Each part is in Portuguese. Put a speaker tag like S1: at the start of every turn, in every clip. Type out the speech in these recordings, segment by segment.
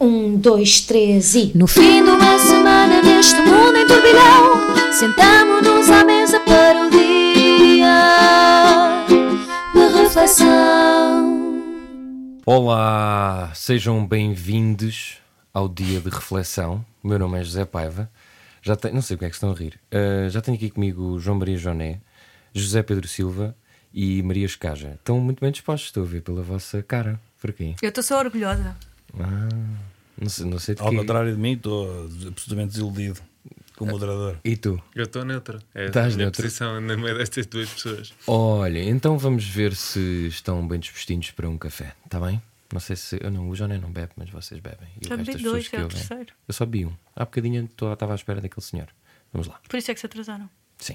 S1: Um, dois, três e...
S2: No fim de uma semana neste mundo em turbilhão, sentamo-nos à mesa para o dia de reflexão.
S3: Olá, sejam bem-vindos ao dia de reflexão. O meu nome é José Paiva. Não sei o que é que estão a rir. Já tenho aqui comigo João Maria Joné, José Pedro Silva e Maria Escaja. Estão muito bem dispostos, estou a ver pela vossa cara. Por aqui.
S4: Eu estou só orgulhosa.
S3: Não sei de quê.
S5: Ao contrário de mim, estou absolutamente desiludido com o moderador.
S3: E tu?
S6: Eu estou neutro. É
S3: Estás
S6: a minha
S3: neutro?
S6: posição no meio destas duas pessoas.
S3: Olha, então vamos ver se estão bem dispostinhos para um café, está bem? Não sei se... Não, o Joné não bebe, mas vocês bebem. E
S4: Já
S3: o resto
S4: bebi
S3: das
S4: dois,
S3: pessoas que
S4: é o
S3: ouvem.
S4: terceiro.
S3: Eu só bebi um. Há bocadinho estava à espera daquele senhor. Vamos lá.
S4: Por isso é que se atrasaram.
S3: Sim.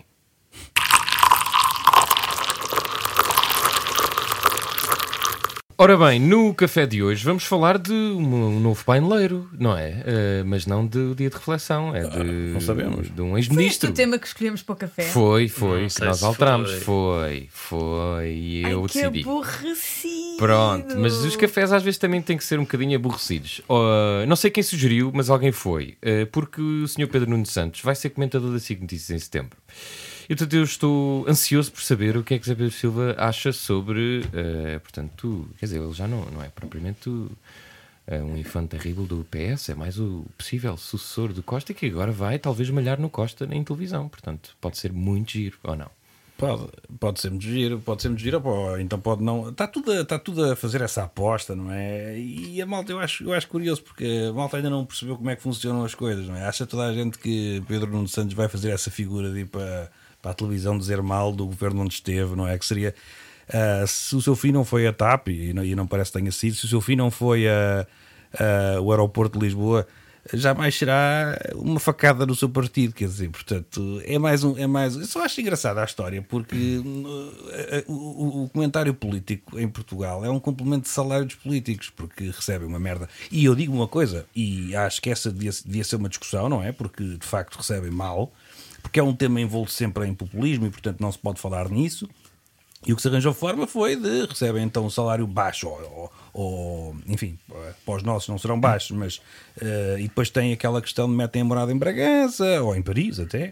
S3: Ora bem, no café de hoje vamos falar de um novo paineleiro, não é? Mas não do dia de reflexão, é de,
S5: não sabemos.
S3: de um
S4: Foi este
S3: ex-ministro.
S4: o tema que escolhemos para o café?
S3: Foi,
S6: Não
S3: que
S6: sei
S3: nós
S6: se
S3: alterámos.
S6: foi.
S3: Foi, e
S4: Ai,
S3: eu
S4: que
S3: decidi.
S4: aborrecido.
S3: Pronto, mas os cafés às vezes também têm que ser um bocadinho aborrecidos. Não sei quem sugeriu, mas alguém foi. Porque o Sr. Pedro Nuno Santos vai ser comentador da SIC Notícias em setembro. E portanto eu estou ansioso por saber o que é que José Pedro Silva acha sobre... portanto, quer dizer, ele já não é propriamente um infante terrível do PS, é mais o possível sucessor do Costa, que agora vai talvez malhar no Costa em televisão. Portanto, pode ser muito giro, ou não?
S5: Pode ser muito giro, ou então pode não. Está tudo a fazer essa aposta, não é? E a malta, eu acho curioso, porque a malta ainda não percebeu como é que funcionam as coisas, não é? Acha toda a gente que Pedro Nuno Santos vai fazer essa figura de ir para a televisão dizer mal do governo onde esteve, não é? Que seria, se o seu fim não foi a TAP, e não parece que tenha sido, se o seu fim não foi o aeroporto de Lisboa, jamais será uma facada no seu partido, quer dizer, portanto, é mais eu só acho engraçada a história, porque o comentário político em Portugal é um complemento de salário dos políticos, porque recebem uma merda. E eu digo uma coisa, e acho que essa devia ser uma discussão, não é? Porque de facto recebem mal, porque é um tema envolto sempre em populismo e portanto não se pode falar nisso. E o que se arranjou forma foi de recebem então um salário baixo, ou enfim, para os nossos não serão baixos, mas e depois tem aquela questão de metem a morada em Bragança, ou em Paris até,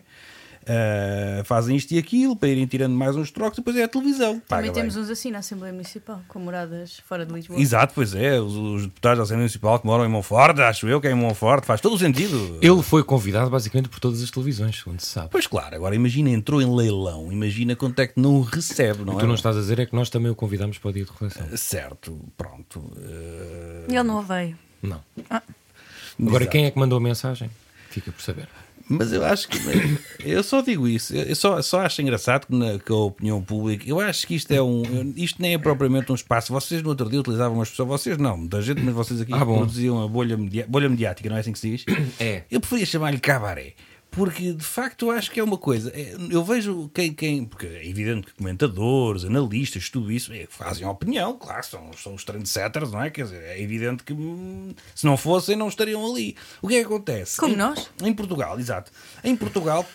S5: fazem isto e aquilo para irem tirando mais uns trocos, depois é a televisão.
S4: Também temos uns assim na Assembleia Municipal, com moradas fora de Lisboa.
S5: Exato, pois é, os deputados da Assembleia Municipal que moram em Monforte, acho eu que é em Monforte, faz todo o sentido.
S3: Ele foi convidado basicamente por todas as televisões, segundo se sabe.
S5: Pois claro, agora imagina, entrou em leilão, imagina quanto é que não recebe, não
S3: O
S5: é?
S3: que tu não estás a dizer é que nós também o convidamos para o dia de reflexão.
S5: Certo, pronto.
S4: Ele não veio.
S3: Não. Agora,
S5: Exato.
S3: quem é que mandou a mensagem? Fica por saber.
S5: Mas eu acho que eu só digo isso, eu só acho engraçado que a opinião pública, eu acho que isto nem é propriamente um espaço. Vocês no outro dia utilizavam uma expressão, vocês não, muita gente, mas vocês aqui produziam a bolha mediática, não é assim que se diz?
S3: É.
S5: Eu preferia chamar-lhe cabaré, porque de facto eu acho que é uma coisa. Eu vejo porque é evidente que comentadores, analistas, tudo isso fazem opinião, claro, são os trendsetters, não é? Quer dizer, é evidente que se não fossem, não estariam ali. O que é que acontece?
S4: Como nós?
S5: Em Portugal, exato. Em Portugal,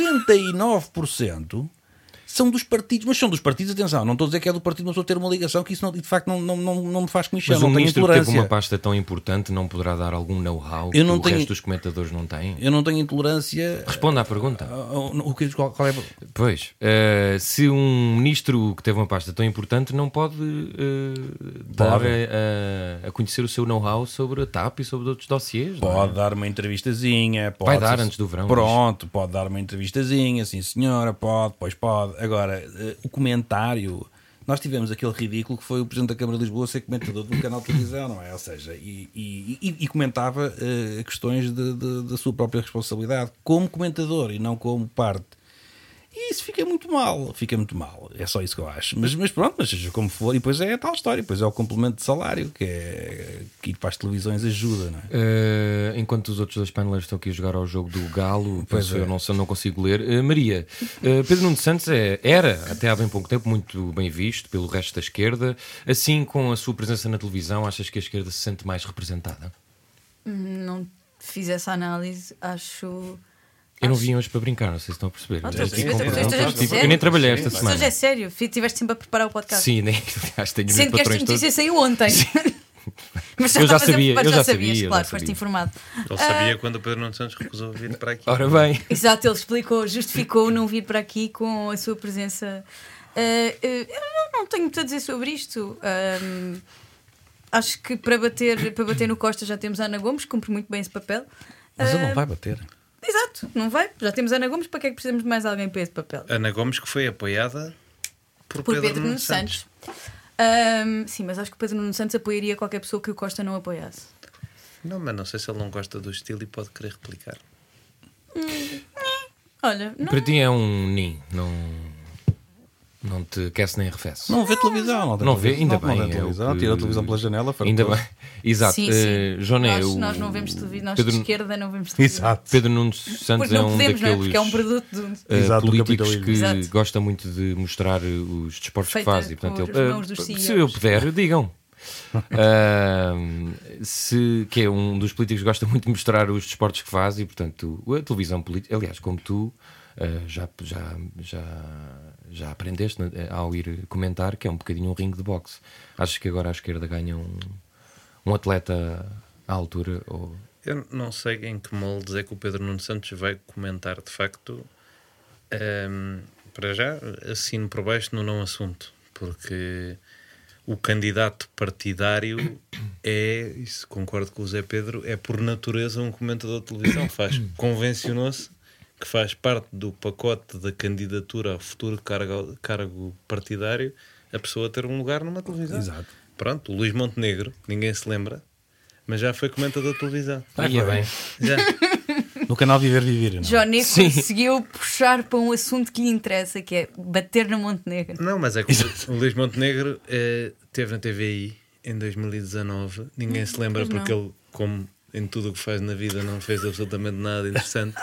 S5: 99% são dos partidos, mas são dos partidos, atenção, não estou a dizer que é do partido, não estou a ter uma ligação, que isso de facto não me faz comichão,
S3: Mas
S5: não
S3: um
S5: tenho
S3: ministro que teve
S5: intolerância.
S3: uma pasta tão importante não poderá dar algum know-how que o resto dos comentadores não têm?
S5: Eu não tenho intolerância.
S3: Responda à pergunta.
S5: Qual é?
S3: Pois, se um ministro que teve uma pasta tão importante não pode dar a conhecer o seu know-how sobre a TAP e sobre outros dossiês?
S5: Pode dar uma entrevistazinha.
S3: Vai dar antes do verão.
S5: Pronto, pode dar uma entrevistazinha, sim senhora, pois pode. Agora, o comentário... Nós tivemos aquele ridículo que foi o Presidente da Câmara de Lisboa ser comentador de um canal de televisão, não é? Ou seja, e comentava questões da sua própria responsabilidade como comentador e não como parte. E isso fica muito mal. É só isso que eu acho. Mas pronto, mas seja como for, e depois é a tal história, depois é o complemento de salário, que ir para as televisões ajuda, não é?
S3: Enquanto os outros dois paineleiros estão aqui a jogar ao jogo do Galo,
S5: Pois é.
S3: eu não consigo ler. Maria, Pedro Nuno Santos era, até há bem pouco tempo, muito bem visto pelo resto da esquerda. Assim, com a sua presença na televisão, achas que a esquerda se sente mais representada?
S4: Não fiz essa análise, acho...
S3: Eu não vim hoje para brincar, não sei se estão a perceber.
S4: Eu
S3: nem trabalhei esta
S4: Mas
S3: semana.
S4: hoje é sério, estiveste sempre a preparar o podcast.
S3: Sim, nem acho que tenho
S4: Sendo que esta
S3: patrões todos.
S4: notícia saiu ontem. Mas
S3: Eu já
S4: estavas a-
S3: sabia,
S4: mas
S3: eu já
S4: sabias,
S3: sabia,
S4: claro,
S3: já
S4: foste
S3: sabia.
S4: informado.
S6: Ele sabia quando o Pedro Nuno Santos recusou vir para aqui.
S3: Ora bem,
S4: Exato, ele explicou, justificou não vir para aqui com a sua presença. Eu não tenho muito a dizer sobre isto. Acho que para bater no Costa já temos a Ana Gomes, cumpre muito bem esse papel.
S5: Mas ele não vai bater.
S4: Exato, não vai. Já temos a Ana Gomes, para que é que precisamos de mais alguém para esse papel?
S6: Ana Gomes, que foi apoiada por
S4: Por
S6: Pedro
S4: Pedro
S6: Nuno
S4: Nuno
S6: Santos.
S4: Santos. Sim, mas acho que o Pedro Nuno Santos apoiaria qualquer pessoa que o Costa não apoiasse.
S6: Não, mas não sei se ele não gosta do estilo e pode querer replicar.
S4: Olha, não.
S3: para ti é um nin, não te aquece nem arrefece.
S5: Não vê televisão.
S3: Não vê, ainda
S5: não
S3: bem,
S5: vê
S3: é
S5: televisão.
S3: o que-
S5: Tira a televisão pela janela.
S3: Ainda
S5: fartou.
S3: bem, exato.
S4: Sim, sim.
S3: Joné,
S4: Nós não vemos televisão, nós
S3: Pedro-
S4: de esquerda não vemos televisão.
S5: Exato.
S3: Pedro Nuno Santos
S4: Porque
S3: é
S4: não
S3: um
S4: podemos, não é?
S3: daqueles
S4: Porque é um produto de.
S5: Exato, do
S3: políticos
S5: capitalismo.
S3: que
S4: Exato.
S3: gosta muito de mostrar os desportos
S4: Feita
S3: que faz e portanto
S4: com as mãos dos
S3: se
S4: CEOs.
S3: eu puder, digam. Que é um dos políticos que gosta muito de mostrar os desportos que faz e portanto a televisão política, aliás, como tu já aprendeste ao ir comentar que é um bocadinho um ringue de boxe. Achas que agora à esquerda ganha um atleta à altura? Ou...
S6: Eu não sei em que moldes é que o Pedro Nuno Santos vai comentar, de facto. Para já, assino por baixo no não assunto, porque o candidato partidário isso concordo com o Zé Pedro, é por natureza um comentador de televisão. Convencionou-se que faz parte do pacote da candidatura ao futuro cargo partidário a pessoa ter um lugar numa televisão.
S5: Exato.
S6: Pronto, o Luís Montenegro, ninguém se lembra, mas já foi comentador de televisão.
S3: Ia bem.
S6: Já.
S5: No canal Viver. Não?
S4: Johnny
S3: Sim.
S4: conseguiu puxar para um assunto que lhe interessa, que é bater no Montenegro.
S6: Não, mas é que o Luís Montenegro esteve na TVI em 2019. Ninguém se lembra
S4: pois não.
S6: porque ele, como em tudo o que faz na vida, não fez absolutamente nada interessante.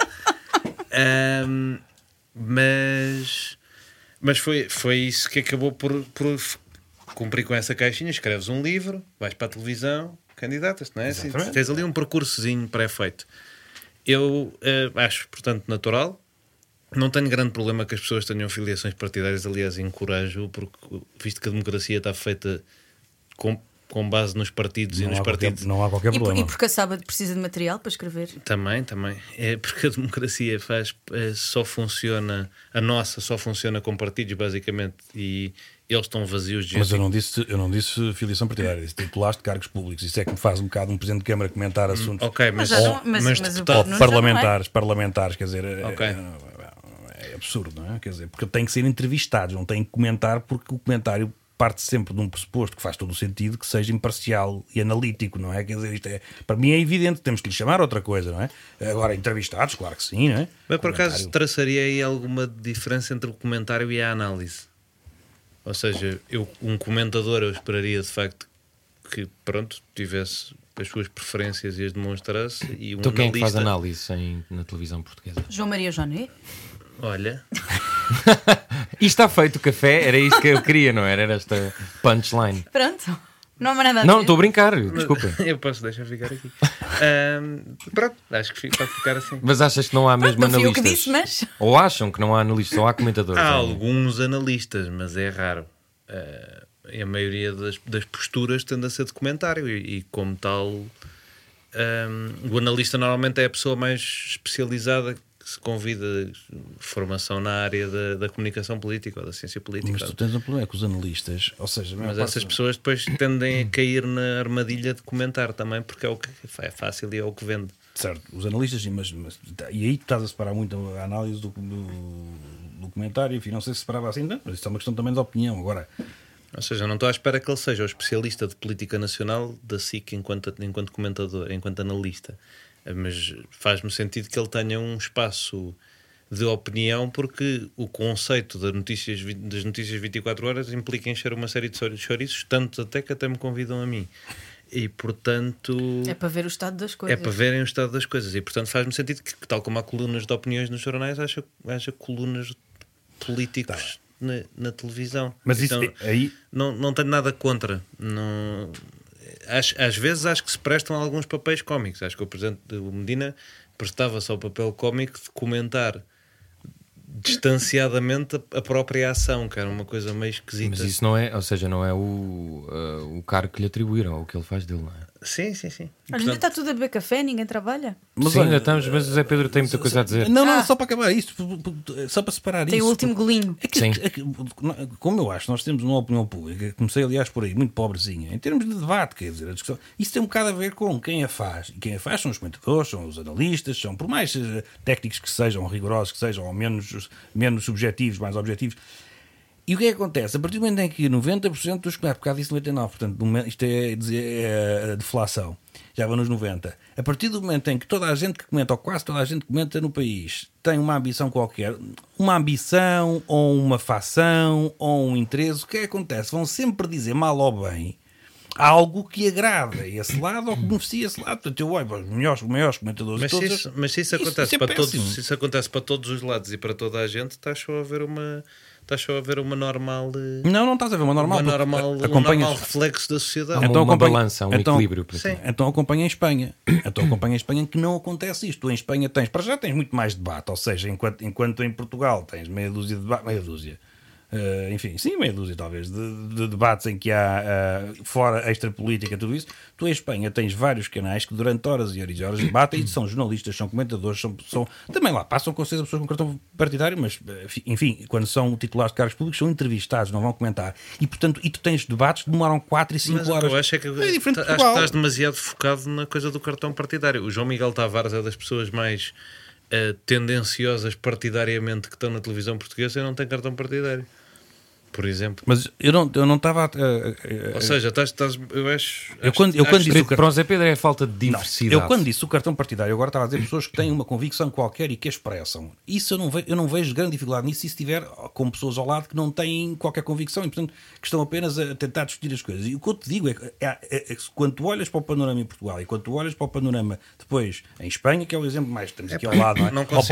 S6: Mas foi isso que acabou por cumprir com essa caixinha. Escreves um livro, vais para a televisão, candidatas-te, não é? Assim, tens ali um percursozinho pré-feito. Eu acho, portanto, natural. Não tenho grande problema que as pessoas tenham filiações partidárias. Aliás, encorajo, porque visto que a democracia está feita com base nos partidos e nos partidos.
S5: Não há qualquer problema.
S4: E porque a Sábado precisa de material para escrever.
S6: Também. É porque a democracia só funciona com partidos, basicamente, e eles estão vazios de gente.
S5: Mas eu não disse filiação partidária, disse titulares de cargos públicos. Isso é que me faz um bocado um Presidente de Câmara comentar assuntos.
S6: Ok, mas
S4: já não- mas o
S6: deputado-
S4: Nuno já
S5: Parlamentares, quer dizer,
S6: Ok.
S5: é absurdo, não é? Quer dizer, porque têm que ser entrevistados, não têm que comentar, porque o comentário parte sempre de um pressuposto que faz todo o sentido, que seja imparcial e analítico, não é? Quer dizer, isto para mim é evidente, temos que lhe chamar outra coisa, não é? Agora, entrevistados, claro que sim, não é?
S6: Mas por acaso
S5: Comentário.
S6: traçaria aí alguma diferença entre o comentário e a análise? Ou seja, um comentador eu esperaria de facto que pronto, tivesse as suas preferências e as demonstrasse, e um
S3: Então quem é que faz
S6: analista,
S3: análise na televisão portuguesa?
S4: João Maria Joné?
S6: olha,
S3: E está feito o café, era isto que eu queria, não era? Era esta punchline.
S4: Pronto. Não há mais nada a
S3: Não,
S4: dizer.
S3: estou a brincar, desculpa.
S6: eu posso deixar ficar aqui. Pronto, acho que pode ficar assim.
S3: Mas achas que não há mesmo
S4: Não fui eu
S3: analistas?
S4: que disse, mas...
S3: Ou acham que não há analistas, só há comentadores?
S6: Há
S3: Ou-
S6: alguns analistas, mas é raro. E a maioria das posturas tende a ser de comentário e como tal, o analista normalmente é a pessoa mais especializada que se convida, formação na área da comunicação política ou da ciência política.
S5: Mas tu tens um problema com os analistas, ou seja,
S6: Mas essas pessoas depois tendem a cair na armadilha de comentar também, porque é o que é fácil e é o que vende.
S5: certo, os analistas, sim, mas e aí tu estás a separar muito a análise do comentário, enfim, não sei se separava assim, não, mas isso é uma questão também de opinião. Agora,
S6: Ou seja, não estou à espera que ele seja o especialista de política nacional da SIC enquanto comentador, enquanto analista. Mas faz-me sentido que ele tenha um espaço de opinião, porque o conceito das notícias 24 horas implica encher uma série de chouriços, tanto até que até me convidam a mim. E, portanto...
S4: É para ver o estado das coisas.
S6: É para verem o estado das coisas. E, portanto, faz-me sentido que, tal como há colunas de opiniões nos jornais, haja colunas políticos na televisão.
S5: mas
S6: então,
S5: isso aí
S6: não tenho nada contra. Não, às vezes acho que se prestam a alguns papéis cómicos. Acho que o Presidente Medina prestava-se ao papel cómico de comentar distanciadamente a própria ação, que era uma coisa meio esquisita.
S3: Mas isso não é, ou seja, não é o cargo que lhe atribuíram, ou o que ele faz dele, não é?
S6: Sim, sim, sim.
S4: Olha, ainda está tudo a beber café, ninguém trabalha.
S5: Mas
S3: Sim,
S5: olha,
S3: ainda estamos, mas o Zé Pedro tem muita coisa a dizer.
S5: Não, só para acabar isto, só para separar
S4: Tem
S5: isso.
S4: o último golinho.
S3: Sim.
S5: Como eu acho, nós temos uma opinião pública, comecei aliás por aí, muito pobrezinha, em termos de debate, quer dizer, a discussão, isso tem um bocado a ver com quem a faz. E quem a faz são os comentadores, são os analistas, são, por mais técnicos que sejam, rigorosos que sejam, ou menos subjetivos, mais objetivos. E o que é que acontece? A partir do momento em que 90% dos comentários, por causa disso 99%, portanto, isto é a deflação, já vai nos 90%. A partir do momento em que toda a gente que comenta, ou quase toda a gente que comenta no país, tem uma ambição qualquer, uma ambição, ou uma facção, ou um interesse, o que é que acontece? Vão sempre dizer mal ou bem algo que agrada esse lado ou que beneficia esse lado. Portanto, eu olho para os maiores comentadores
S6: Mas,
S5: de todos.
S6: mas se isso acontece
S5: é
S6: para todos,
S5: péssimo.
S6: se isso acontece para todos os lados e para toda a gente, está só a haver uma normal.
S5: Não estás a ver uma normal.
S6: Um normal reflexo da sociedade.
S3: Há
S5: Então
S3: uma
S5: acompanha-
S3: balança, um
S5: então-
S3: equilíbrio. Para
S6: Sim.
S3: ti.
S5: Então acompanha em Espanha. Então acompanha em Espanha que não acontece isto. Tu em Espanha para já tens muito mais debate, ou seja, enquanto em Portugal tens meia dúzia de debates, meia dúzia. Enfim, sim, meia dúzia talvez de debates em que há fora extra política, tudo isso. Tu em Espanha tens vários canais que durante horas e horas e horas debatem e são jornalistas, são comentadores, são também lá passam com certeza pessoas com cartão partidário, mas enfim, quando são titulares de cargos públicos são entrevistados, não vão comentar. E portanto, tu tens debates que demoram 4 e 5
S6: Mas o que
S5: horas.
S6: eu acho é que,
S5: É diferente de
S6: acho que
S5: Portugal.
S6: estás demasiado focado na coisa do cartão partidário. O João Miguel Tavares é das pessoas mais tendenciosas partidariamente que estão na televisão portuguesa e não tem cartão partidário, por exemplo.
S5: Mas eu não estava
S6: Ou seja, eu acho.
S5: Eu quando disse
S3: Para o Zé Pedro é a falta de diversidade.
S5: Eu quando disse o cartão partidário, agora estava a dizer pessoas que têm uma convicção qualquer e que a expressam. Isso eu não vejo grande dificuldade nisso se estiver com pessoas ao lado que não têm qualquer convicção e, portanto, que estão apenas a tentar discutir as coisas. E o que eu te digo é que quando tu olhas para o panorama em Portugal e quando tu olhas para o panorama depois em Espanha, que é o exemplo mais que temos aqui ao lado, não é? Ou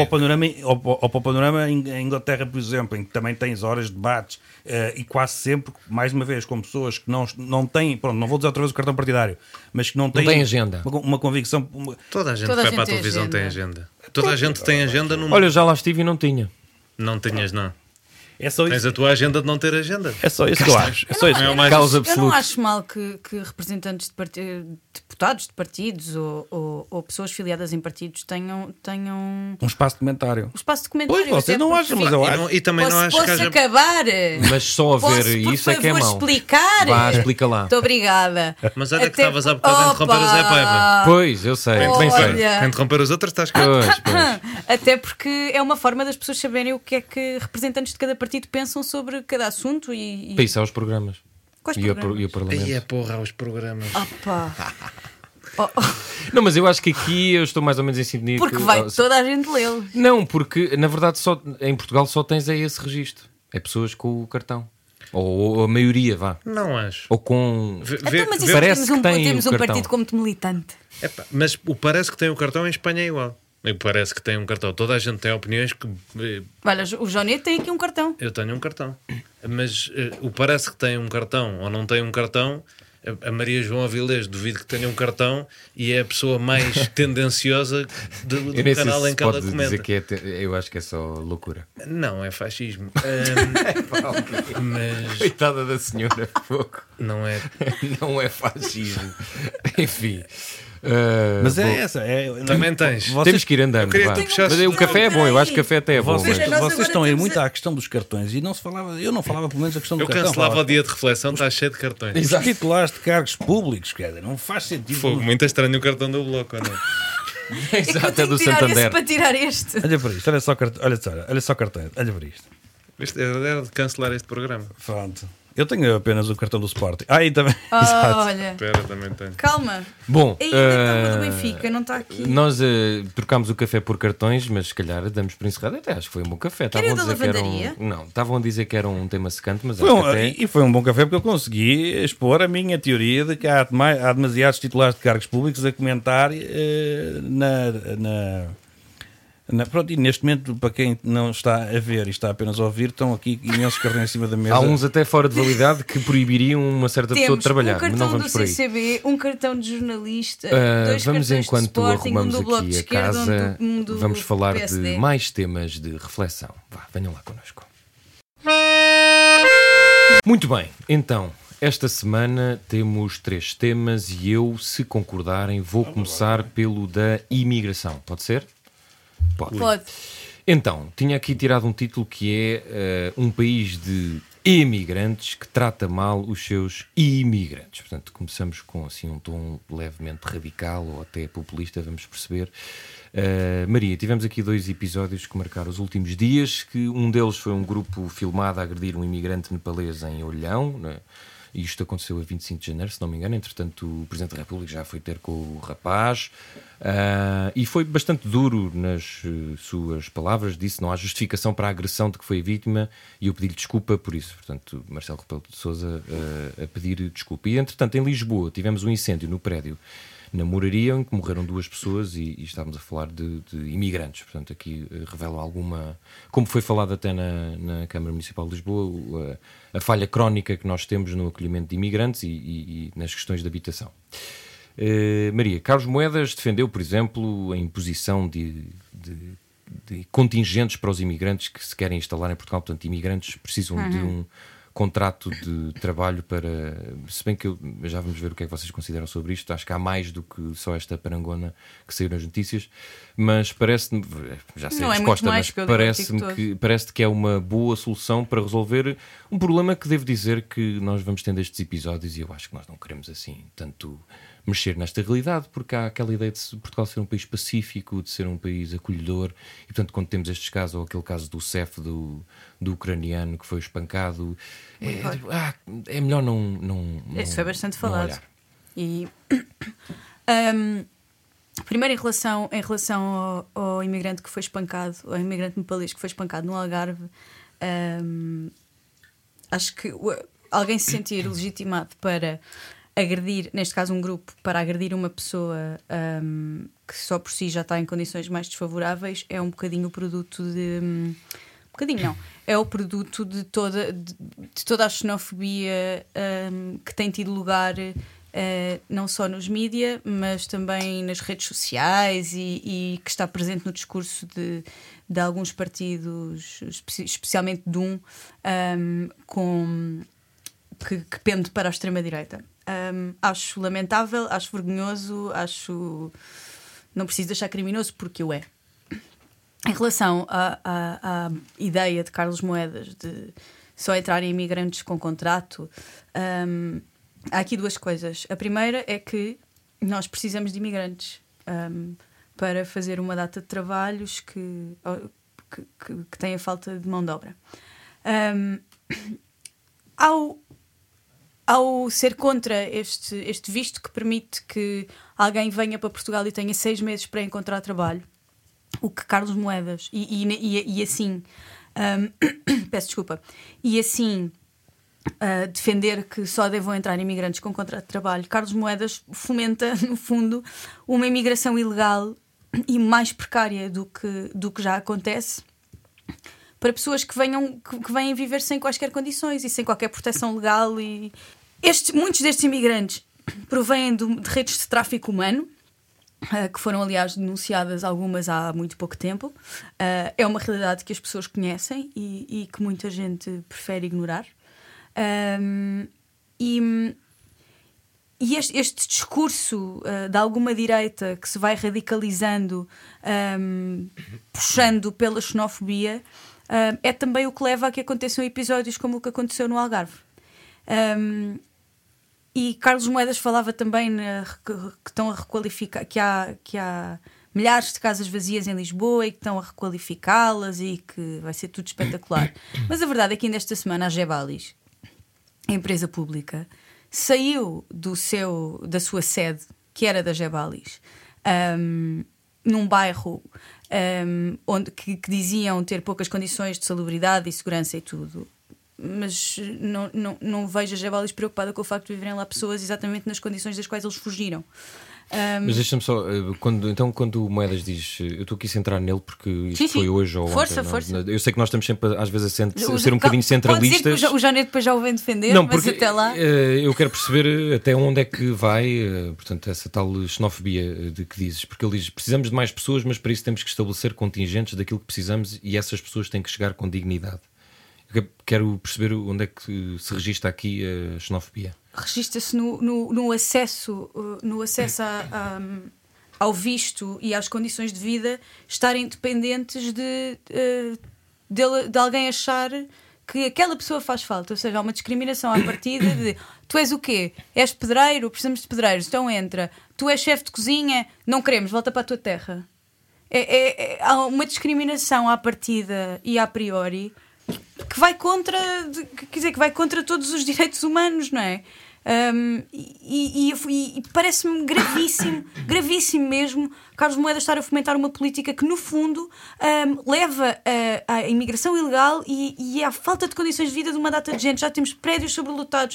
S5: para o panorama em Inglaterra, por exemplo, em que também tens horas de debates e quase sempre, mais uma vez, com pessoas que não têm, pronto, não vou dizer outra vez o cartão partidário, mas que não têm
S3: agenda.
S5: uma convicção.
S6: Toda a gente
S4: Toda a
S6: que vai
S4: gente
S6: para a
S4: tem
S6: televisão
S4: agenda.
S6: tem agenda. Toda a gente tem agenda numa.
S3: Olha, eu já lá estive e não tinha.
S6: Não tinhas, não.
S5: É só
S6: Tens
S5: isso,
S6: a tua agenda de não ter agenda.
S5: é só isso que eu acho. É só isso.
S6: Não é o mais.
S3: Causa
S4: Eu não
S3: absoluta.
S4: acho mal que representantes de deputados de partidos ou pessoas filiadas em partidos tenham
S5: Um espaço de comentário.
S4: um espaço de comentário.
S5: Pois, vocês
S4: até
S5: não
S4: porque
S5: acham, mas eu acho.
S6: E também não acho que
S4: posso
S6: haja.
S4: acabar?
S3: Mas só a ver
S4: Posso, por
S3: isso é que é
S4: favor,
S3: mau.
S4: explicar?
S3: Vá, explica lá.
S4: Muito obrigada.
S6: Mas olha que
S4: Até-
S6: estavas há bocado a interromper o Zé Paiva.
S3: Pois, eu sei.
S4: Olha.
S3: Bem sei.
S6: Para interromper os outros estás cá.
S3: Pois.
S4: Até porque é uma forma das pessoas saberem o que é que representantes de cada partido pensam sobre cada assunto e
S3: Para isso há os programas.
S4: Quais
S3: E o
S4: programas?
S3: Parlamento.
S6: Aí é porra, os programas.
S4: Opa. Oh, oh,
S3: Não, mas eu acho que aqui eu estou mais ou menos em sintonia.
S4: porque
S3: que-
S4: vai toda a gente lê-lo.
S3: Não, porque na verdade só, em Portugal só tens esse registro. É pessoas com o cartão. Ou a maioria, vá.
S6: Não acho.
S3: Ou com.
S4: Então, mas isso
S3: parece
S4: temos
S3: que tem
S4: temos
S3: o
S4: um
S3: cartão.
S4: partido como militante.
S6: Epá, mas o parece que tem o cartão em Espanha é igual. E parece que tem um cartão. Toda a gente tem opiniões que.
S4: Olha, o Johnny tem aqui um cartão.
S6: Eu tenho um cartão. Mas o parece que tem um cartão ou não tem um cartão. A Maria João Avilés duvido que tenha um cartão e é a pessoa mais tendenciosa do
S3: Eu nem sei
S6: canal
S3: se
S6: em que ela
S3: pode
S6: comenta.
S3: dizer que é. Eu acho que é só loucura.
S6: Não, é fascismo. Mas
S3: Coitada da senhora, fogo.
S6: não é.
S3: Não é fascismo. Enfim.
S5: Mas
S3: bom,
S5: é essa.
S6: Também tens.
S3: Temos que ir andando.
S6: Eu queria
S3: vá.
S6: que tu puxasses-
S3: Mas o café é bom, eu acho que o café até é bom.
S5: Vocês,
S3: mas-
S4: Nós agora
S5: vocês estão a ir
S4: temos
S5: muito
S4: a-
S5: à questão dos cartões e não se falava, eu não falava pelo menos a questão do
S6: Eu
S5: cartão.
S6: cancelava
S5: falava
S6: o dia de reflexão, está cheio de cartões.
S5: os titulares de cargos públicos, quer dizer, não faz sentido.
S6: Fogo, muito estranho o cartão do bloco, ou não?
S4: É que eu
S3: Exato, é
S4: tenho
S3: do
S4: que tirar esse
S3: Santander.
S4: para tirar este.
S5: Olha para isto, olha só cartões, olha para isto.
S6: Isto era de cancelar este programa.
S5: Pronto. Eu tenho apenas o cartão do Sporting. E também. Exato.
S4: Olha,
S6: Espera, também tenho.
S4: calma.
S3: Bom,
S4: Ainda estava do Benfica, não está aqui.
S3: nós trocámos o café por cartões, mas se calhar damos por encerrado. Até acho que foi um bom café.
S4: Querem
S3: Estavam a
S4: o da
S3: dizer que era
S4: lavandaria?
S3: Não, estavam a dizer que era um tema secante, mas
S5: Foi
S3: acho que até...
S5: e foi um bom café porque eu consegui expor a minha teoria de que há demasiados titulares de cargos públicos a comentar pronto, e neste momento, para quem não está a ver e está apenas a ouvir, estão aqui imensos cartões em cima da mesa.
S3: Há uns até fora de validade que proibiriam uma certa pessoa de
S4: Temos
S3: trabalhar,
S4: um
S3: mas não
S4: cartão
S3: vamos
S4: do
S3: por aí.
S4: CCB, um cartão de jornalista, dois
S3: Vamos
S4: cartões
S3: enquanto
S4: de Sporting,
S3: arrumamos
S4: um do Bloco
S3: aqui
S4: de
S3: a
S4: Esquerda,
S3: casa,
S4: um do
S3: vamos falar
S4: PSD.
S3: de mais temas de reflexão. Vá, venham lá connosco. Muito bem, então, esta semana temos 3 temas e eu, se concordarem, vou começar pelo da imigração. Pode ser?
S4: Pode.
S3: Então, tinha aqui tirado um título que é um país de imigrantes que trata mal os seus imigrantes. Portanto, começamos com assim, um tom levemente radical ou até populista, vamos perceber. Maria, tivemos aqui 2 episódios que marcaram os últimos dias, que um deles foi um grupo filmado a agredir um imigrante nepalês em Olhão, né? E isto aconteceu a 25 de janeiro, se não me engano. Entretanto, o Presidente da República já foi ter com o rapaz e foi bastante duro nas suas palavras. Disse não há justificação para a agressão de que foi vítima e eu pedi-lhe desculpa por isso. Portanto, Marcelo Rebelo de Sousa a pedir desculpa. E, entretanto, em Lisboa tivemos um incêndio no prédio na Moraria, em que morreram 2 pessoas e estávamos a falar de imigrantes. Portanto, aqui revela alguma... Como foi falado até na Câmara Municipal de Lisboa, a falha crónica que nós temos no acolhimento de imigrantes e nas questões de habitação. Maria, Carlos Moedas defendeu, por exemplo, a imposição de contingentes para os imigrantes que se querem instalar em Portugal. Portanto, imigrantes precisam de um contrato de trabalho para... Se bem que já vamos ver o que é que vocês consideram sobre isto. Acho que há mais do que só esta parangona que saiu nas notícias, mas parece-me... Já sei a resposta, mas parece-te que é uma boa solução para resolver um problema que devo dizer que nós vamos tendo estes episódios e eu acho que nós não queremos assim tanto mexer nesta realidade, porque há aquela ideia de Portugal ser um país pacífico, de ser um país acolhedor, e portanto quando temos estes casos, ou aquele caso do CEF, do ucraniano que foi espancado, é melhor não
S4: isso é bastante falado.
S3: Olhar.
S4: E primeiro em relação ao imigrante que foi espancado, ao imigrante nepalês que foi espancado no Algarve, acho que alguém se sentir legitimado para agredir, neste caso um grupo, para agredir uma pessoa que só por si já está em condições mais desfavoráveis, é um bocadinho o produto de... é o produto de toda a xenofobia que tem tido lugar não só nos mídia, mas também nas redes sociais e que está presente no discurso de alguns partidos, especialmente de que pende para a extrema-direita. Acho lamentável, acho vergonhoso, não preciso deixar criminoso porque o é. Em relação à ideia de Carlos Moedas de só entrarem imigrantes com contrato, há aqui 2 coisas. A primeira é que nós precisamos de imigrantes para fazer uma data de trabalhos que têm a falta de mão de obra. Ao ser contra este visto que permite que alguém venha para Portugal e tenha 6 meses para encontrar trabalho, o que Carlos Moedas e assim peço desculpa, e assim defender que só devam entrar imigrantes com contrato de trabalho, Carlos Moedas fomenta, no fundo, uma imigração ilegal e mais precária do que já acontece, para pessoas que venham viver sem quaisquer condições e sem qualquer proteção legal. E muitos destes imigrantes provêm de redes de tráfico humano, que foram, aliás, denunciadas algumas há muito pouco tempo. É uma realidade que as pessoas conhecem e que muita gente prefere ignorar. E este discurso de alguma direita que se vai radicalizando, puxando pela xenofobia, é também o que leva a que aconteçam episódios como o que aconteceu no Algarve. E Carlos Moedas falava também que estão a requalificar, que há milhares de casas vazias em Lisboa e que estão a requalificá-las e que vai ser tudo espetacular. Mas a verdade é que ainda esta semana a Gebalis, a empresa pública, saiu da sua sede, que era da Gebalis, num bairro que diziam ter poucas condições de salubridade e segurança e tudo. Mas não vejo a Gebalis preocupada com o facto de viverem lá pessoas exatamente nas condições das quais eles fugiram.
S3: Mas deixa-me só, quando o Moedas diz, eu estou aqui a centrar nele porque isto foi hoje ou
S4: força,
S3: ontem.
S4: Força.
S3: Eu sei que nós estamos sempre às vezes a ser um bocadinho centralistas.
S4: O Janeiro depois já o vem defender,
S3: não,
S4: mas
S3: porque,
S4: até lá.
S3: Eu quero perceber até onde é que vai, portanto, essa tal xenofobia de que dizes, porque ele diz, precisamos de mais pessoas, mas para isso temos que estabelecer contingentes daquilo que precisamos e essas pessoas têm que chegar com dignidade. Quero perceber onde é que se registra aqui a xenofobia.
S4: Registra-se no acesso, ao visto e às condições de vida estarem dependentes de alguém achar que aquela pessoa faz falta. Ou seja, há uma discriminação à partida de tu és o quê? És pedreiro? Precisamos de pedreiros, então entra. Tu és chefe de cozinha? Não queremos, volta para a tua terra. Há uma discriminação à partida e a priori que vai contra, quer dizer, que vai contra todos os direitos humanos, não é? E parece-me gravíssimo mesmo Carlos Moedas estar a fomentar uma política que no fundo leva à imigração ilegal e à falta de condições de vida de uma data de gente. Já temos prédios sobrelotados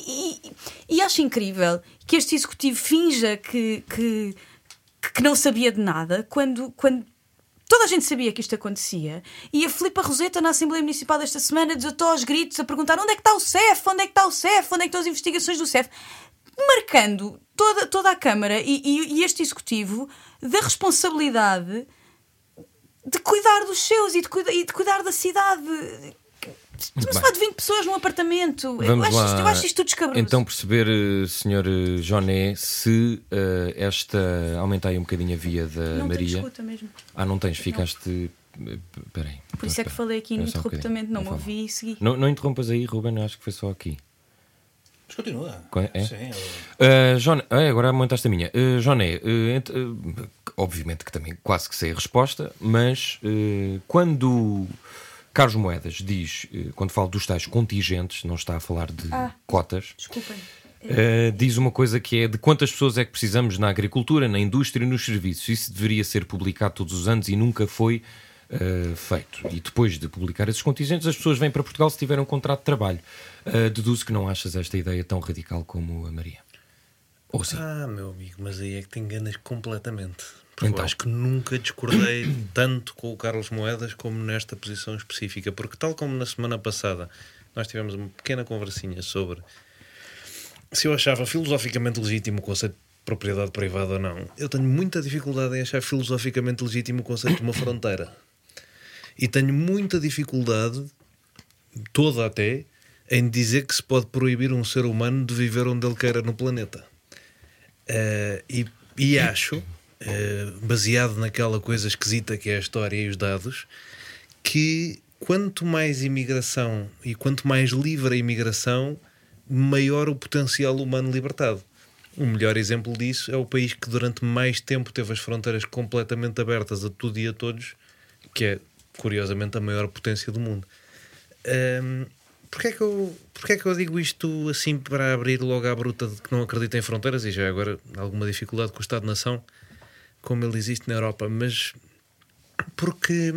S4: e acho incrível que este executivo finja que não sabia de nada quando toda a gente sabia que isto acontecia. E a Filipa Roseta, na Assembleia Municipal desta semana, desatou aos gritos a perguntar onde é que está o CEF? Onde é que está o CEF? Onde é que estão as investigações do CEF? Marcando toda a Câmara e este Executivo da responsabilidade de cuidar dos seus e de cuidar da cidade. Estamos a falar de 20 pessoas num apartamento. Eu acho isto tudo escabroso.
S3: Então perceber, Sr. Joné, se aumenta aí um bocadinho a via da
S4: não
S3: Maria.
S4: Não escuta mesmo.
S3: Não tens, ficaste... Espera aí.
S4: Por isso é que falei aqui ininterruptamente, não me ouvi e segui.
S3: Não interrompas aí, Ruben, acho que foi só aqui.
S5: Mas continua.
S3: É?
S5: Sim.
S3: Agora aumentaste a minha. Joné, obviamente que também quase que sei a resposta, mas quando Carlos Moedas diz, quando fala dos tais contingentes, não está a falar de cotas.
S4: Desculpem.
S3: Diz uma coisa que é de quantas pessoas é que precisamos na agricultura, na indústria e nos serviços. Isso deveria ser publicado todos os anos e nunca foi feito. E depois de publicar esses contingentes, as pessoas vêm para Portugal se tiverem um contrato de trabalho. Deduzo que não achas esta ideia tão radical como a Maria. Ou sim?
S6: Meu amigo, mas aí é que te enganas completamente. Porque
S3: Então.
S6: eu acho que nunca discordei tanto com o Carlos Moedas como nesta posição específica. Porque tal como na semana passada nós tivemos uma pequena conversinha sobre se eu achava filosoficamente legítimo o conceito de propriedade privada ou não, eu tenho muita dificuldade em achar filosoficamente legítimo o conceito de uma fronteira. E tenho muita dificuldade, toda até, em dizer que se pode proibir um ser humano de viver onde ele queira no planeta. E acho, baseado naquela coisa esquisita que é a história e os dados, que quanto mais imigração e quanto mais livre a imigração, maior o potencial humano libertado. O melhor exemplo disso é o país que durante mais tempo teve as fronteiras completamente abertas a tudo e a todos, que é, curiosamente, a maior potência do mundo. Porquê é que eu digo isto assim para abrir logo à bruta de que não acredito em fronteiras e já agora alguma dificuldade com o Estado-nação como ele existe na Europa? Mas porque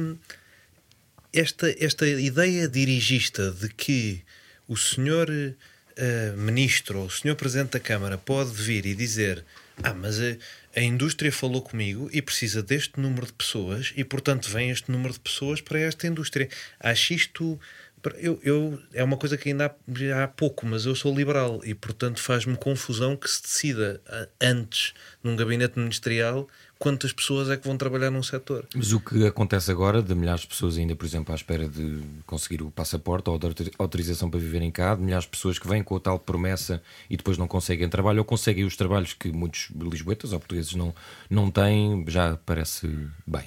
S6: esta ideia dirigista de que o senhor ministro ou o senhor presidente da Câmara pode vir e dizer mas a indústria falou comigo e precisa deste número de pessoas e portanto vem este número de pessoas para esta indústria. Acho isto... é uma coisa que ainda há pouco, mas eu sou liberal e portanto faz-me confusão que se decida antes num gabinete ministerial quantas pessoas é que vão trabalhar num setor.
S3: Mas o que acontece agora, de milhares de pessoas ainda, por exemplo, à espera de conseguir o passaporte ou de autorização para viverem cá, de milhares de pessoas que vêm com a tal promessa e depois não conseguem trabalho ou conseguem os trabalhos que muitos lisboetas ou portugueses não têm, já parece bem.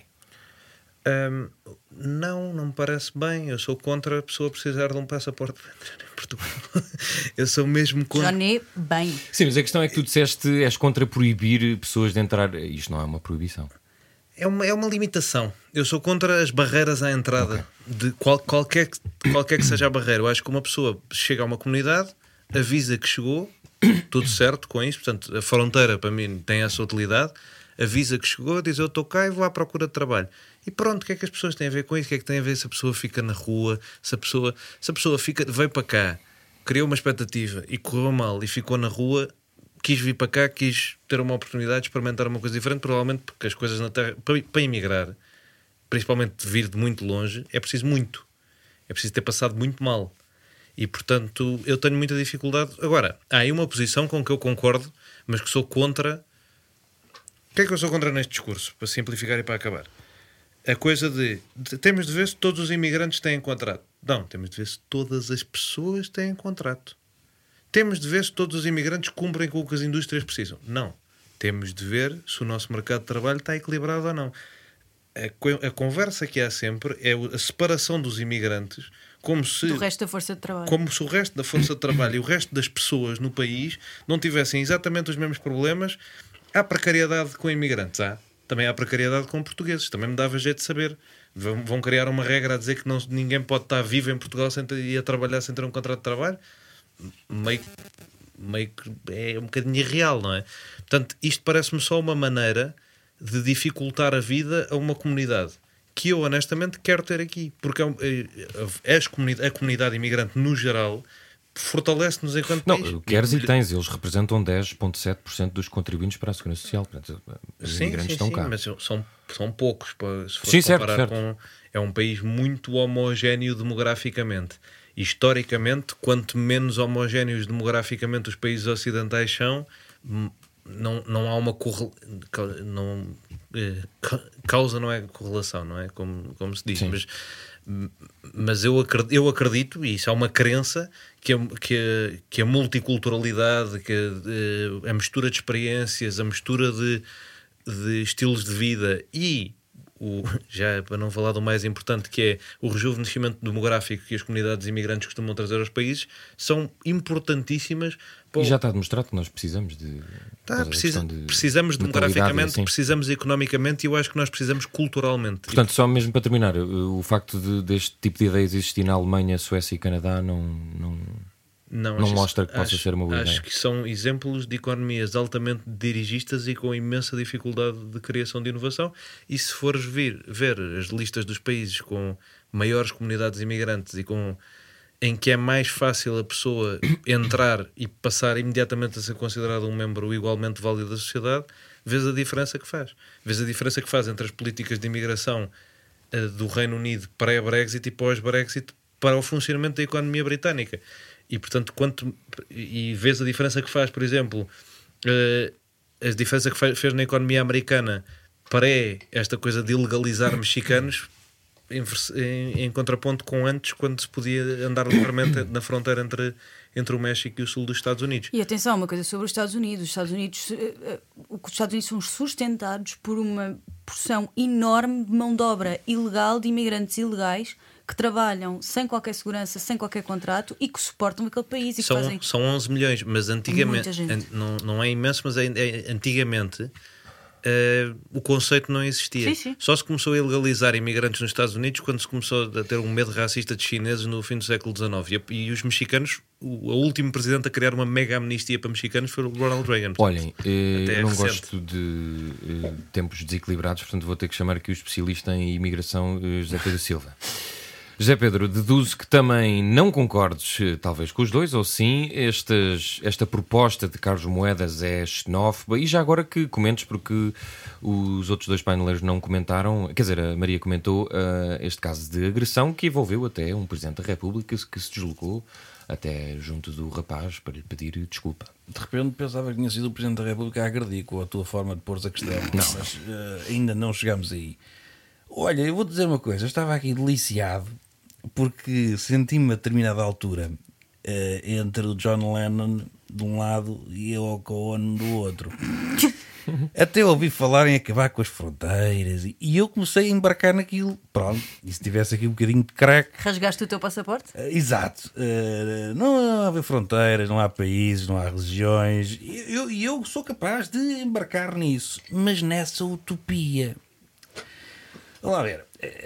S6: Não me parece bem. Eu sou contra a pessoa precisar de um passaporte para entrar em Portugal. Eu sou mesmo contra.
S4: Johnny, bem.
S3: Sim, mas a questão é que tu disseste és contra proibir pessoas de entrar. Isto não é uma proibição.
S6: É uma limitação. Eu sou contra as barreiras à entrada de qualquer que seja a barreira. Eu acho que uma pessoa chega a uma comunidade, avisa que chegou, tudo certo com isso. Portanto, a fronteira para mim tem essa utilidade. Avisa que chegou, diz eu estou cá e vou à procura de trabalho. E pronto, o que é que as pessoas têm a ver com isso? O que é que tem a ver se a pessoa fica na rua? Se a pessoa veio para cá, criou uma expectativa e correu mal e ficou na rua, quis vir para cá, quis ter uma oportunidade de experimentar uma coisa diferente, provavelmente porque as coisas na Terra, para emigrar, principalmente vir de muito longe, é preciso muito. É preciso ter passado muito mal. E portanto, eu tenho muita dificuldade. Agora, há aí uma posição com que eu concordo, mas que sou contra. O que é que eu sou contra neste discurso? Para simplificar e para acabar. A coisa de temos de ver se todos os imigrantes têm contrato. Não, temos de ver se todas as pessoas têm contrato. Temos de ver se todos os imigrantes cumprem com o que as indústrias precisam. Não. Temos de ver se o nosso mercado de trabalho está equilibrado ou não. A conversa que há sempre é a separação dos imigrantes como se
S4: Do resto da força de trabalho.
S6: como se o resto da força de trabalho e o resto das pessoas no país não tivessem exatamente os mesmos problemas. Há precariedade com imigrantes, também há precariedade com portugueses. Também me dava jeito de saber. Vão criar uma regra a dizer que ninguém pode estar vivo em Portugal e a trabalhar sem ter um contrato de trabalho. Meio que é um bocadinho irreal, não é? Portanto, isto parece-me só uma maneira de dificultar a vida a uma comunidade que eu honestamente quero ter aqui, porque a comunidade imigrante no geral fortalece-nos enquanto país.
S3: Não, queres e tens, eles representam 10,7% dos contribuintes para a Segurança Social. Portanto, os imigrantes estão cá.
S6: Mas são poucos. Se for
S3: Sim,
S6: comparar
S3: certo.
S6: com... É um país muito homogéneo demograficamente. Historicamente, quanto menos homogéneos demograficamente os países ocidentais são, não há uma causa não é correlação, não é? Como se diz. Mas eu acredito, e isso é uma crença, que a multiculturalidade, que a mistura de experiências, a mistura de estilos de vida e já para não falar do mais importante, que é o rejuvenescimento demográfico que as comunidades imigrantes costumam trazer aos países, são importantíssimas.
S3: E já está demonstrado que nós precisamos de...
S6: Precisamos demograficamente,
S3: assim.
S6: Precisamos economicamente e eu acho que nós precisamos culturalmente.
S3: Portanto, só mesmo para terminar, o facto deste tipo de ideias existir na Alemanha, Suécia e Canadá não mostra que possa ser uma boa ideia.
S6: Acho que são exemplos de economias altamente dirigistas e com imensa dificuldade de criação de inovação. E se fores ver as listas dos países com maiores comunidades imigrantes e em que é mais fácil a pessoa entrar e passar imediatamente a ser considerado um membro igualmente válido da sociedade, vês a diferença que faz. Vês a diferença que faz entre as políticas de imigração do Reino Unido pré-Brexit e pós-Brexit para o funcionamento da economia britânica. E, portanto, e vês a diferença que faz, por exemplo, a diferença que fez na economia americana para esta coisa de ilegalizar mexicanos em contraponto com antes, quando se podia andar livremente na fronteira entre o México e o sul dos Estados Unidos.
S4: E atenção, uma coisa sobre os Estados Unidos. Os Estados Unidos são sustentados por uma porção enorme de mão de obra ilegal, de imigrantes ilegais, que trabalham sem qualquer segurança, sem qualquer contrato e que suportam aquele país. E
S6: São 11 milhões, mas antigamente, não é imenso, mas antigamente o conceito não existia.
S4: Sim.
S6: Só se começou a ilegalizar imigrantes nos Estados Unidos quando se começou a ter um medo racista de chineses no fim do século XIX. E os mexicanos, o último presidente a criar uma mega amnistia para mexicanos foi o Ronald Reagan.
S3: Olhem, eu não gosto de tempos desequilibrados, portanto vou ter que chamar aqui o especialista em imigração, José Pedro Silva. José Pedro, deduzo que também não concordes, talvez, com os dois, ou sim, esta proposta de Carlos Moedas é xenófoba, e já agora que comentes, porque os outros dois paineleiros não comentaram, quer dizer, a Maria comentou este caso de agressão que envolveu até um Presidente da República que se deslocou até junto do rapaz para lhe pedir desculpa.
S5: De repente pensava que tinha sido o Presidente da República a agredir com a tua forma de pôr a questão, mas ainda não chegamos aí. Olha, eu vou dizer uma coisa, eu estava aqui deliciado porque senti-me a determinada altura entre o John Lennon de um lado e a Yoko Ono do outro. Até ouvi falar em acabar com as fronteiras e eu comecei a embarcar naquilo. Pronto, e se tivesse aqui um bocadinho de crack...
S4: Rasgaste o teu passaporte?
S5: Exato. Não há fronteiras, não há países, não há religiões. E eu sou capaz de embarcar nisso, mas nessa utopia. Vamos lá ver.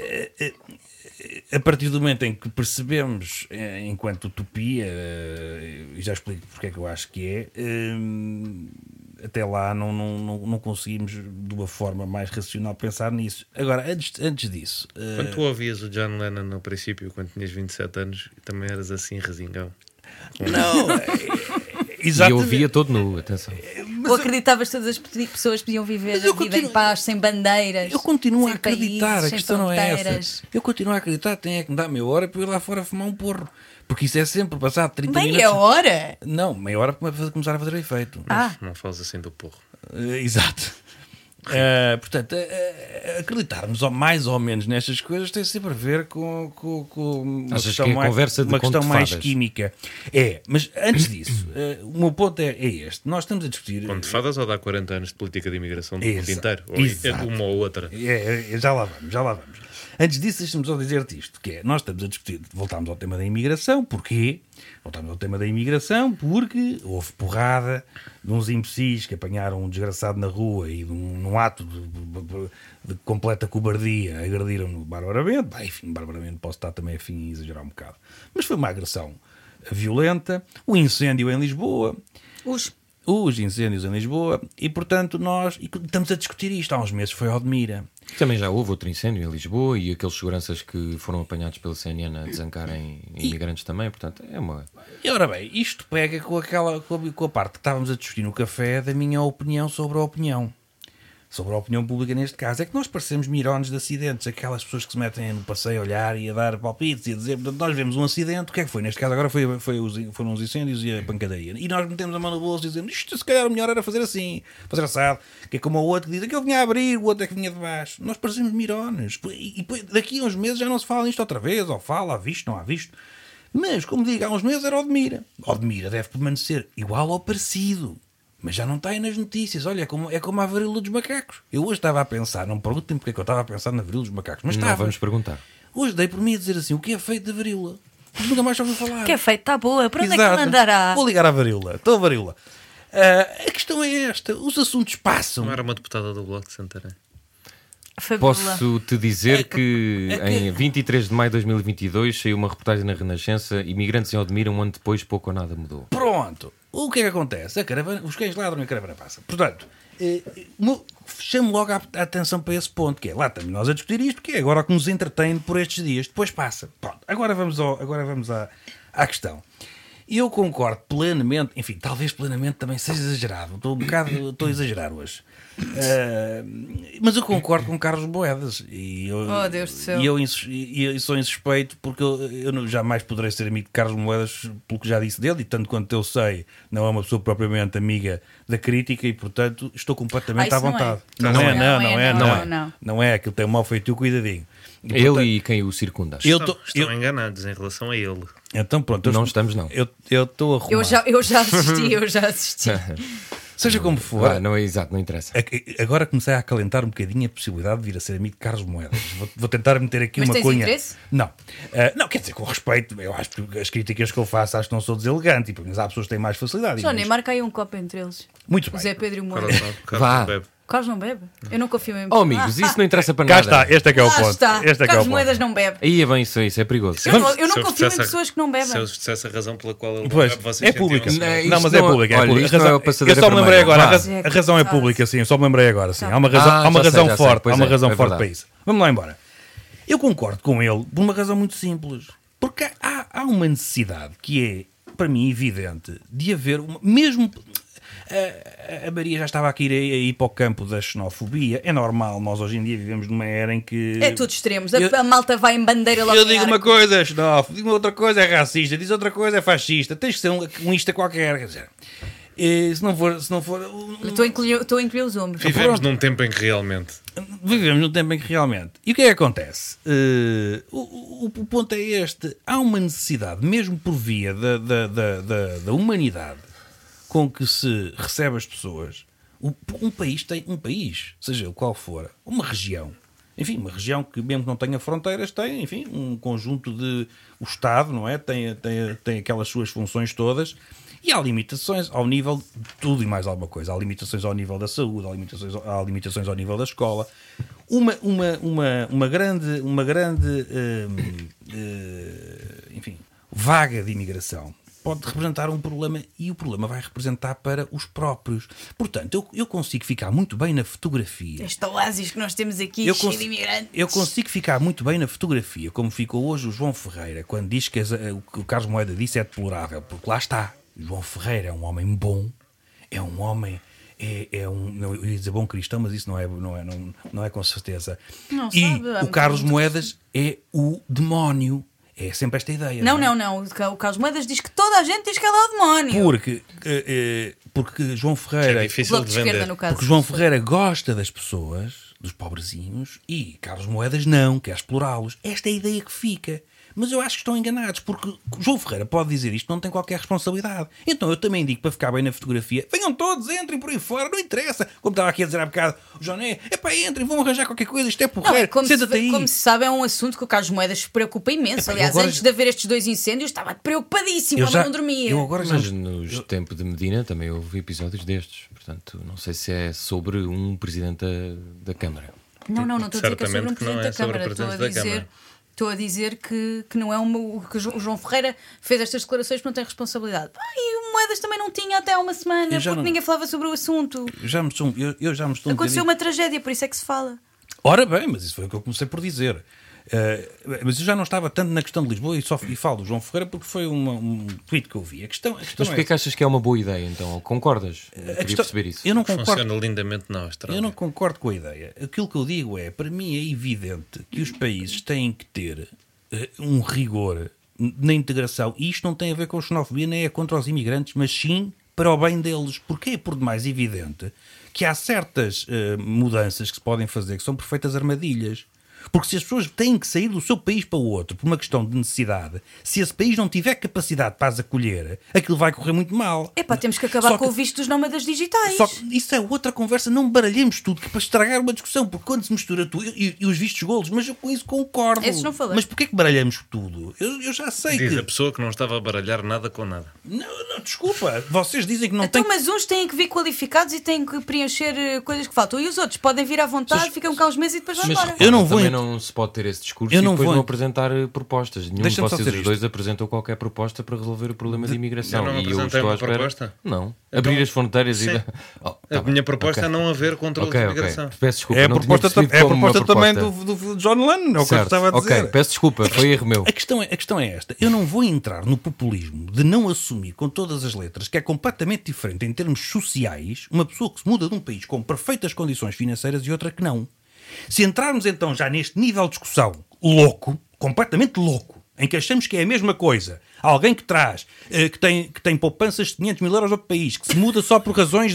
S5: A partir do momento em que percebemos, enquanto utopia, e já explico porque é que eu acho que é, até lá não conseguimos de uma forma mais racional pensar nisso. Agora, antes disso...
S6: Quando tu ouvias o John Lennon no princípio, quando tinhas 27 anos, também eras assim resingão.
S5: Não,
S3: exatamente. E eu via todo nu, atenção.
S4: Ou acreditavas que todas as pessoas podiam viver a vida em paz, sem bandeiras?
S5: Eu continuo a
S4: países,
S5: acreditar, a questão não é essa. Eu continuo a acreditar que tem é que me dar meia hora para eu ir lá fora fumar um porro. Porque isso é sempre passado 30 minutos.
S4: Meia hora?
S5: Não, meia hora para começar a fazer efeito.
S6: Não falas assim do porro.
S5: Exato. Portanto, acreditarmos mais ou menos nestas coisas tem sempre a ver com uma
S3: Achas
S5: questão,
S3: que é conversa de
S5: uma
S3: conto
S5: questão
S3: de
S5: mais
S3: fadas?
S5: química. Mas antes disso, o meu ponto é este. Nós estamos a discutir...
S6: Conto de fadas ou dá 40 anos de política de imigração do mundo
S5: Exato,
S6: inteiro? Ou
S5: exato.
S6: uma ou outra?
S5: Já lá vamos. Antes disso, deixa-me só dizer-te isto, que é, nós estamos a discutir, voltámos ao tema da imigração, porquê? Voltámos ao tema da imigração porque houve porrada de uns imbecis que apanharam um desgraçado na rua e num ato de completa cobardia agrediram-no barbaramente. Barbaramente posso estar também a exagerar um bocado. Mas foi uma agressão violenta, o incêndio em Lisboa... Os incêndios em Lisboa e, portanto, nós estamos a discutir isto. Há uns meses foi Odmira.
S3: Também já houve outro incêndio em Lisboa e aqueles seguranças que foram apanhados pela CNN a desancarem imigrantes também, portanto, é uma...
S5: E, ora bem, isto pega com a parte que estávamos a discutir no café da minha opinião sobre a opinião. Sobre a opinião pública neste caso. É que nós parecemos mirones de acidentes, aquelas pessoas que se metem no passeio a olhar e a dar palpites e a dizer, portanto, nós vemos um acidente, o que é que foi? Neste caso agora foram os incêndios e a pancadaria. E nós metemos a mão no bolso e dizemos, isto se calhar o melhor era fazer assim, fazer assado, que é como o outro que diz, aquele vinha a abrir, o outro é que vinha de baixo. Nós parecemos mirones. E daqui a uns meses já não se fala nisto outra vez, ou fala, há visto, não há visto. Mas, como digo, há uns meses era Odmira. Odmira deve permanecer igual ou parecido. Mas já não está aí nas notícias. Olha, é como a varíola dos macacos. Eu hoje estava a pensar, não me perguntem porque é que eu estava a pensar na varíola dos macacos, mas
S3: Não
S5: estava.
S3: vamos perguntar.
S5: Hoje dei por mim a dizer assim, o que é feito da varíola? Nunca mais ouvi falar.
S4: Que é feito, está boa. Para onde é que
S5: Exato.
S4: ela andará?
S5: Vou ligar à varíola. Estou a varíola. A questão é esta. Os assuntos passam.
S6: Não era uma deputada do Bloco de Santarém?
S4: Fabiola.
S3: Posso-te dizer que em 23 de maio de 2022 saiu uma reportagem na Renascença, imigrantes em Odmira, um ano depois pouco ou nada mudou.
S5: Pronto. O que é que acontece? A caravana, os cães ladram e a caravana passa. Portanto, chamo logo a atenção para esse ponto, que é, lá estamos nós a discutir isto, que é agora o que nos entretém por estes dias. Depois passa. Pronto. Agora vamos à questão. Eu concordo plenamente, enfim, talvez plenamente também seja exagerado. Estou a exagerar hoje. Mas eu concordo com Carlos Moedas
S4: Oh, Deus do céu.
S5: e eu sou insuspeito porque eu jamais poderei ser amigo de Carlos Moedas pelo que já disse dele, e tanto quanto eu sei não é uma pessoa propriamente amiga da crítica e portanto estou completamente à
S4: isso não
S5: vontade.
S4: é.
S5: Não é, aquilo tem um mau feitio, cuidadinho. E,
S3: Ele
S5: portanto,
S3: e quem o circunda.
S6: Estão enganados em relação a ele.
S5: então pronto,
S3: Não estamos, não.
S5: eu estou a arrumar.
S4: Eu já assisti.
S5: Seja como for,
S3: Não é exato, não interessa.
S5: agora comecei a acalentar um bocadinho a possibilidade de vir a ser amigo de Carlos Moedas. Vou tentar meter aqui
S4: Mas
S5: uma
S4: tens
S5: cunha.
S4: interesse?
S5: Não. Não, quer dizer, com respeito, eu acho que as críticas que eu faço acho que não sou deselegante, mas há pessoas que têm mais facilidade.
S4: Johnny, marca aí um copo entre eles.
S5: Muito
S4: O
S5: bem.
S4: Zé Pedro e o Moura.
S3: Vá.
S4: Carlos não bebe? Eu não confio em
S3: Oh, amigos, isso não interessa para
S5: Cá
S3: nada.
S5: está, este é que é o
S4: Lá
S5: ponto.
S4: está.
S5: Este é que é o
S4: Carlos
S5: ponto.
S4: Moedas não bebe.
S3: Aí é bem isso é perigoso.
S4: Eu não
S6: Se eu
S4: confio em
S6: dissesse
S4: pessoas que não
S6: Se
S4: bebem.
S6: eu dissesse a razão pela qual ele
S5: Pois,
S6: bebe, vocês
S5: é pública.
S6: sentiam-se mal.
S3: Isto
S5: Não, mas é
S3: não-
S5: pública.
S3: olha,
S5: pública.
S3: isto não é o passadeira
S5: Eu só me lembrei
S3: vermelha.
S5: agora,
S3: Vá.
S5: a razão é pública, sim, eu só me lembrei agora, sim. Há uma razão,
S3: Ah,
S5: há uma
S3: já sei,
S5: razão
S3: já sei.
S5: forte,
S3: Pois
S5: há uma
S3: é,
S5: razão
S3: é
S5: forte para
S3: verdade.
S5: isso. Vamos lá embora. Eu concordo com ele por uma razão muito simples. Porque há uma necessidade que é, para mim, evidente, de haver, mesmo... A Maria já estava aqui a ir para o campo da xenofobia. É normal, nós hoje em dia vivemos numa era em que...
S4: É tudo extremos. A malta vai em bandeira logo.
S5: Eu
S4: em
S5: digo uma
S4: arco.
S5: coisa é xenófobo, digo outra coisa é racista, diz outra coisa é fascista. Tens que ser um ista qualquer, quer dizer... Se não for
S4: Estou a encolher os ombros.
S6: Vivemos num tempo em que realmente.
S5: vivemos num tempo em que realmente. E o que é que acontece? O ponto é este: há uma necessidade, mesmo por via da humanidade com que se recebe as pessoas. Um país, seja o qual for, uma região. Enfim, uma região que, mesmo que não tenha fronteiras, tem, enfim, um conjunto de... O Estado, não é? Tem aquelas suas funções todas. E há limitações ao nível de tudo e mais alguma coisa. Há limitações ao nível da saúde, há limitações ao nível da escola. Uma grande enfim, vaga de imigração pode representar um problema, e o problema vai representar para os próprios. Portanto, eu consigo ficar muito bem na fotografia.
S4: Este oásis que nós temos aqui, cheio de imigrantes.
S5: Eu consigo ficar muito bem na fotografia, como ficou hoje o João Ferreira, quando diz que o que o Carlos Moeda disse é deplorável, porque lá está. O João Ferreira é um homem bom, é um homem... não, eu ia dizer bom cristão, mas isso não é com certeza.
S4: Não
S5: e
S4: sabe,
S5: o Carlos Moedas é o demónio. É sempre esta ideia.
S4: Não. O Carlos Moedas diz que toda a gente diz que ele é o demónio.
S5: Porque João Ferreira...
S6: É difícil
S4: Bloco
S6: de
S4: de esquerda,
S6: vender.
S4: no caso.
S5: Porque João Ferreira gosta das pessoas, dos pobrezinhos, e Carlos Moedas não, quer explorá-los. Esta é a ideia que fica. Mas eu acho que estão enganados, porque João Ferreira pode dizer isto, não tem qualquer responsabilidade. Então eu também digo, para ficar bem na fotografia, venham todos, entrem por aí fora, não interessa. Como estava aqui a dizer há bocado o Joné, entrem, vão arranjar qualquer coisa, isto é porreiro, senta-te aí.
S4: Como se sabe, é um assunto que o Carlos Moedas se preocupa imenso. Aliás,
S5: agora...
S4: antes de haver estes 2 incêndios, estava preocupadíssimo, ele não dormia.
S3: Mas nos tempos de Medina também houve episódios destes, portanto, não sei se é sobre um presidente da Câmara.
S4: Não estou a dizer que é sobre um presidente da Câmara, estou a dizer que não é que o João Ferreira fez estas declarações porque não tem responsabilidade. E o Moedas também não tinha até há uma semana, porque ninguém falava sobre o assunto.
S5: Eu já me estou
S4: Aconteceu uma tragédia, por isso é que se fala.
S5: Ora bem, mas isso foi o que eu comecei por dizer. Mas eu já não estava tanto na questão de Lisboa e falo do João Ferreira porque foi um tweet que eu vi.
S3: Mas porquê que achas que é uma boa ideia então? Concordas? Queria perceber isso.
S5: Eu não concordo.
S6: Funciona lindamente na Austrália.
S5: Eu não concordo com a ideia. Aquilo que eu digo é, para mim é evidente que os países têm que ter um rigor na integração, e isto não tem a ver com xenofobia, nem é contra os imigrantes, mas sim para o bem deles. Porque é por demais evidente que há certas mudanças que se podem fazer que são perfeitas armadilhas. Porque se as pessoas têm que sair do seu país para o outro por uma questão de necessidade, se esse país não tiver capacidade para as acolher, aquilo vai correr muito mal.
S4: Temos que acabar com o visto dos nómadas digitais.
S5: Só que isso é outra conversa, não baralhemos tudo, que é para estragar uma discussão, porque quando se mistura tudo, e os vistos golos, mas eu com isso concordo.
S4: Esses não falei.
S5: Mas porquê que baralhamos tudo? Eu já sei
S6: Diz
S5: que...
S6: a pessoa que não estava a baralhar nada com nada.
S5: Não, desculpa, vocês dizem que não
S4: então,
S5: tem...
S4: mas uns têm que vir qualificados e têm que preencher coisas que faltam, e os outros podem vir à vontade, ficam cá uns meses e depois vão embora.
S5: Eu não vou...
S3: Também não se pode ter esse discurso e depois não apresentar propostas. Nenhum de vocês os dois apresentou qualquer proposta para resolver o problema de imigração.
S6: Eu não apresentei uma proposta?
S3: Não. Então, abrir as fronteiras
S6: sim.
S3: e...
S6: A minha proposta é não haver controle de imigração.
S3: Peço desculpa.
S5: É a proposta também do John Lennon, é o que eu estava a dizer.
S3: Peço desculpa, foi erro meu.
S5: A questão é esta. Eu não vou entrar no populismo de não assumir com todas as letras que é completamente diferente em termos sociais uma pessoa que se muda de um país com perfeitas condições financeiras e outra que não. Se entrarmos então já neste nível de discussão louco, completamente louco, em que achamos que é a mesma coisa, alguém que traz, que tem poupanças de 500 mil euros de outro país, que se muda só por razões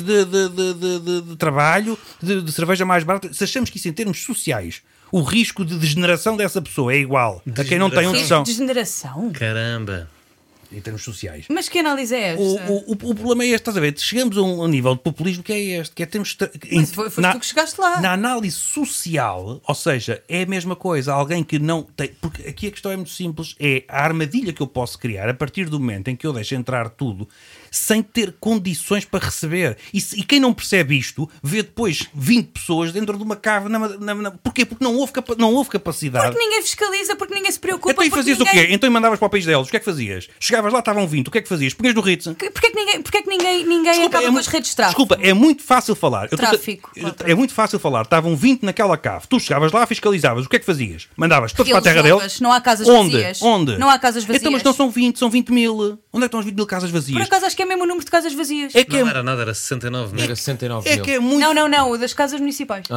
S5: de trabalho, de cerveja mais barata, se achamos que isso em termos sociais, o risco de degeneração dessa pessoa é igual a quem não tem noção.
S4: Degeneração?
S6: Caramba!
S5: Em termos sociais.
S4: Mas que análise é esta?
S5: O problema é este, estás a ver? Chegamos a um nível de populismo que é este, que é termos...
S4: Mas foi tu que chegaste lá.
S5: Na análise social, ou seja, é a mesma coisa, alguém que não tem... Porque aqui a questão é muito simples, é a armadilha que eu posso criar a partir do momento em que eu deixo entrar tudo sem ter condições para receber. E quem não percebe isto, vê depois 20 pessoas dentro de uma cave. Porquê? Porque não houve capacidade.
S4: Porque ninguém fiscaliza, porque ninguém se preocupa.
S5: Então fazias o quê? Então mandavas para o país deles. O que é que fazias? Chegavas lá, estavam 20. O que é que fazias? Punhas no Ritz.
S4: Porquê que ninguém acaba com as redes de tráfico?
S5: Desculpa, é muito fácil falar.
S4: Tráfico.
S5: É muito fácil falar. Estavam 20 naquela cave. Tu chegavas lá, fiscalizavas. O que é que fazias? Mandavas todos para a terra deles.
S4: Não há casas vazias.
S5: Onde?
S4: Não há casas vazias.
S5: Então, mas não são 20, são 20 mil. Onde é que estão as 20 mil casas vazias?
S4: Por acaso acho que é mesmo o número de casas vazias.
S6: Não era nada, era 69 mil.
S3: Era 69 mil.
S5: É que é muito...
S4: Não, o das casas municipais.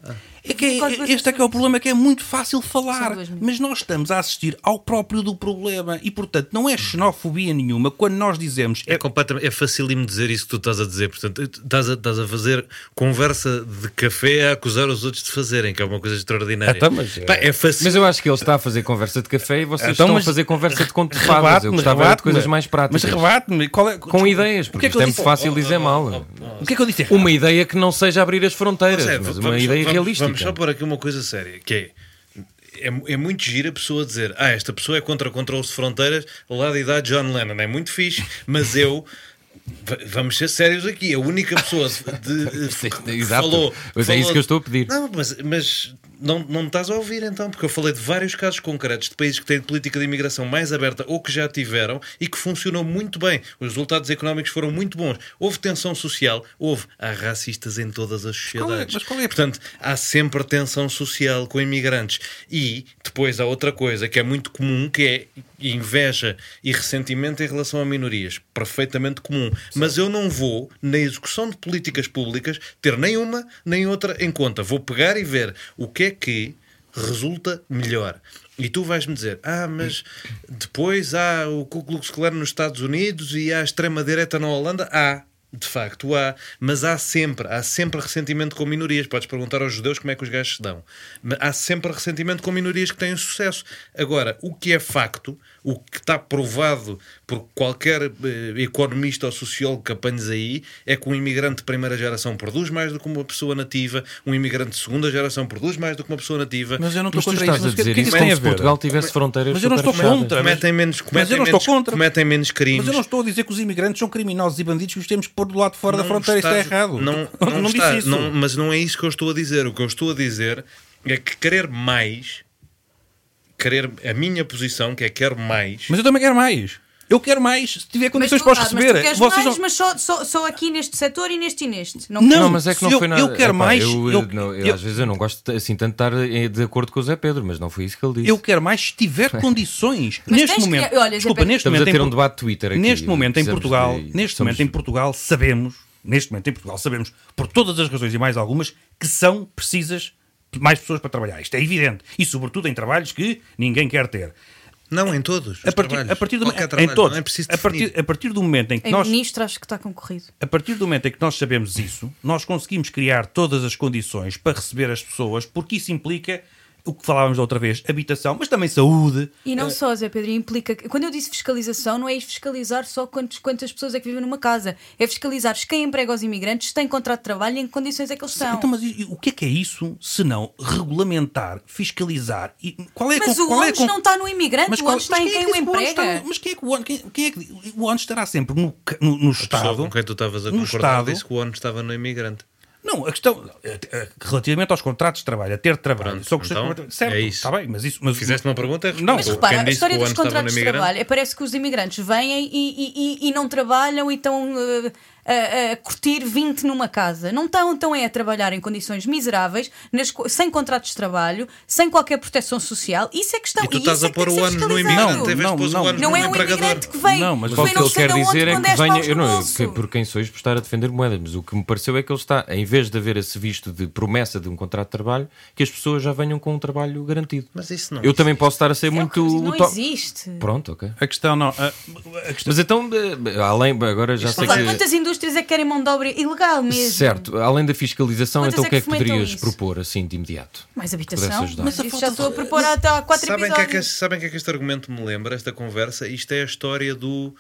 S5: Este é que é o problema, que é muito fácil falar, mas nós estamos a assistir ao próprio do problema e, portanto, não é xenofobia nenhuma quando nós dizemos...
S6: É facílimo dizer isso que tu estás a dizer, portanto, estás a fazer conversa de café a acusar os outros de fazerem, que é uma coisa extraordinária.
S3: Mas eu acho que ele está a fazer conversa de café e vocês estão a fazer conversa de conto de fadas. Eu gostava de coisas mais práticas.
S5: Mas rebate-me.
S3: Com ideias, porque isto é muito fácil dizer mal.
S5: O que é que eu disse?
S3: Uma ideia que não seja abrir as fronteiras, mas uma ideia realística.
S6: Vamos só pôr aqui uma coisa séria, que é muito giro a pessoa dizer esta pessoa é contra controle de fronteiras, lá de idade John Lennon, é muito fixe, mas vamos ser sérios aqui, a única pessoa que falou...
S3: Mas é isso que eu estou a pedir.
S6: Não, mas não estás a ouvir então, porque eu falei de vários casos concretos de países que têm política de imigração mais aberta ou que já tiveram e que funcionou muito bem. Os resultados económicos foram muito bons. Houve tensão social, há racistas em todas as sociedades. Portanto, há sempre tensão social com imigrantes. E depois há outra coisa que é muito comum, que é inveja e ressentimento em relação a minorias. Perfeitamente comum. Mas eu não vou, na execução de políticas públicas, ter nem uma nem outra em conta. Vou pegar e ver o que é que resulta melhor. E tu vais-me dizer, mas depois há o Ku Klux Klan nos Estados Unidos e há a extrema-direita na Holanda. De facto há, mas há sempre ressentimento com minorias. Podes perguntar aos judeus como é que os gajos se dão. Mas há sempre ressentimento com minorias que têm sucesso. Agora, o que é facto, o que está provado por qualquer economista ou sociólogo que apanhes aí, é que um imigrante de primeira geração produz mais do que uma pessoa nativa, um imigrante de segunda geração produz mais do que uma pessoa nativa.
S5: Mas eu não estou
S3: Mas tu
S5: contra
S3: estás
S5: isso.
S3: a
S5: Mas o que
S3: dizer
S5: é que
S3: isso
S5: tem
S3: como
S5: a
S3: se
S5: ver?
S3: Portugal tivesse fronteiras
S5: Mas eu não
S3: super
S5: estou
S3: fechadas.
S5: contra.
S6: Cometem
S5: não estou contra.
S6: cometem menos crimes.
S5: Mas eu não estou a dizer que os imigrantes são criminosos e bandidos que os temos que pôr do lado de fora da fronteira. Isto é errado.
S6: Não
S5: disse
S6: está,
S5: isso.
S6: mas não é isso que eu estou a dizer. O que eu estou a dizer é que querer a minha posição, que é quero mais.
S5: Mas eu também quero mais. Eu quero mais se tiver condições para os receber.
S4: Mas tu queres
S5: Vocês
S4: mais,
S5: não...
S4: mas só aqui neste setor e neste.
S5: Não,
S3: Mas é que não
S5: eu-
S3: foi nada.
S5: eu quero mais,
S3: Às vezes eu não gosto assim tanto de estar de acordo com o Zé Pedro, mas não foi isso que ele disse.
S5: Eu quero mais se tiver condições.
S4: Mas
S5: Neste
S4: tens que-
S5: momento,
S4: olha, Zé
S5: desculpa,
S4: Pedro,
S5: neste
S3: Estamos a
S5: momento,
S3: ter
S5: em
S3: um debate Twitter aqui.
S5: neste momento em
S3: Precisamos
S5: Portugal,
S3: de-
S5: neste
S3: somos-
S5: momento em Portugal sabemos, por todas as razões e mais algumas, que são precisas mais pessoas para trabalhar. Isto é evidente. E sobretudo em trabalhos que ninguém quer ter.
S6: Não, em todos.
S5: A partir do
S6: Qualquer
S5: em
S6: trabalho,
S5: todos,
S6: não é preciso
S5: a partir do momento em que
S4: Em
S5: nós
S4: ministro acho que está concorrido.
S5: a partir do momento em que nós sabemos isso, nós conseguimos criar todas as condições para receber as pessoas, porque isso implica o que falávamos da outra vez, habitação, mas também saúde.
S4: E não só, Zé Pedro, implica... Quando eu disse fiscalização, não é fiscalizar só quantas pessoas é que vivem numa casa. É fiscalizar quem emprega os imigrantes, se tem contrato de trabalho e em que condições é que eles estão.
S5: Então, mas o que é isso, se não regulamentar, fiscalizar? E qual é,
S4: Mas o
S5: qual é
S4: ONU não está no imigrante, o ONU está em quem o emprega.
S5: Mas quem é que o ONU... O ONU estará sempre no
S6: A pessoa
S5: Estado...
S6: com quem tu estavas a
S5: no
S6: concordar
S5: Estado.
S6: disse que o ONU estava no imigrante.
S5: Não, a questão relativamente aos contratos de trabalho, a ter trabalho,
S6: Pronto,
S5: são questões
S6: então,
S5: completamente- certo,
S6: é isso.
S5: está bem, mas isso... Mas,
S6: Fizeste uma pergunta, eu
S5: Não,
S4: Mas
S6: respondo.
S4: repara,
S6: Quem
S4: a
S6: disse
S4: história
S6: que o
S4: dos
S6: ONU estava no
S4: contratos de
S6: imigrante?
S4: trabalho parece que os imigrantes vêm e não trabalham e estão a curtir 20 numa casa. Não estão a trabalhar em condições miseráveis, sem contratos de trabalho, sem qualquer proteção social. Isso é questão.
S6: E tu
S4: isso
S6: estás
S4: é
S6: a
S4: que tem
S6: pôr
S4: que
S6: o
S4: ser
S6: ONU no
S4: fiscalizado.
S6: imigrante, em vez de pôr o ONU
S4: Não
S6: no
S4: é um
S6: empregador.
S4: imigrante que vem.
S5: Não, mas
S3: Só
S4: vem
S3: que o
S4: não
S3: que ele
S4: sei
S3: quer
S4: de onde,
S3: dizer é
S4: com
S3: que
S4: 10
S3: venha.
S4: paus
S3: Eu
S4: no
S3: não,
S4: bolso.
S3: que por quem sois por estar a defender moedas, mas o que me pareceu é que ele está, em vez de haver esse visto de promessa de um contrato de trabalho, que as pessoas já venham com um trabalho garantido.
S6: Mas isso não
S3: Eu também posso estar a ser
S4: É o que
S3: muito.
S4: eu digo, não
S3: utó-
S4: existe.
S3: Pronto, ok.
S5: a questão não... A questão,
S3: Mas então, além. Agora já sei
S4: Mas olha,
S3: que.
S4: quantas indústrias é que querem mão de obra ilegal mesmo?
S3: Certo, além da fiscalização,
S4: Quantas
S3: então
S4: é
S3: o que é
S4: que
S3: que
S4: fomentam
S3: poderias
S4: isso?
S3: propor assim de imediato?
S4: Mais
S3: Pudesse
S4: habitação?
S3: ajudar.
S4: Mas isso já estou a propor até há 4
S6: Sabem
S4: episódios.
S6: sabem que é que este argumento me lembra, esta conversa? Isto é a história do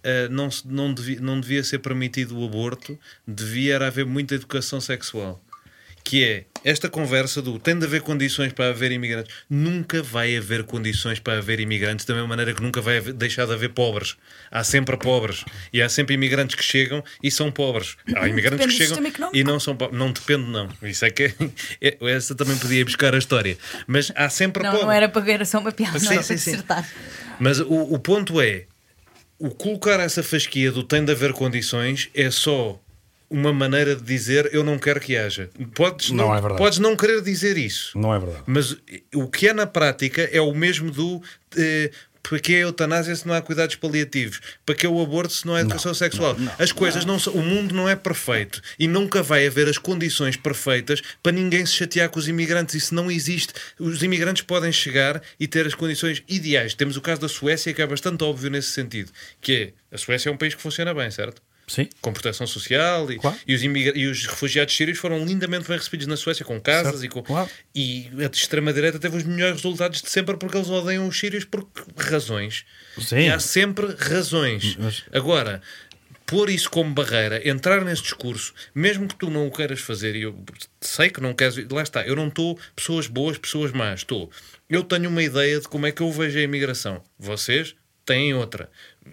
S6: não devia ser permitido o aborto, devia haver muita educação sexual. Que é esta conversa do tem de haver condições para haver imigrantes. Nunca vai haver condições para haver imigrantes, da mesma maneira que nunca vai deixar de haver pobres. Há sempre pobres. E há sempre imigrantes que chegam e são pobres. Há imigrantes
S4: Depende do
S6: que chegam
S4: sistema económico.
S6: e não são pobres. Não depende, não. Isso é que essa também podia ir buscar a história. Mas há sempre pobres.
S4: Não era para era só uma piada,
S6: Sim,
S4: não era
S6: sim,
S4: para
S6: sim.
S4: dissertar.
S6: Mas o ponto é, o colocar essa fasquia do tem de haver condições é só uma maneira de dizer eu não quero que haja.
S5: Não é verdade.
S6: Podes não querer dizer isso.
S5: não é verdade.
S6: Mas o que é na prática é o mesmo do para que é a eutanásia se não há cuidados paliativos? Para que é o aborto se não há educação sexual? As coisas não são... O mundo não é perfeito. E nunca vai haver as condições perfeitas para ninguém se chatear com os imigrantes. Isso não existe. Os imigrantes podem chegar e ter as condições ideais. Temos o caso da Suécia, que é bastante óbvio nesse sentido. Que é... A Suécia é um país que funciona bem, certo?
S5: Sim.
S6: Com proteção social
S5: Claro.
S6: e os refugiados sírios foram lindamente bem recebidos na Suécia, com casas
S5: Certo.
S6: e com...
S5: Claro.
S6: E a extrema-direita teve os melhores resultados de sempre porque eles odeiam os sírios por razões.
S5: Sim.
S6: E há sempre razões. Agora, pôr isso como barreira, entrar nesse discurso, mesmo que tu não o queiras fazer, e eu sei que não queres... Lá está, eu não estou pessoas boas, pessoas más. Estou. Eu tenho uma ideia de como é que eu vejo a imigração. Vocês têm outra.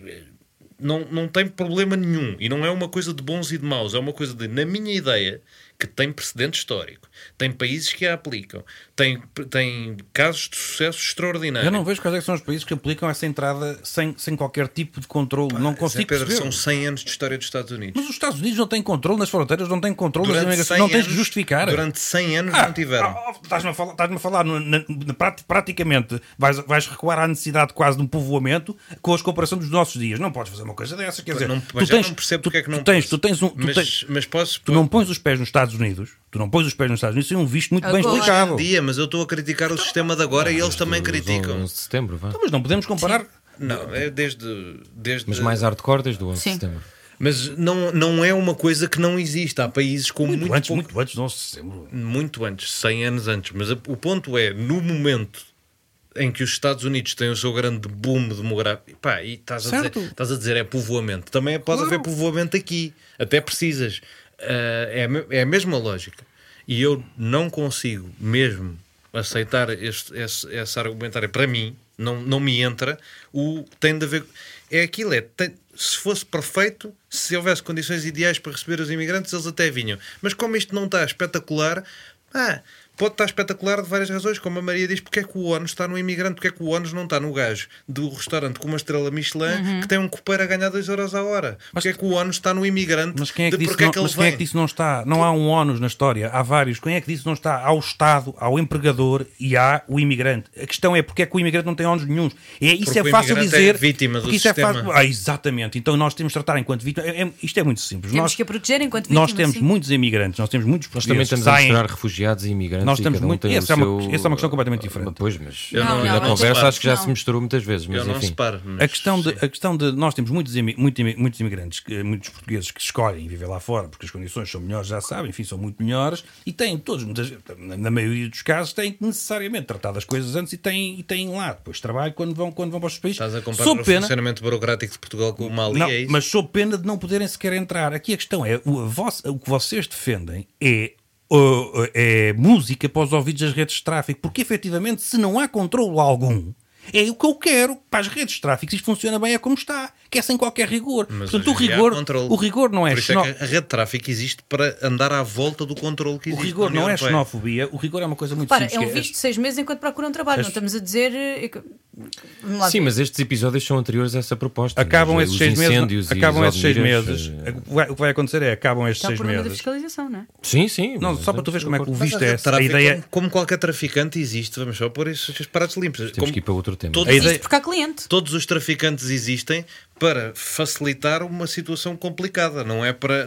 S6: Não tem problema nenhum. E não é uma coisa de bons e de maus. É uma coisa de, na minha ideia, que tem precedente histórico. Tem países que a aplicam. Tem casos de sucesso extraordinário.
S5: Eu não vejo quais é que são os países que aplicam essa entrada sem qualquer tipo de controle. Não consigo
S6: Pedro,
S5: perceber.
S6: são 100 anos de história dos Estados Unidos.
S5: Mas os Estados Unidos não têm controle nas fronteiras, não têm controle nas
S6: Durante
S5: imigrações,
S6: 100
S5: não tens de
S6: anos-
S5: justificar.
S6: Durante 100 anos não tiveram.
S5: Estás-me a falar praticamente vais recuar à necessidade quase de um povoamento com as comparações dos nossos dias. Não podes fazer uma coisa dessa. Quer dizer,
S6: Não,
S5: tu
S6: mas já
S5: tens,
S6: não percebo porque é que não
S5: tu tens
S6: posso.
S5: um.
S6: Mas posso...
S5: Tu não pões os pés nos Estados Unidos. Sem um visto muito bem
S4: Agora.
S5: explicado.
S6: Dia, mas eu estou a criticar o sistema de agora e eles também criticam.
S3: 11 de setembro, vá.
S5: Então, mas não podemos comparar.
S6: Não, é desde
S3: Mas mais hardcore desde o 11 de
S4: Sim.
S3: setembro.
S6: Mas não é uma coisa que não existe. Há países com muito
S5: antes,
S6: pouco...
S5: muito antes, não se setembro.
S6: Muito antes, 100 anos antes. Mas o ponto é, no momento em que os Estados Unidos têm o seu grande boom demográfico, pá, e estás a dizer é povoamento. Também pode haver povoamento aqui. Até precisas. É a mesma lógica. E eu não consigo mesmo aceitar esse argumentário. Para mim, não me entra. Tem de haver... É aquilo, se fosse perfeito, se houvesse condições ideais para receber os imigrantes, eles até vinham. Mas como isto não está espetacular, pode estar espetacular de várias razões. Como a Maria diz, porque é que o ONU está no imigrante, porque é que o ONU não está no gajo do restaurante com uma estrela Michelin que tem um copeiro a ganhar 2 euros a hora. Porque é que o ONU está no imigrante?
S5: Mas quem é que disse não está? Não há um ONU na história, há vários. Quem é que disse não está? Há o Estado, há o empregador e há o imigrante. A questão é porque é que o imigrante não tem ONUs nenhuns. Isso
S6: porque
S5: é fácil dizer.
S6: É vítima do
S5: sistema. Exatamente. Então nós temos de tratar enquanto vítima. Isto é muito simples.
S4: Temos que a proteger enquanto vítima.
S5: Nós temos muitos imigrantes, nós temos muitos
S3: portugueses. Nós também estamos a mostrar refugiados e imigrantes.
S5: Nós temos muito. Essa é uma questão completamente diferente.
S3: Pois, mas na conversa acho que já se misturou muitas vezes. Mas,
S6: eu não
S3: enfim.
S6: separo.
S5: A questão de nós temos muitos imigrantes, muitos portugueses que escolhem viver lá fora porque as condições são melhores, já sabem, enfim, são muito melhores e têm todos, na maioria dos casos, têm que necessariamente tratar das coisas antes e têm lá depois trabalho quando vão para os países.
S6: Estás a comparar o funcionamento burocrático de Portugal com o Mali,
S5: não,
S6: é isso?
S5: Mas sob pena de não poderem sequer entrar. Aqui a questão é, o que vocês defendem é música para os ouvidos das redes de tráfico, porque efetivamente se não há controle algum, é o que eu quero para as redes de tráfico. Isto funciona bem, é como está, que é sem qualquer rigor.
S6: Mas
S5: portanto, o rigor não é
S6: Por isso é que a rede de tráfico existe para andar à volta do controle que existe.
S5: O rigor não é xenofobia, o rigor é uma coisa muito simples.
S4: É um visto de 6 meses enquanto procuram um trabalho. Não estamos a dizer...
S3: Sim, mas estes episódios são anteriores a essa proposta.
S5: Acabam esses 6 meses. O que vai acontecer é acabam estes 6 meses.
S4: Está o problema da fiscalização, não é?
S3: Sim.
S5: Não, só para tu veres como é que o visto é.
S6: A ideia... Como qualquer traficante existe, vamos só pôr esses parados limpos.
S3: Temos que ir para outro tema.
S4: Existe porque há cliente.
S6: Todos os traficantes existem para facilitar uma situação complicada, não é para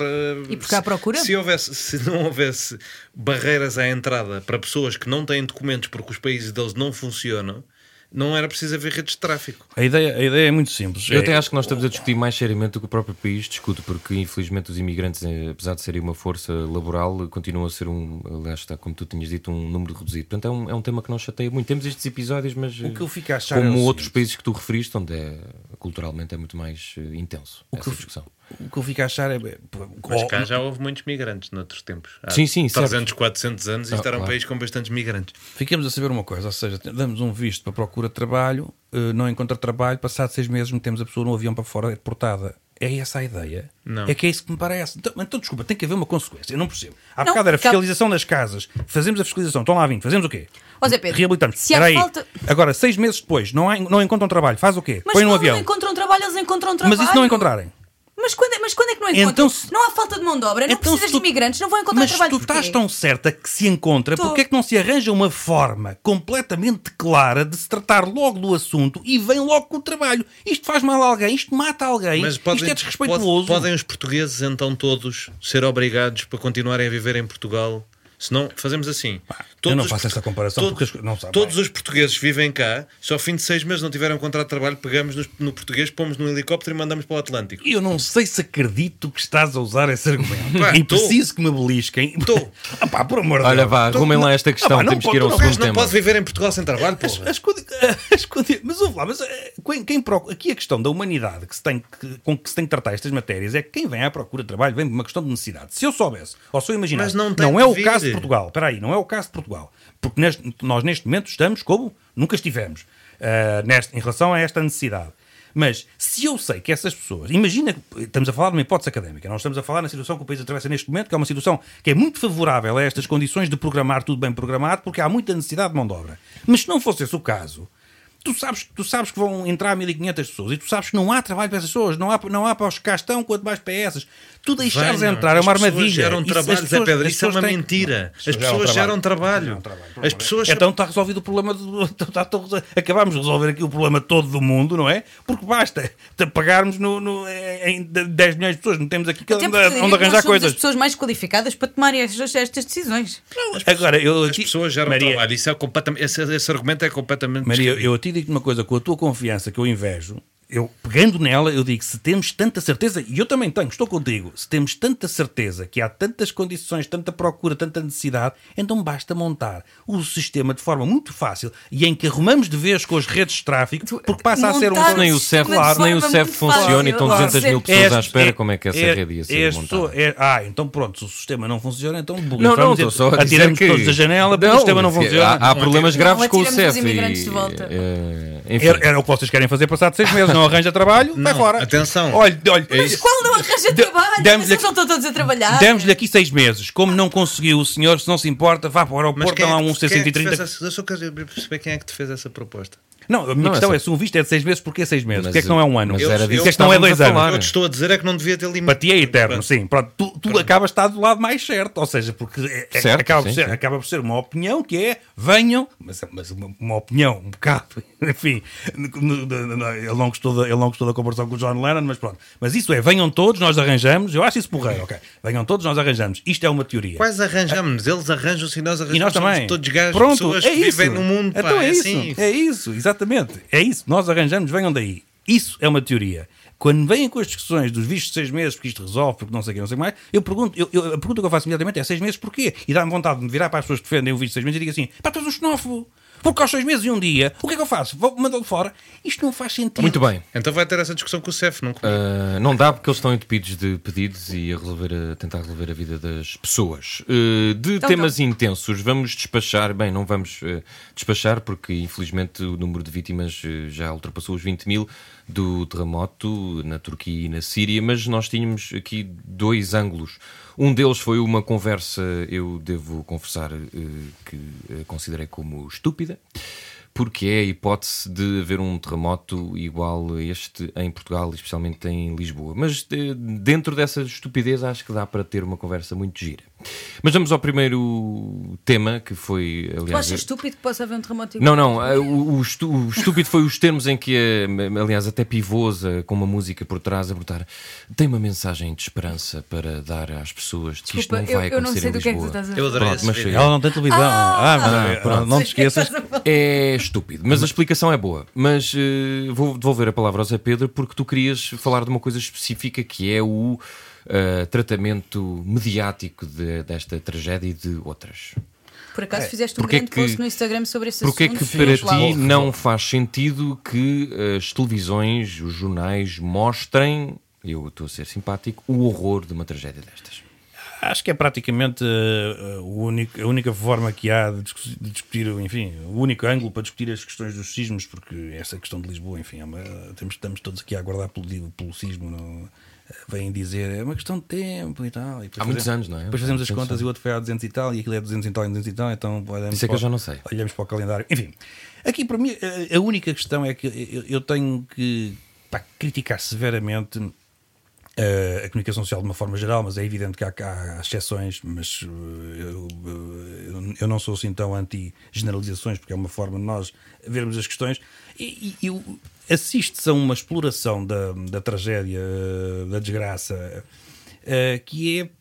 S4: E porque há procura?
S6: Se não houvesse barreiras à entrada para pessoas que não têm documentos porque os países deles não funcionam, não era preciso haver redes de tráfico.
S5: A ideia é muito simples.
S3: Eu até acho que nós estamos a discutir mais seriamente do que o próprio país discute, porque infelizmente os imigrantes, apesar de serem uma força laboral, continuam a ser aliás, está, como tu tinhas dito, um número reduzido. Portanto, é um tema que nos chateia muito. Temos estes episódios, mas
S5: o que eu fico a achar
S3: como outros países que tu referiste, onde culturalmente é muito mais intenso essa discussão.
S5: O que eu fico a achar é...
S6: Mas cá já houve muitos migrantes noutros tempos. Há
S3: sim,
S6: 300, 400 anos isto era um país com bastantes migrantes.
S5: Ficamos a saber uma coisa, ou seja, damos um visto para procura de trabalho, não encontra trabalho, passado 6 meses metemos a pessoa no avião para fora, é deportada. É essa a ideia?
S6: Não.
S5: É que é isso que me parece. Então desculpa, tem que haver uma consequência. Eu não percebo. Há bocado era fiscalização das casas. Fazemos a fiscalização. Estão lá vindo. Fazemos o quê?
S4: Zé Pedro,
S5: reabilitamos.
S4: Se há falta...
S5: Agora, 6 meses depois, não encontram trabalho. Faz o quê?
S4: Mas
S5: põe no avião.
S4: Mas encontram trabalho, eles encontram trabalho.
S5: Mas e se não encontrarem?
S4: Mas quando é que não encontram? Não há falta de mão de obra, não precisas de imigrantes, não vão encontrar trabalho.
S5: Mas tu estás tão certa que se encontra, porque é que não se arranja uma forma completamente clara de se tratar logo do assunto e vem logo com o trabalho? Isto faz mal a alguém, isto mata alguém, isto é desrespeituoso.
S6: Podem os portugueses então todos ser obrigados para continuarem a viver em Portugal? Se não, fazemos assim.
S5: Eu não faço essa comparação porque não sabe.
S6: Todos os portugueses vivem cá, se ao fim de 6 meses não tiverem um contrato de trabalho, pegamos no português, pomos num helicóptero e mandamos para o Atlântico.
S5: Eu não sei se acredito que estás a usar esse argumento. É preciso que me belisquem. Por amor de Deus.
S3: Olha, vá, arrumem lá esta questão. Temos que ir ao segundo tema.
S6: Não pode viver em Portugal sem trabalho, pô.
S5: Mas ouve lá, quem procura... Aqui a questão da humanidade com que se tem que tratar estas matérias é que quem vem à procura de trabalho vem por uma questão de necessidade. Se eu soubesse, ou se eu imaginasse, não é o caso de Portugal. Espera aí, não é o caso de Portugal. Porque nós neste momento estamos como nunca estivemos em relação a esta necessidade. Mas se eu sei que essas pessoas... Imagina que estamos a falar de uma hipótese académica. Não estamos a falar na situação que o país atravessa neste momento, que é uma situação que é muito favorável a estas condições de programar tudo bem programado, porque há muita necessidade de mão de obra. Mas se não fosse esse o caso... Tu sabes que vão entrar 1.500 pessoas e tu sabes que não há trabalho para essas pessoas, não há para os que cá estão, quanto mais para essas. Tu deixares entrar é uma armadilha.
S6: As pessoas geram trabalho, Zé Pedro, isso é uma mentira. As pessoas geram trabalho. As pessoas...
S5: Então está resolvido o problema. Acabámos de resolver aqui o problema todo do mundo, não é? Porque basta pagarmos em 10 milhões de pessoas, não temos aqui onde arranjar coisas.
S4: As pessoas mais qualificadas para tomarem estas decisões.
S6: As pessoas geram trabalho. Esse argumento é completamente...
S5: Maria, eu te digo uma coisa, com a tua confiança que eu invejo, eu pegando nela, eu digo, se temos tanta certeza, e eu também tenho, estou contigo, se temos tanta certeza que há tantas condições, tanta procura, tanta necessidade, então basta montar o sistema de forma muito fácil e em que arrumamos de vez com as redes de tráfego, porque passa a ser um...
S3: Nem o CEF,
S4: Claro.
S3: nem o CEF funciona e estão 200 mil pessoas à espera. Como é que essa rede ia ser montada?
S5: Então pronto, se o sistema não funciona, então
S3: Não, estou só a dizer
S5: atiramos
S3: que...
S5: todos da janela porque o sistema não funciona.
S3: Há problemas graves com o
S4: atiramos os
S3: CEF.
S4: imigrantes de volta.
S3: Enfim.
S5: Era o que vocês querem fazer passado 6 meses, não arranja trabalho, vai fora.
S6: Atenção.
S5: Olha,
S4: Mas qual não arranja trabalho?
S5: demos-lhe
S4: Vocês não estão todos a trabalhar.
S5: Demos-lhe aqui 6 meses. Como não conseguiu o senhor, se não se importa, vá para o aeroporto,
S6: quem
S5: dá lá
S6: é que-
S5: um
S6: quem é que te
S5: C-130.
S6: fez essa- Eu só quero perceber quem é que te fez essa proposta.
S5: Não, a minha
S3: Não,
S5: questão
S3: essa-
S5: é, se um visto é de 6 meses, porquê 6 meses?
S3: Mas
S5: Porquê é que não é um ano?
S3: mas
S6: Eu-
S3: era
S6: eu-
S3: disso
S5: Porquê é que não é 2
S3: estávamos a
S5: anos?
S3: falar.
S6: Eu te estou a dizer é que não devia ter limite.
S5: Para ti é eterno, sim. Pronto, tu acabas de estar do lado mais certo. Ou seja, porque
S3: Certo, sim.
S5: acaba por ser uma opinião que é venham, mas uma opinião um bocado, enfim, ele não gostou da comparação com o John Lennon, mas pronto. Mas isso é, venham todos, nós arranjamos. Eu acho isso porreiro, ok. Venham todos, nós arranjamos. Isto é uma teoria.
S6: Quais arranjamos? Eles arranjam-se e nós arranjamos.
S5: E nós
S6: Somos
S5: também.
S6: todos gajos,
S5: Pronto,
S6: pessoas
S5: é
S6: que
S5: isso.
S6: vivem no mundo.
S5: Então
S6: Pá,
S5: é isso,
S6: assim.
S5: é isso, exatamente. É isso. Nós arranjamos, venham daí. Isso é uma teoria. Quando vêm com as discussões dos vistos de 6 meses, porque isto resolve, porque não sei o que, não sei o que mais, a pergunta que eu faço imediatamente é 6 meses porquê? E dá-me vontade de me virar para as pessoas que defendem o visto de 6 meses e digo assim, pá, tu és um xenófobo. Porque aos 6 meses e um dia, o que é que eu faço? Vou mandá-lo fora? Isto não faz sentido.
S3: Muito bem.
S6: Então vai ter essa discussão com o CEF, não comigo.
S3: Não dá porque eles estão entupidos de pedidos e a tentar resolver a vida das pessoas. De
S4: Então,
S3: temas intensos, vamos despachar. Bem, não vamos despachar porque infelizmente o número de vítimas já ultrapassou os 20 mil do terremoto na Turquia e na Síria, mas nós tínhamos aqui 2 ângulos. Um deles foi uma conversa, eu devo confessar que considerei como estúpida, porque é a hipótese de haver um terremoto igual a este em Portugal, especialmente em Lisboa. Mas dentro dessa estupidez acho que dá para ter uma conversa muito gira. Mas vamos ao primeiro tema, que foi,
S4: Tu
S3: aliás...
S4: achas estúpido que possa haver um terremoto igual?
S3: Não, o estúpido foi os termos em que, aliás, até Pivosa, com uma música por trás, a brotar, tem uma mensagem de esperança para dar às pessoas de que isto
S4: Desculpa,
S3: não vai
S4: eu não
S3: acontecer
S4: sei
S3: em
S4: do que é que tu
S3: Lisboa.
S4: estás a
S6: Eu
S4: falar.
S6: adorei
S3: Pronto,
S6: esse
S3: mas
S6: vídeo.
S5: Ela não tem televisão. Não te esqueças.
S3: É estúpido, mas a explicação é boa. Mas vou devolver a palavra ao Zé Pedro porque tu querias falar de uma coisa específica que é o tratamento mediático desta tragédia e de outras.
S4: Por acaso fizeste um
S3: Porque é
S4: grande
S3: que-
S4: post no Instagram sobre esse
S3: Porque é
S4: assunto?
S3: que para
S4: Vamos lá.
S3: ti não faz sentido que as televisões, os jornais mostrem, eu estou a ser simpático, o horror de uma tragédia destas?
S5: Acho que é praticamente a única forma que há de discutir, enfim, o único ângulo para discutir as questões dos sismos, porque essa questão de Lisboa, enfim, estamos todos aqui a aguardar pelo sismo, não, vêm dizer, é uma questão de tempo e tal. E
S3: Há muitos anos, não é?
S5: Depois fazemos as
S3: Muitos
S5: contas
S3: anos.
S5: e o outro foi há 200 e tal, e aquilo é 200 e tal e 200 e tal, então olhamos
S3: Isso é que eu já não sei.
S5: Olhamos para o calendário. Enfim, aqui para mim a única questão é que eu tenho que criticar severamente a comunicação social de uma forma geral, mas é evidente que há exceções, mas eu não sou assim tão anti-generalizações, porque é uma forma de nós vermos as questões. E assiste-se a uma exploração da tragédia, da desgraça, que é,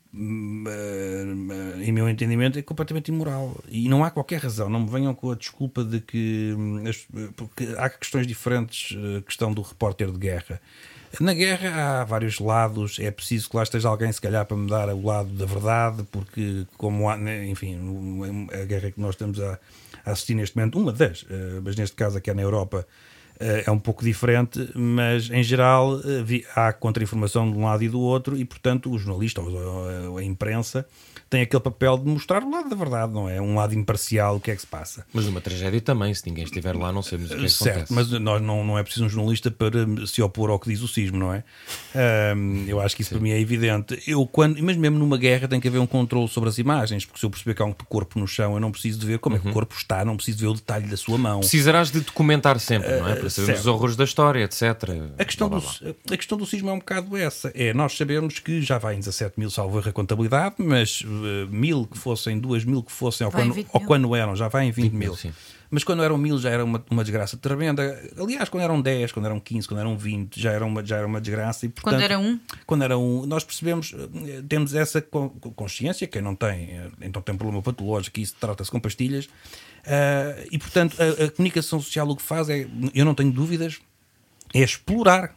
S5: em meu entendimento, é completamente imoral. E não há qualquer razão. Não me venham com a desculpa de que... porque há questões diferentes, a questão do repórter de guerra. Na guerra há vários lados, é preciso que lá esteja alguém, se calhar, para me dar o lado da verdade, porque, como há, enfim, a guerra que nós estamos a assistir neste momento, uma das, mas neste caso aqui é na Europa, é um pouco diferente, mas em geral há contra-informação de um lado e do outro, e portanto o jornalista ou a imprensa tem aquele papel de mostrar o lado da verdade, não é? Um lado imparcial, o que é que se passa.
S3: Mas numa tragédia também, se ninguém estiver lá, não sabemos o que é que
S5: Certo,
S3: acontece.
S5: mas não é preciso um jornalista para se opor ao que diz o sismo, não é? Eu acho que isso para mim é evidente. Mas mesmo numa guerra tem que haver um controle sobre as imagens, porque se eu perceber que há um corpo no chão, eu não preciso de ver como é que o corpo está, não preciso de ver o detalhe da sua mão.
S3: Precisarás de documentar sempre, não é? Para sabermos os horrores da história, etc.
S5: A questão do sismo é um bocado essa. Nós sabemos que já vai em 17 mil, salvo erro a contabilidade, mas 1.000 que fossem, 2.000 que fossem, ou quando eram, já vai em 20 mil.
S3: Sim.
S5: Mas quando eram 1.000 já era uma desgraça tremenda. Aliás, quando eram 10, quando eram 15, quando eram 20, já era uma desgraça. E, portanto,
S4: Quando era um?
S5: nós percebemos, temos essa consciência, quem não tem, então tem um problema patológico, e isso trata-se com pastilhas. E, portanto, a comunicação social o que faz é, eu não tenho dúvidas, é explorar.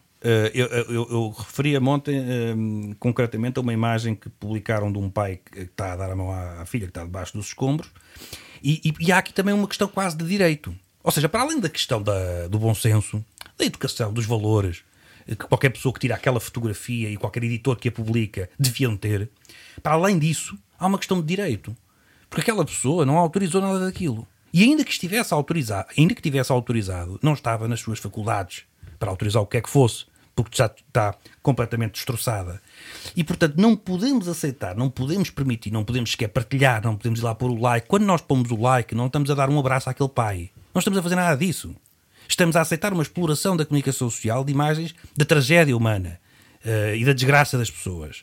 S5: Eu referia-me ontem concretamente a uma imagem que publicaram de um pai que está a dar a mão à filha que está debaixo dos escombros, e há aqui também uma questão quase de direito. Ou seja, para além da questão do bom senso, da educação, dos valores, que qualquer pessoa que tira aquela fotografia e qualquer editor que a publica deviam ter, para além disso, há uma questão de direito. Porque aquela pessoa não autorizou nada daquilo. E ainda que tivesse autorizado, não estava nas suas faculdades para autorizar o que é que fosse, porque já está completamente destroçada. E, portanto, não podemos aceitar, não podemos permitir, não podemos sequer partilhar, não podemos ir lá pôr o like. Quando nós pomos o like, não estamos a dar um abraço àquele pai. Não estamos a fazer nada disso. Estamos a aceitar uma exploração da comunicação social de imagens da tragédia humana e da desgraça das pessoas.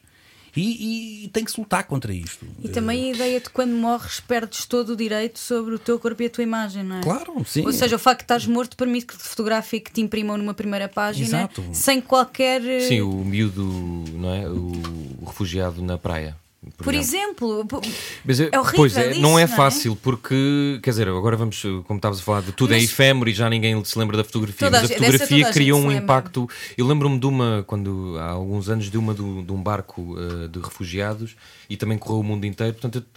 S5: E tem que se lutar contra isto.
S4: E também a ideia de quando morres perdes todo o direito sobre o teu corpo e a tua imagem, não é?
S5: Claro, sim.
S4: Ou seja, o facto de estás morto permite que te fotografem e que te imprimam numa primeira página.
S5: Exato.
S4: Sem qualquer...
S3: Sim, o miúdo, não é? O refugiado na praia.
S4: Por exemplo,
S3: Mas
S4: é horrível
S3: pois
S4: isso,
S3: não é
S4: não é?
S3: fácil, porque, quer dizer, agora vamos, como estavas a falar, de tudo é efêmero e já ninguém se lembra da fotografia. Mas a fotografia criou um impacto. Eu lembro-me de uma, quando há alguns anos, de um barco de refugiados e também correu o mundo inteiro. Portanto,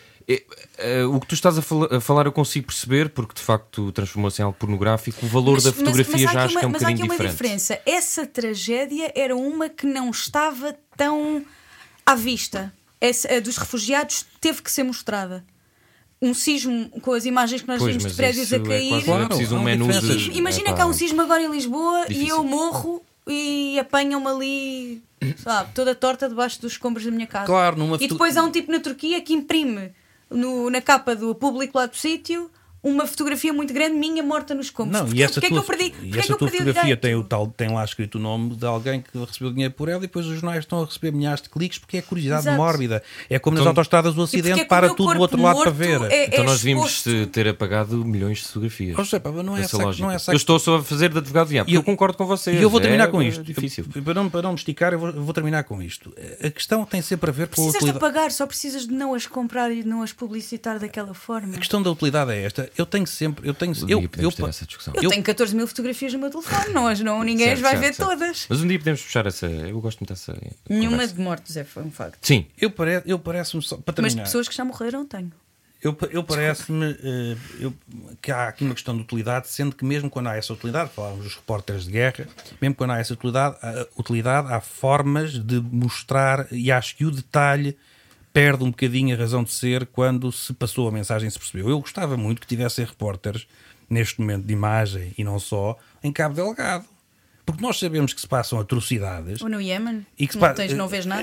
S3: o que tu estás a falar eu consigo perceber, porque de facto transformou-se em algo pornográfico. O valor da fotografia já acho que é um bocadinho diferente. Mas há aqui uma diferença.
S4: Essa tragédia era uma que não estava tão à vista. A dos refugiados teve que ser mostrada. Um sismo com as imagens que nós vimos de prédios a cair.
S3: Preciso um menu de...
S4: Imagina que há um sismo agora em Lisboa e eu morro e apanham-me ali, sabe, toda torta debaixo dos escombros da minha casa.
S5: Claro,
S4: e depois há um tipo na Turquia que imprime na capa do público lá do sítio uma fotografia muito grande minha morta nos escombros.
S5: Não, e essa tua fotografia tem lá escrito o nome de alguém que recebeu dinheiro por ela e depois os jornais estão a receber milhares de cliques porque é curiosidade mórbida. É como nas autoestradas do Acidente, para tudo do outro lado para ver.
S3: Então nós devíamos ter apagado milhões de fotografias.
S5: Não é essa
S3: eu estou só a fazer de advogado de diabo. Eu concordo com vocês.
S5: E eu vou terminar com isto.
S3: Difícil.
S5: Para não me esticar, eu vou terminar com isto. A questão tem sempre a ver com a
S4: utilidade.
S5: utilidade.
S4: Precisas de apagar, só precisas de não as comprar e de não as publicitar daquela forma.
S5: A questão da utilidade é esta. Eu tenho sempre... Eu tenho
S4: 14 mil fotografias no meu telefone, ninguém as vai ver todas.
S3: Mas um dia podemos puxar essa. Eu gosto muito dessa.
S4: Nenhuma
S3: conversa.
S4: de mortos foi um facto.
S3: Sim.
S5: Eu parece-me só. Para terminar,
S4: mas de pessoas que já morreram, tenho.
S5: Eu parece-me que há aqui uma questão de utilidade, sendo que mesmo quando há essa utilidade, falávamos dos repórteres de guerra, mesmo quando há essa utilidade, há formas de mostrar, e acho que o detalhe perde um bocadinho a razão de ser quando se passou a mensagem e se percebeu. Eu gostava muito que tivessem repórteres, neste momento de imagem e não só, em Cabo Delgado. Porque nós sabemos que se passam atrocidades.
S4: Ou no Iémen,
S5: e que
S4: não vês nada.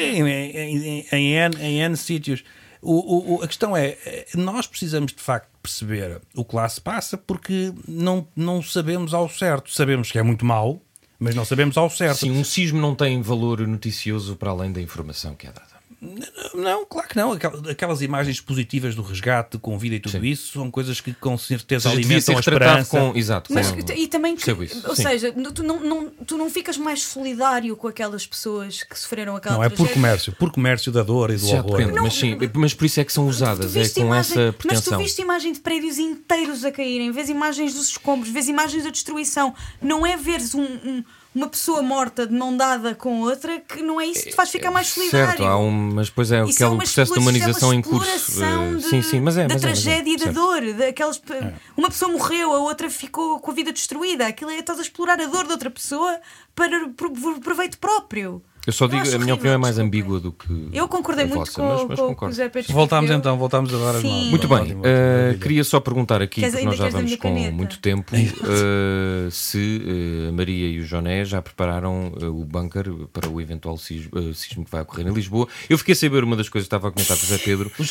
S5: Em N sítios. A questão é, nós precisamos de facto perceber o que lá se passa porque não sabemos ao certo. Sabemos que é muito mau, mas não sabemos ao certo.
S3: Sim, um sismo não tem valor noticioso para além da informação que é dada.
S5: Não, claro que não. Aquelas imagens positivas do resgate com vida e tudo isso são coisas que com certeza alimentam a esperança.
S3: Exato.
S4: E também
S3: ou
S4: seja, tu não ficas mais solidário com aquelas pessoas que sofreram aquela
S5: tragédia. Não, é por comércio da dor e do horror.
S3: Depende, mas por isso é que são usadas, essa pretensão.
S4: Mas tu viste imagem de prédios inteiros a caírem, vês imagens dos escombros, vês imagens da destruição. Não é veres uma pessoa morta de mão dada com outra, que não é isso que te faz ficar mais solidário.
S3: Certo, mas depois é aquele processo de humanização em curso. Sim, mas é.
S4: Da tragédia e da dor. Uma pessoa morreu, a outra ficou com a vida destruída. Aquilo estás a explorar a dor de outra pessoa para proveito próprio.
S3: Eu só digo, a minha opinião é mais ambígua do que.
S4: Eu concordei muito com o que o Zé Pedro.
S5: Voltámos agora.
S3: Muito bem, queria só perguntar aqui, porque nós já vamos com muito tempo, se a Maria e o Joné já prepararam o bunker para o eventual sismo que vai ocorrer em Lisboa. Eu fiquei a saber uma das coisas que estava a comentar com o Zé Pedro.
S5: O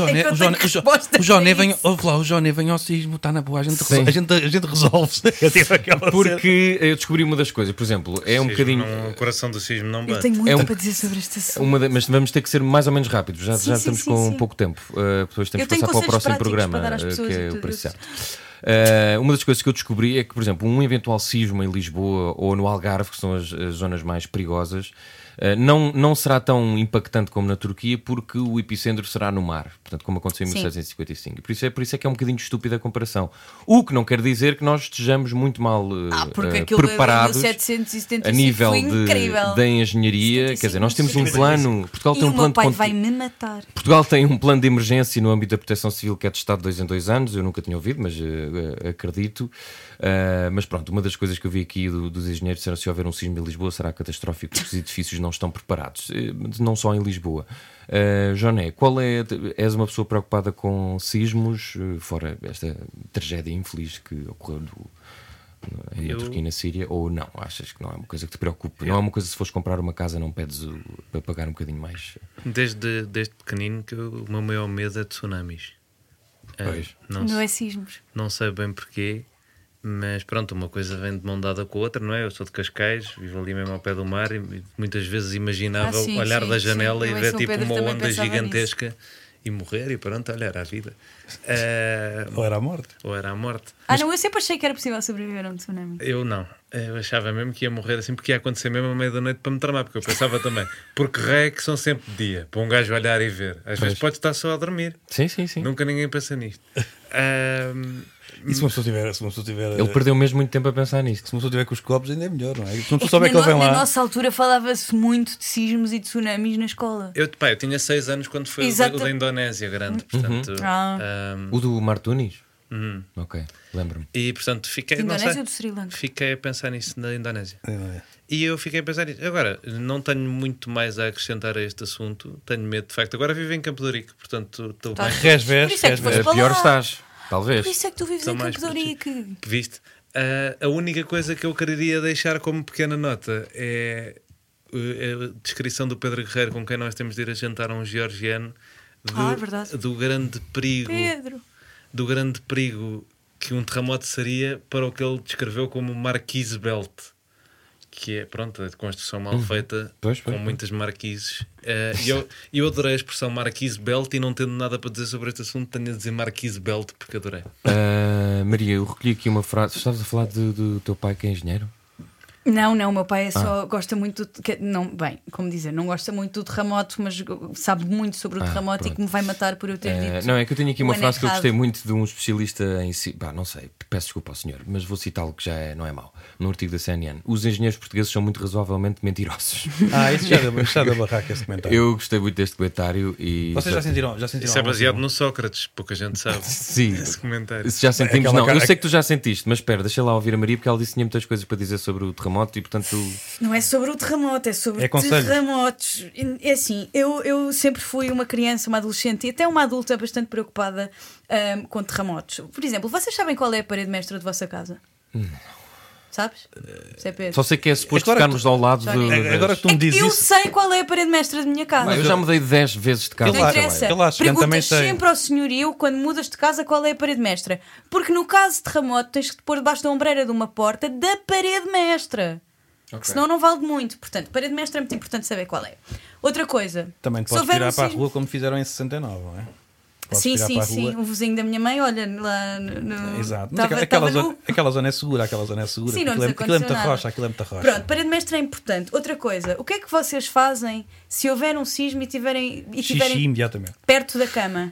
S5: Joné vem ao sismo, está na boa, a gente resolve-se.
S3: Porque eu descobri uma das coisas, por exemplo, é um bocadinho.
S6: O coração do sismo não bate.
S4: Eu tenho muito para dizer sobre este assunto.
S3: Mas vamos ter que ser mais ou menos rápidos. Já estamos com pouco tempo. Depois temos que passar para o próximo programa, que é o preço certo. Uma das coisas que eu descobri é que, por exemplo, um eventual sismo em Lisboa ou no Algarve, que são as zonas mais perigosas, Não será tão impactante como na Turquia, porque o epicentro será no mar, portanto, como aconteceu em 1755. Por isso é que é um bocadinho estúpida a comparação. O que não quer dizer que nós estejamos muito mal preparados a nível da engenharia. Quer dizer, nós temos um plano. Portugal tem um plano.
S4: O meu pai vai me matar.
S3: Portugal tem um plano de emergência no âmbito da proteção civil que é testado de 2 em 2 anos. Eu nunca tinha ouvido, mas acredito. Mas pronto, uma das coisas que eu vi aqui dos engenheiros disseram: se houver um sismo em Lisboa será catastrófico, porque os edifícios não estão preparados, não só em Lisboa. Joné, és uma pessoa preocupada com sismos, fora esta tragédia infeliz que ocorreu na Turquia e na Síria, ou não? Achas que não é uma coisa que te preocupa? Não é uma coisa, se fores comprar uma casa, não pedes para pagar um bocadinho mais?
S6: Desde pequenino que o meu maior medo é de tsunamis.
S4: Não é sismos.
S6: Não sei bem porquê, mas pronto, uma coisa vem de mão dada com a outra, não é? Eu sou de Cascais, vivo ali mesmo ao pé do mar e muitas vezes imaginava olhar da janela e ver tipo uma onda gigantesca e morrer e pronto, olha, era a vida.
S5: Ou era a morte.
S4: Não, eu sempre achei que era possível sobreviver a um tsunami.
S6: Eu não. Eu achava mesmo que ia morrer assim, porque ia acontecer mesmo à meia da noite para me tramar, porque eu pensava também, porque ré que são sempre de dia, para um gajo olhar e ver. Às vezes pode estar só a dormir.
S3: Sim.
S6: Nunca ninguém pensa nisto.
S5: E se uma pessoa tiver.
S3: Ele perdeu mesmo muito tempo a pensar nisto.
S5: Se uma pessoa tiver com os copos, ainda é melhor, não é? Se uma pessoa souber que ele vem lá.
S4: Na nossa altura falava-se muito de sismos e de tsunamis na escola.
S6: Eu tinha 6 anos quando foi o da Indonésia grande, portanto.
S3: O do Mar Tunis? Ok, lembro-me.
S6: E portanto fiquei.
S4: Indonésia ou do Sri Lanka?
S6: Fiquei a pensar nisso na Indonésia. E eu fiquei a pensar nisso. Agora, não tenho muito mais a acrescentar a este assunto. Tenho medo, de facto. Agora vivo em Campo de Ourique, portanto estou mais.
S3: Pior estás. Talvez.
S4: Por isso é que tu vives em Campo de Ourique.
S6: Viste? A única coisa que eu queria deixar como pequena nota é a descrição do Pedro Guerreiro, com quem nós temos de ir a jantar a um georgiano, do grande perigo que um terremoto seria para o que ele descreveu como Marquise Belt, que é, pronto, a construção mal feita, com muitas marquises. Eu adorei a expressão Marquise Belt e não tendo nada para dizer sobre este assunto, tenho a dizer Marquise Belt porque adorei.
S3: Maria, eu recolhi aqui uma frase. Estavas a falar do teu pai que é engenheiro?
S4: Não, o meu pai gosta muito como dizer, não gosta muito do terremoto, mas sabe muito sobre o terremoto. Pronto. E que me vai matar por eu ter dito.
S3: Não, é que eu tenho aqui uma frase que eu gostei muito de um especialista em si. Não sei, peço desculpa ao senhor, mas vou citá-lo, que já não é mau. No artigo da CNN: os engenheiros portugueses são muito razoavelmente mentirosos.
S5: Isso já da barraca, esse comentário.
S3: Eu gostei muito deste comentário. E
S5: vocês já sentiram
S6: isso é baseado no Sócrates, pouca gente sabe.
S3: Sim,
S6: esse comentário.
S3: Já sentimos, eu sei que tu já sentiste, mas espera, deixa lá ouvir a Maria, porque ela disse que tinha muitas coisas para dizer sobre o terremoto. E portanto
S4: não é sobre o terremoto, é sobre terremotos. É assim, eu sempre fui uma criança, uma adolescente e até uma adulta bastante preocupada com terremotos. Por exemplo, vocês sabem qual é a parede mestra de vossa casa? Não. Sabes?
S3: Só sei que é suposto ficarmos ao lado
S5: agora que tu me dizes
S4: eu sei qual é a parede mestra da minha casa.
S3: Eu já mudei 10 vezes de casa.
S4: Não interessa. Perguntas sempre ao senhorio, quando mudas de casa, qual é a parede mestra. Porque no caso de terremoto tens que te pôr debaixo da ombreira de uma porta da parede mestra. Senão não vale muito. Portanto, parede mestra é muito importante saber qual é. Outra coisa,
S5: também te podes virar para a rua como fizeram em 69, não é?
S4: Sim. O vizinho da minha mãe, olha lá no.
S5: Exato. Mas aquela zona é segura.
S4: Sim, aquilo
S5: é muita rocha.
S4: Pronto, parede mestra é importante. Outra coisa, o que é que vocês fazem se houver um sismo e tiverem
S5: imediatamente
S4: perto da cama?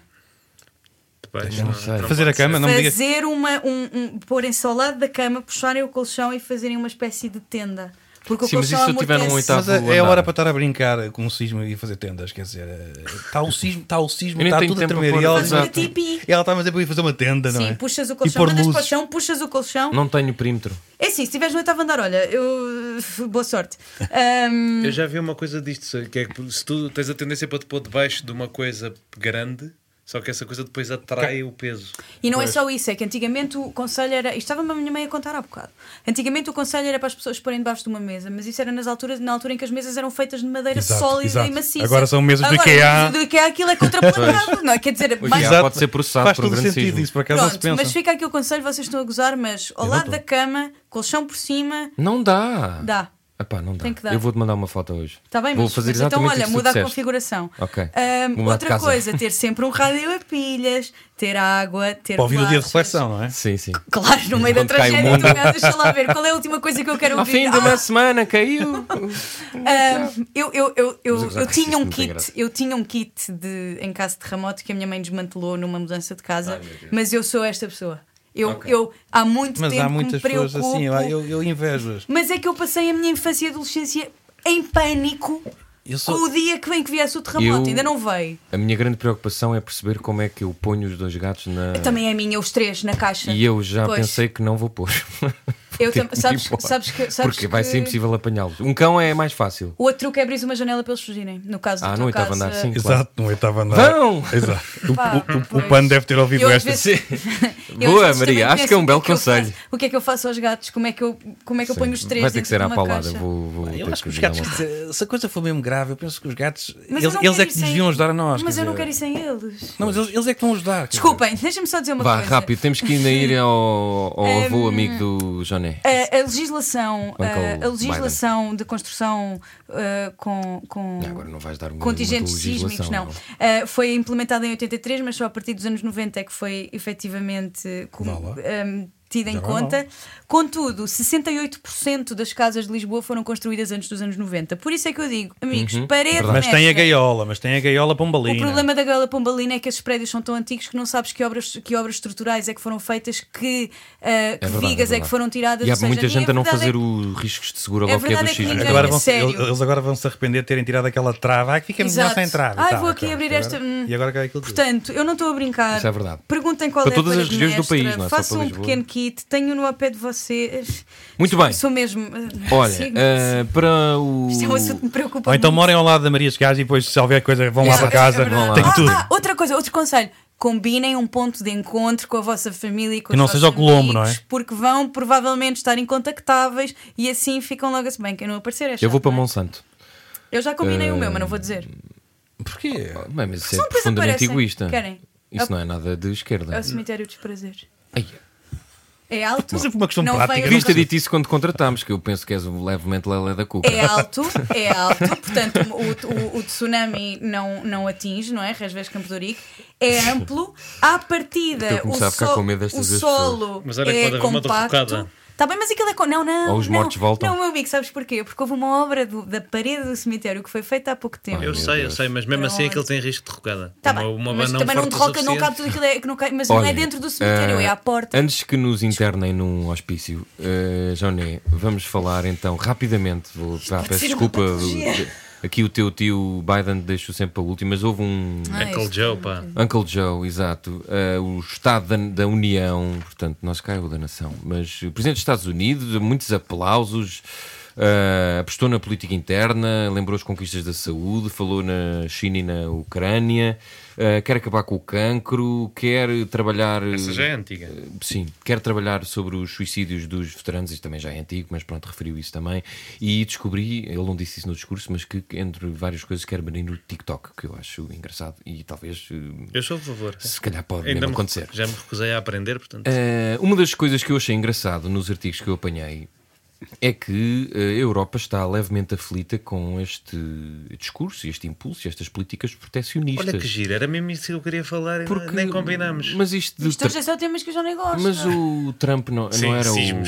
S5: Fazer a cama, não me digas.
S4: Fazer porem-se ao lado da cama, puxarem o colchão e fazerem uma espécie de tenda. Porque
S3: sim, mas e se eu tiver num oitavo andar?
S5: É hora para estar a brincar com o sismo e fazer tendas, quer dizer, está o sismo, está tudo a tremer e ela está a dizer para ir fazer uma tenda, não é?
S4: Sim, puxas o colchão, mandas para o chão, puxas o colchão.
S3: Não tenho perímetro.
S4: É assim, se estiveres no oitavo andar, olha, boa sorte.
S6: Eu já vi uma coisa disto, que é que se tu tens a tendência para te pôr debaixo de uma coisa grande, só que essa coisa depois atrai o peso.
S4: E não é só isso, é que antigamente o conselho era... Isto estava-me a minha mãe a contar há bocado. Antigamente o conselho era para as pessoas porem debaixo de uma mesa, mas isso era na altura em que as mesas eram feitas de madeira sólida e maciça.
S5: Agora são mesas do IKEA.
S4: Do IKEA aquilo é contraplantado, não é? Quer dizer,
S3: o IKEA pode ser processado
S5: faz
S3: por um
S5: todo
S3: grande
S5: sentido
S3: sismo.
S5: isso, por acaso não se pensa.
S4: Mas fica aqui o conselho, vocês estão a gozar, mas ao lado da cama, colchão por cima...
S3: Não dá.
S4: Dá.
S3: Epá, não dá.
S4: Tem que dar.
S3: Eu vou-te mandar uma foto hoje.
S4: Está bem,
S3: Vou
S4: mas,
S3: fazer
S4: mas então
S3: exatamente
S4: olha,
S3: isso que tu
S4: muda a
S3: disseste.
S4: configuração.
S3: Ok. Vou mudar de
S4: Outra
S3: casa.
S4: coisa, ter sempre um rádio a pilhas, ter água, ter
S5: Para ouvir o dia de
S4: bolachas.
S5: reflexão, não é?
S3: Sim, sim.
S4: Claro, no meio da
S3: Quando cai o
S4: tragédia,
S3: mundo.
S4: deixa lá ver qual é a última coisa que eu quero
S3: Ao
S4: ouvir.
S3: fim de uma semana caiu.
S4: Eu tinha um
S3: Isso não tem
S4: kit,
S3: graça.
S4: eu tinha um kit em caso de terremoto que a minha mãe desmantelou numa mudança de casa, mas eu sou esta pessoa. Eu há muito
S5: Mas
S4: tempo
S5: há muitas
S4: que me
S5: pessoas
S4: preocupo.
S5: assim, eu invejo-as.
S4: Mas é que eu passei a minha infância e adolescência em pânico
S5: Eu
S4: com o dia que vem que viesse o terremoto. Ainda não veio.
S3: A minha grande preocupação é perceber como é que eu ponho os 2 gatos na.
S4: Também é minha, os 3 na caixa.
S3: E eu já
S4: Pois.
S3: pensei que não vou pôr.
S4: Eu
S3: Ter
S4: tam-
S3: que
S4: sabes,
S3: me pôr.
S4: sabes que. Sabes
S3: Porque vai
S4: que
S3: ser impossível apanhá-los. Um cão é mais fácil.
S4: O outro truque é abrir uma janela para eles fugirem. No caso do
S3: Ah,
S4: teu
S3: no oitavo
S4: caso,
S3: andar, sim.
S5: Exato, no oitavo andar.
S3: Vão!
S5: Exato.
S4: Pá,
S5: O
S4: pois.
S5: Pano deve ter ouvido
S4: Eu às
S5: esta.
S4: vezes- eu
S3: Boa,
S4: às vezes
S3: Maria,
S4: também
S3: acho que é um
S4: penso
S3: belo
S4: o que eu
S3: conselho.
S4: faço- O que é que eu faço aos gatos? Como é que eu ponho os 3
S3: Vai ter que ser à
S4: numa
S3: paulada.
S4: caixa?
S3: Vou
S5: Eu
S3: ter
S5: acho que os
S3: dar
S5: gatos,
S3: uma-
S5: se a coisa for mesmo grave, eu penso que os gatos,
S4: Mas eu não
S5: eles
S4: quero
S5: é que
S4: ir
S5: nos
S4: sem-
S5: deviam ajudar a nós.
S4: Mas
S5: quer
S4: eu não
S5: dizer.
S4: quero ir sem eles.
S5: Não, mas eles é que estão a ajudar.
S4: Desculpem, deixa-me só dizer uma
S3: Vá,
S4: coisa.
S3: rápido, temos que ainda ir ao avô amigo do Joné.
S4: A legislação,
S3: Uncle
S4: a legislação de construção com
S3: Agora não vais dar uma
S4: contingentes
S3: legislação,
S4: sísmicos, não. Foi implementada em 83, mas só a partir dos anos 90 é que foi efetivamente
S5: Vá lá.
S4: tida em
S5: Já vai
S4: conta. Contudo, 68% das casas de Lisboa foram construídas antes dos anos 90. Por isso é que eu digo, amigos, parede
S5: Mas tem a
S4: nesta.
S5: gaiola pombalina.
S4: O problema da gaiola pombalina é que esses prédios são tão antigos que não sabes que obras estruturais é que foram feitas, que
S3: verdade,
S4: vigas é que
S3: verdade.
S4: foram tiradas.
S3: E há
S4: ou seja,
S3: muita gente a não
S4: verdade
S3: fazer os riscos de seguro
S4: É
S3: logo que é
S4: verdade
S3: dos
S4: é que
S3: sismos.
S4: ninguém-
S5: Agora
S4: sério.
S5: eles agora vão se arrepender de terem tirado aquela trava. Que fica melhor
S4: Exato.
S5: sem trava.
S4: Ai,
S5: Tá,
S4: vou aqui
S5: então,
S4: abrir
S5: agora-
S4: esta.
S5: E agora que é aquilo tudo.
S4: Portanto, eu não estou a brincar.
S3: Isso é verdade.
S4: Perguntem qual
S3: Para
S4: é a
S3: todas as
S4: parede
S3: regiões do
S4: mestra.
S3: país, não é só
S4: Façam
S3: para
S4: um
S3: Lisboa.
S4: pequeno kit, tenho no ao pé de vocês.
S3: Muito bem.
S4: Sou mesmo.
S3: Olha,
S4: Sigo-me.
S3: para o.
S4: Isto é um assunto que me preocupa
S5: Ou então
S4: muito.
S5: morem ao lado da Maria Gás e depois, se houver coisa, vão lá para casa.
S4: verdade.
S5: Tem tudo.
S4: Outra coisa, outro conselho. Combinem um ponto de encontro com a vossa família e com
S5: Que não
S4: os
S5: seja
S4: vossos
S5: o Colombo,
S4: amigos,
S5: não é?
S4: Porque vão provavelmente estar incontactáveis e assim ficam logo assim. Bem, quem não aparecer é chato,
S3: Eu vou para
S4: não é?
S3: Monsanto.
S4: Eu já combinei o meu, mas não vou dizer.
S5: Porquê?
S3: Bem, mas isso é
S4: Só depois
S3: profundamente
S4: aparecem.
S3: egoísta.
S4: Querem?
S3: Isso não é nada de esquerda.
S4: É o cemitério dos prazeres.
S3: Ai,
S4: É alto.
S5: Mas é por uma questão
S4: Não
S5: prática.
S4: veio-
S3: devias ter dito isso quando contratámos, que eu penso que és levemente lelé da cuca.
S4: É alto, portanto o tsunami não atinge, não é? Resvés Campo de Ourique. É amplo, à partida
S3: Estou a começar a ficar com medo destas
S4: o solo
S6: Mas olha que
S4: é
S6: pode haver uma
S4: compacto.
S6: derrocada.
S4: Está bem, mas aquilo é. Não.
S3: Ou os mortos voltam.
S4: Não, meu amigo, sabes porquê? Porque houve uma obra da parede do cemitério que foi feita há pouco tempo.
S6: Eu
S3: Meu
S6: sei,
S3: Deus.
S6: mas mesmo assim
S4: Pronto.
S6: aquilo tem risco de derrocada.
S4: Tá bem, mas também não derroca, não cabe tudo aquilo, que não cai, mas não é
S3: Olha,
S4: dentro do cemitério, é à porta.
S3: Antes que nos internem num hospício, Joné, vamos falar então rapidamente. Peço
S4: ser
S3: desculpa.
S4: uma patologia.
S3: Aqui o teu tio Biden deixou sempre para o último, mas houve um.
S6: Uncle Joe, pá.
S3: Uncle Joe, exato. O Estado da União, portanto, nós cá é o da nação, mas o Presidente dos Estados Unidos, muitos aplausos, apostou na política interna, lembrou as conquistas da saúde, falou na China e na Ucrânia, quer acabar com o cancro, quer trabalhar.
S6: Essa já é antiga.
S3: Sim, quer trabalhar sobre os suicídios dos veteranos, isto também já é antigo, mas pronto, referiu isso também. E descobri, ele não disse isso no discurso, mas que entre várias coisas quer banir no TikTok, que eu acho engraçado e talvez,
S6: Eu sou a favor.
S3: se calhar pode
S6: Ainda
S3: mesmo acontecer.
S6: já me recusei a aprender, portanto.
S3: Uma das coisas que eu achei engraçado nos artigos que eu apanhei é que a Europa está levemente aflita com este discurso, este impulso, estas políticas proteccionistas.
S6: Olha que giro, era mesmo isso que eu queria falar e
S3: Porque-
S6: nem combinamos.
S3: Mas isto de
S4: Isto hoje é só temas que eu já nem gosto.
S3: Mas o Trump não era
S6: sismos.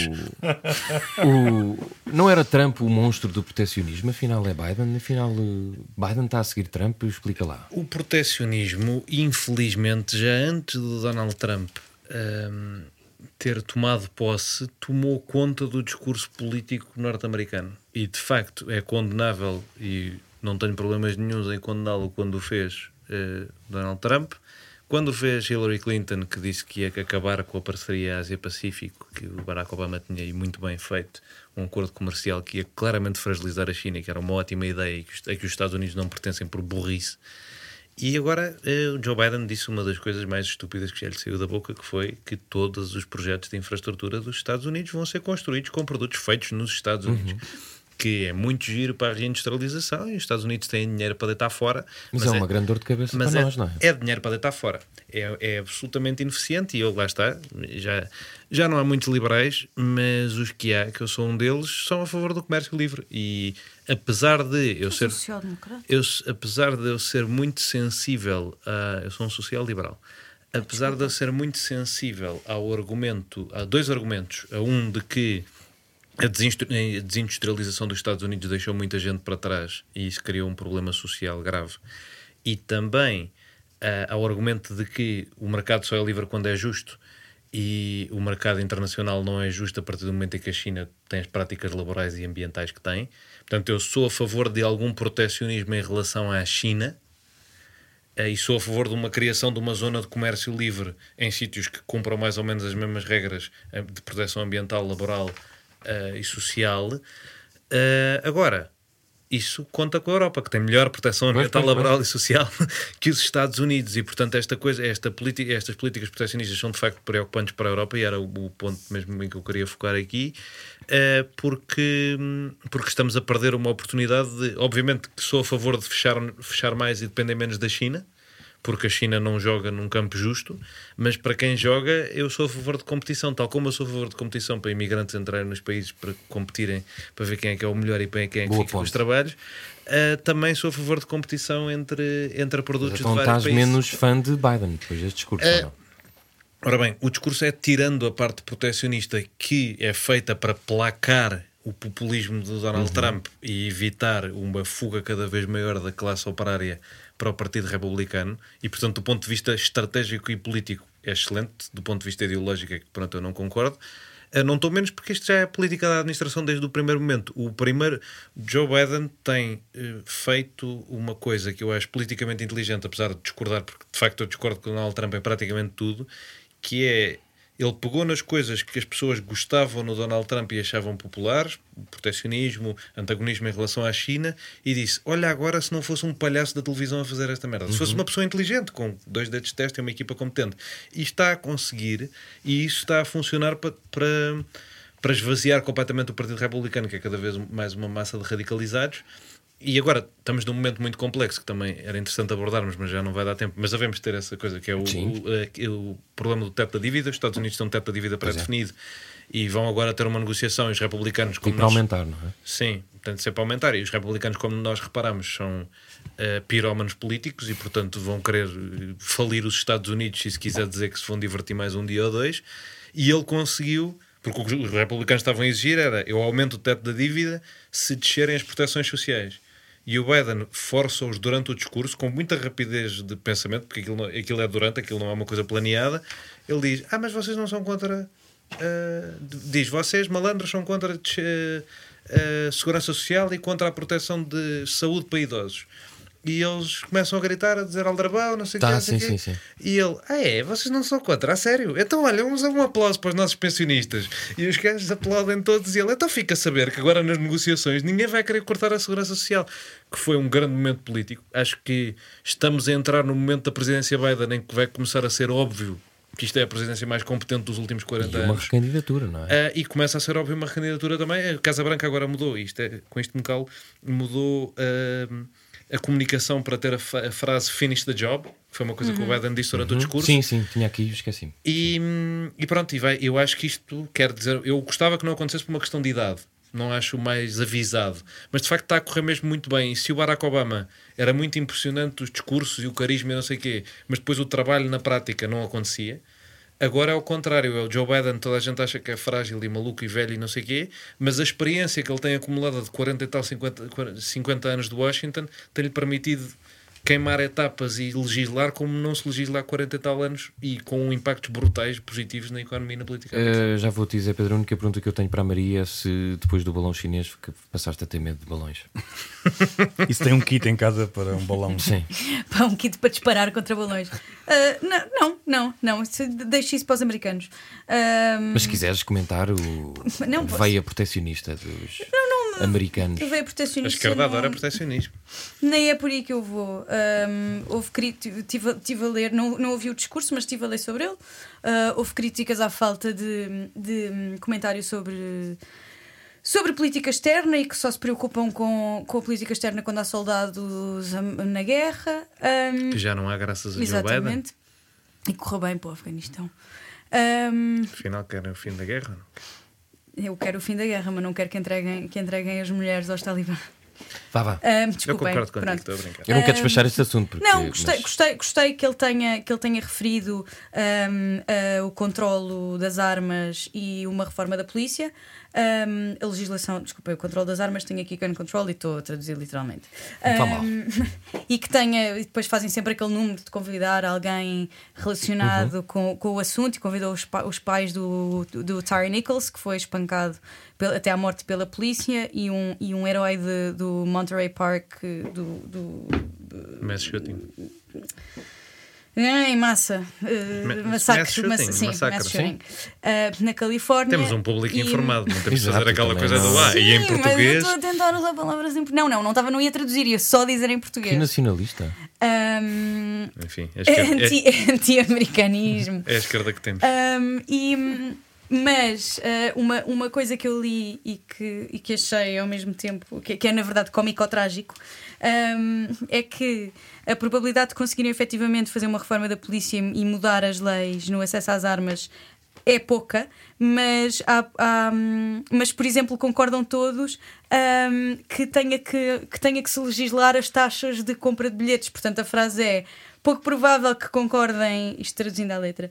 S3: não era Trump o monstro do proteccionismo, afinal é Biden, afinal Biden está a seguir Trump, explica lá.
S6: O protecionismo, infelizmente, já antes do Donald Trump ter tomado posse, tomou conta do discurso político norte-americano. E, de facto, é condenável, e não tenho problemas nenhuns em condená-lo quando o fez Donald Trump. Quando o fez Hillary Clinton, que disse que ia acabar com a parceria Ásia-Pacífico, que o Barack Obama tinha e muito bem feito, um acordo comercial que ia claramente fragilizar a China, que era uma ótima ideia e que os Estados Unidos não pertencem por burrice. E agora o Joe Biden disse uma das coisas mais estúpidas que já lhe saiu da boca, que foi que todos os projetos de infraestrutura dos Estados Unidos vão ser construídos com produtos feitos nos Estados Unidos. que é muito giro para a reindustrialização e os Estados Unidos têm dinheiro para deitar fora.
S3: Mas é uma grande dor de cabeça para nós, não é?
S6: É dinheiro para deitar fora. É absolutamente ineficiente e eu, lá está, já não há muitos liberais, mas os que há, que eu sou um deles, são a favor do comércio livre. E apesar de eu ser... apesar de eu ser muito sensível eu sou um social-liberal. Apesar de eu ser muito sensível ao argumento, a dois argumentos, a um de que a desindustrialização dos Estados Unidos deixou muita gente para trás e isso criou um problema social grave, e também ao argumento de que o mercado só é livre quando é justo e o mercado internacional não é justo a partir do momento em que a China tem as práticas laborais e ambientais que tem. Portanto, eu sou a favor de algum protecionismo em relação à China, e sou a favor de uma criação de uma zona de comércio livre em sítios que cumpram mais ou menos as mesmas regras de proteção ambiental, laboral e social. Agora, isso conta com a Europa, que tem melhor proteção ambiental, laboral e social que os Estados Unidos, e portanto estas políticas protecionistas são de facto preocupantes para a Europa, e era o ponto mesmo em que eu queria focar aqui, porque estamos a perder uma oportunidade de, obviamente que sou a favor de fechar mais e depender menos da China, porque a China não joga num campo justo, mas para quem joga, eu sou a favor de competição, tal como eu sou a favor de competição para imigrantes entrarem nos países para competirem, para ver quem é que é o melhor e quem é que fica com os trabalhos. Também sou a favor de competição entre produtos
S3: então,
S6: de vários países.
S3: Estás menos fã de Biden depois deste discurso, ou não?
S6: Ora bem, o discurso é tirando a parte protecionista que é feita para placar o populismo do Donald Trump e evitar uma fuga cada vez maior da classe operária para o Partido Republicano, e portanto do ponto de vista estratégico e político é excelente, do ponto de vista ideológico é que pronto, eu não concordo. Não estou menos porque isto já é a política da administração desde o primeiro momento. Joe Biden tem feito uma coisa que eu acho politicamente inteligente, apesar de discordar, porque de facto eu discordo com o Donald Trump em praticamente tudo, que é, ele pegou nas coisas que as pessoas gostavam no Donald Trump e achavam populares, protecionismo, antagonismo em relação à China, e disse, olha agora se não fosse um palhaço da televisão a fazer esta merda, se fosse uma pessoa inteligente, com 2 dedos de testa e uma equipa competente. E está a conseguir, e isso está a funcionar para esvaziar completamente o Partido Republicano, que é cada vez mais uma massa de radicalizados. E agora estamos num momento muito complexo que também era interessante abordarmos, mas já não vai dar tempo. Mas devemos ter essa coisa que é o problema do teto da dívida. Os Estados Unidos têm um teto da dívida pré-definido e vão agora ter uma negociação. E os republicanos, como
S3: para aumentar, não é?
S6: Sim, tem de ser para aumentar. E os republicanos, como nós reparamos, são pirómanos políticos e, portanto, vão querer falir os Estados Unidos se quiser dizer que se vão divertir mais um dia ou dois. E ele conseguiu, porque o que os republicanos estavam a exigir era eu aumento o teto da dívida se descerem as proteções sociais. E o Biden força-os durante o discurso, com muita rapidez de pensamento, porque aquilo é durante, aquilo não é uma coisa planeada. Ele diz, mas vocês não são contra... vocês, malandros, são contra a segurança social e contra a proteção de saúde para idosos. E eles começam a gritar, a dizer aldrabão, não sei o quê.
S3: Sim.
S6: E ele, vocês não são contra, a sério? Então, olha, vamos dar um aplauso para os nossos pensionistas. E os gajos aplaudem todos e ele, então fica a saber que agora nas negociações ninguém vai querer cortar a segurança social. Que foi um grande momento político. Acho que estamos a entrar no momento da presidência Biden em que vai começar a ser óbvio que isto é a presidência mais competente dos últimos 40 anos.
S3: E uma recandidatura, não é?
S6: E começa a ser óbvio uma recandidatura também. A Casa Branca agora mudou, com isto me calo, mudou a comunicação para ter a frase finish the job, que foi uma coisa que o Biden disse durante o discurso.
S3: Sim, tinha aqui, esqueci-me.
S6: E pronto, eu acho que isto quer dizer, eu gostava que não acontecesse por uma questão de idade, não acho mais avisado, mas de facto está a correr mesmo muito bem. E se o Barack Obama era muito impressionante os discursos e o carisma e não sei o quê, mas depois o trabalho na prática não acontecia, agora é o contrário. É o Joe Biden, toda a gente acha que é frágil e maluco e velho e não sei o quê, mas a experiência que ele tem acumulada de 40 e tal, 50 anos de Washington tem-lhe permitido queimar etapas e legislar como não se legisla há 40 e tal anos, e com impactos brutais positivos na economia e na política.
S3: Já vou te dizer, Pedro, a única pergunta que eu tenho para a Maria é se depois do balão chinês que passaste a ter medo de balões.
S5: Isso tem um kit em casa para um balão?
S3: Sim.
S4: Para um kit para disparar contra balões. Não. Deixe isso para os americanos.
S3: Mas se quiseres comentar a veia protecionista dos americanos.
S4: A veia protecionista.
S6: A esquerda adora protecionismo.
S4: Nem é por aí que eu vou. Estive a ler, não ouvi o discurso, mas estive a ler sobre ele. Houve críticas à falta de comentário sobre sobre política externa e que só se preocupam com a política externa quando há soldados na guerra.
S6: Que já não há, graças a Joe Biden.
S4: Exatamente. E correu bem para o Afeganistão.
S6: Afinal, querem o fim da guerra?
S4: Eu quero o fim da guerra, mas não quero que entreguem as mulheres aos talibã.
S3: Vá.
S6: Eu
S4: Desculpem,
S6: concordo contigo,
S4: pronto.
S6: estou a brincar.
S3: Eu não quero despachar este assunto. Porque,
S4: Não, gostei que ele tenha referido o controlo das armas e uma reforma da polícia. A legislação, desculpa, o controle das armas, tenho aqui gun control e estou a traduzir literalmente.
S3: Está mal.
S4: E que tenha, e depois fazem sempre aquele número de convidar alguém relacionado com o assunto, e convidou os pais do Tyre Nichols, que foi espancado até à morte pela polícia, e um herói do Monterey Park do
S6: Mass shooting.
S4: Em massa. Massacre.
S6: Mass shooting.
S4: Na Califórnia.
S6: Temos um público informado, não temos de
S3: Exato,
S6: fazer aquela
S3: também
S6: coisa
S3: não.
S6: do e em
S4: Sim, mas
S6: português.
S4: eu estou a tentar usar palavras em português. Não ia traduzir, ia só dizer em português.
S3: Que nacionalista.
S6: Enfim,
S4: Anti-americanismo.
S6: é a esquerda que temos.
S4: Mas uma coisa que eu li e que achei ao mesmo tempo que é na verdade cómico-trágico, é que a probabilidade de conseguirem efetivamente fazer uma reforma da polícia e mudar as leis no acesso às armas é pouca, mas por exemplo, concordam todos que tenha que se legislar as taxas de compra de bilhetes. Portanto, a frase é: pouco provável que concordem, isto traduzindo à letra,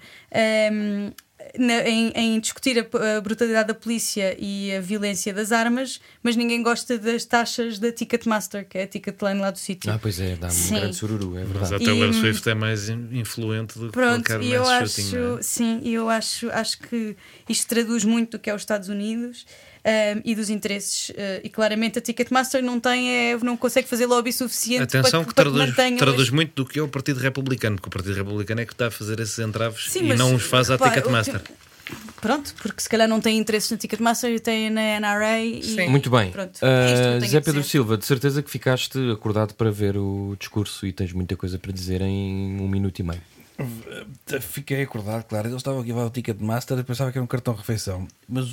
S4: em discutir a brutalidade da polícia e a violência das armas, mas ninguém gosta das taxas da Ticketmaster, que é a Ticketline lá do sítio.
S3: Pois é, dá-me um grande sururu, é
S6: Mas
S3: verdade.
S6: a Taylor Swift é mais influente do que
S4: Pronto,
S6: qualquer
S4: e eu
S6: mass shooting, não é?
S4: sim, e eu acho que isto traduz muito do que é os Estados Unidos e dos interesses, e claramente a Ticketmaster não consegue fazer lobby suficiente.
S6: Atenção,
S4: para que mantenham
S6: traduz muito do que é o Partido Republicano, porque o Partido Republicano é que está a fazer esses entraves.
S4: Sim,
S6: e
S4: mas,
S6: não os faz à
S4: pá,
S6: Ticketmaster.
S4: Pronto, porque se calhar não tem interesses na Ticketmaster e tem na NRA. E,
S3: Muito bem.
S4: Pronto, é isto que eu tenho
S3: Zé
S4: a
S3: Pedro
S4: dizer.
S3: Silva, de certeza que ficaste acordado para ver o discurso e tens muita coisa para dizer em 1 minuto e meio.
S5: Fiquei acordado, claro. Eles estavam aqui a falar do Ticketmaster, eu pensava que era um cartão de refeição. Mas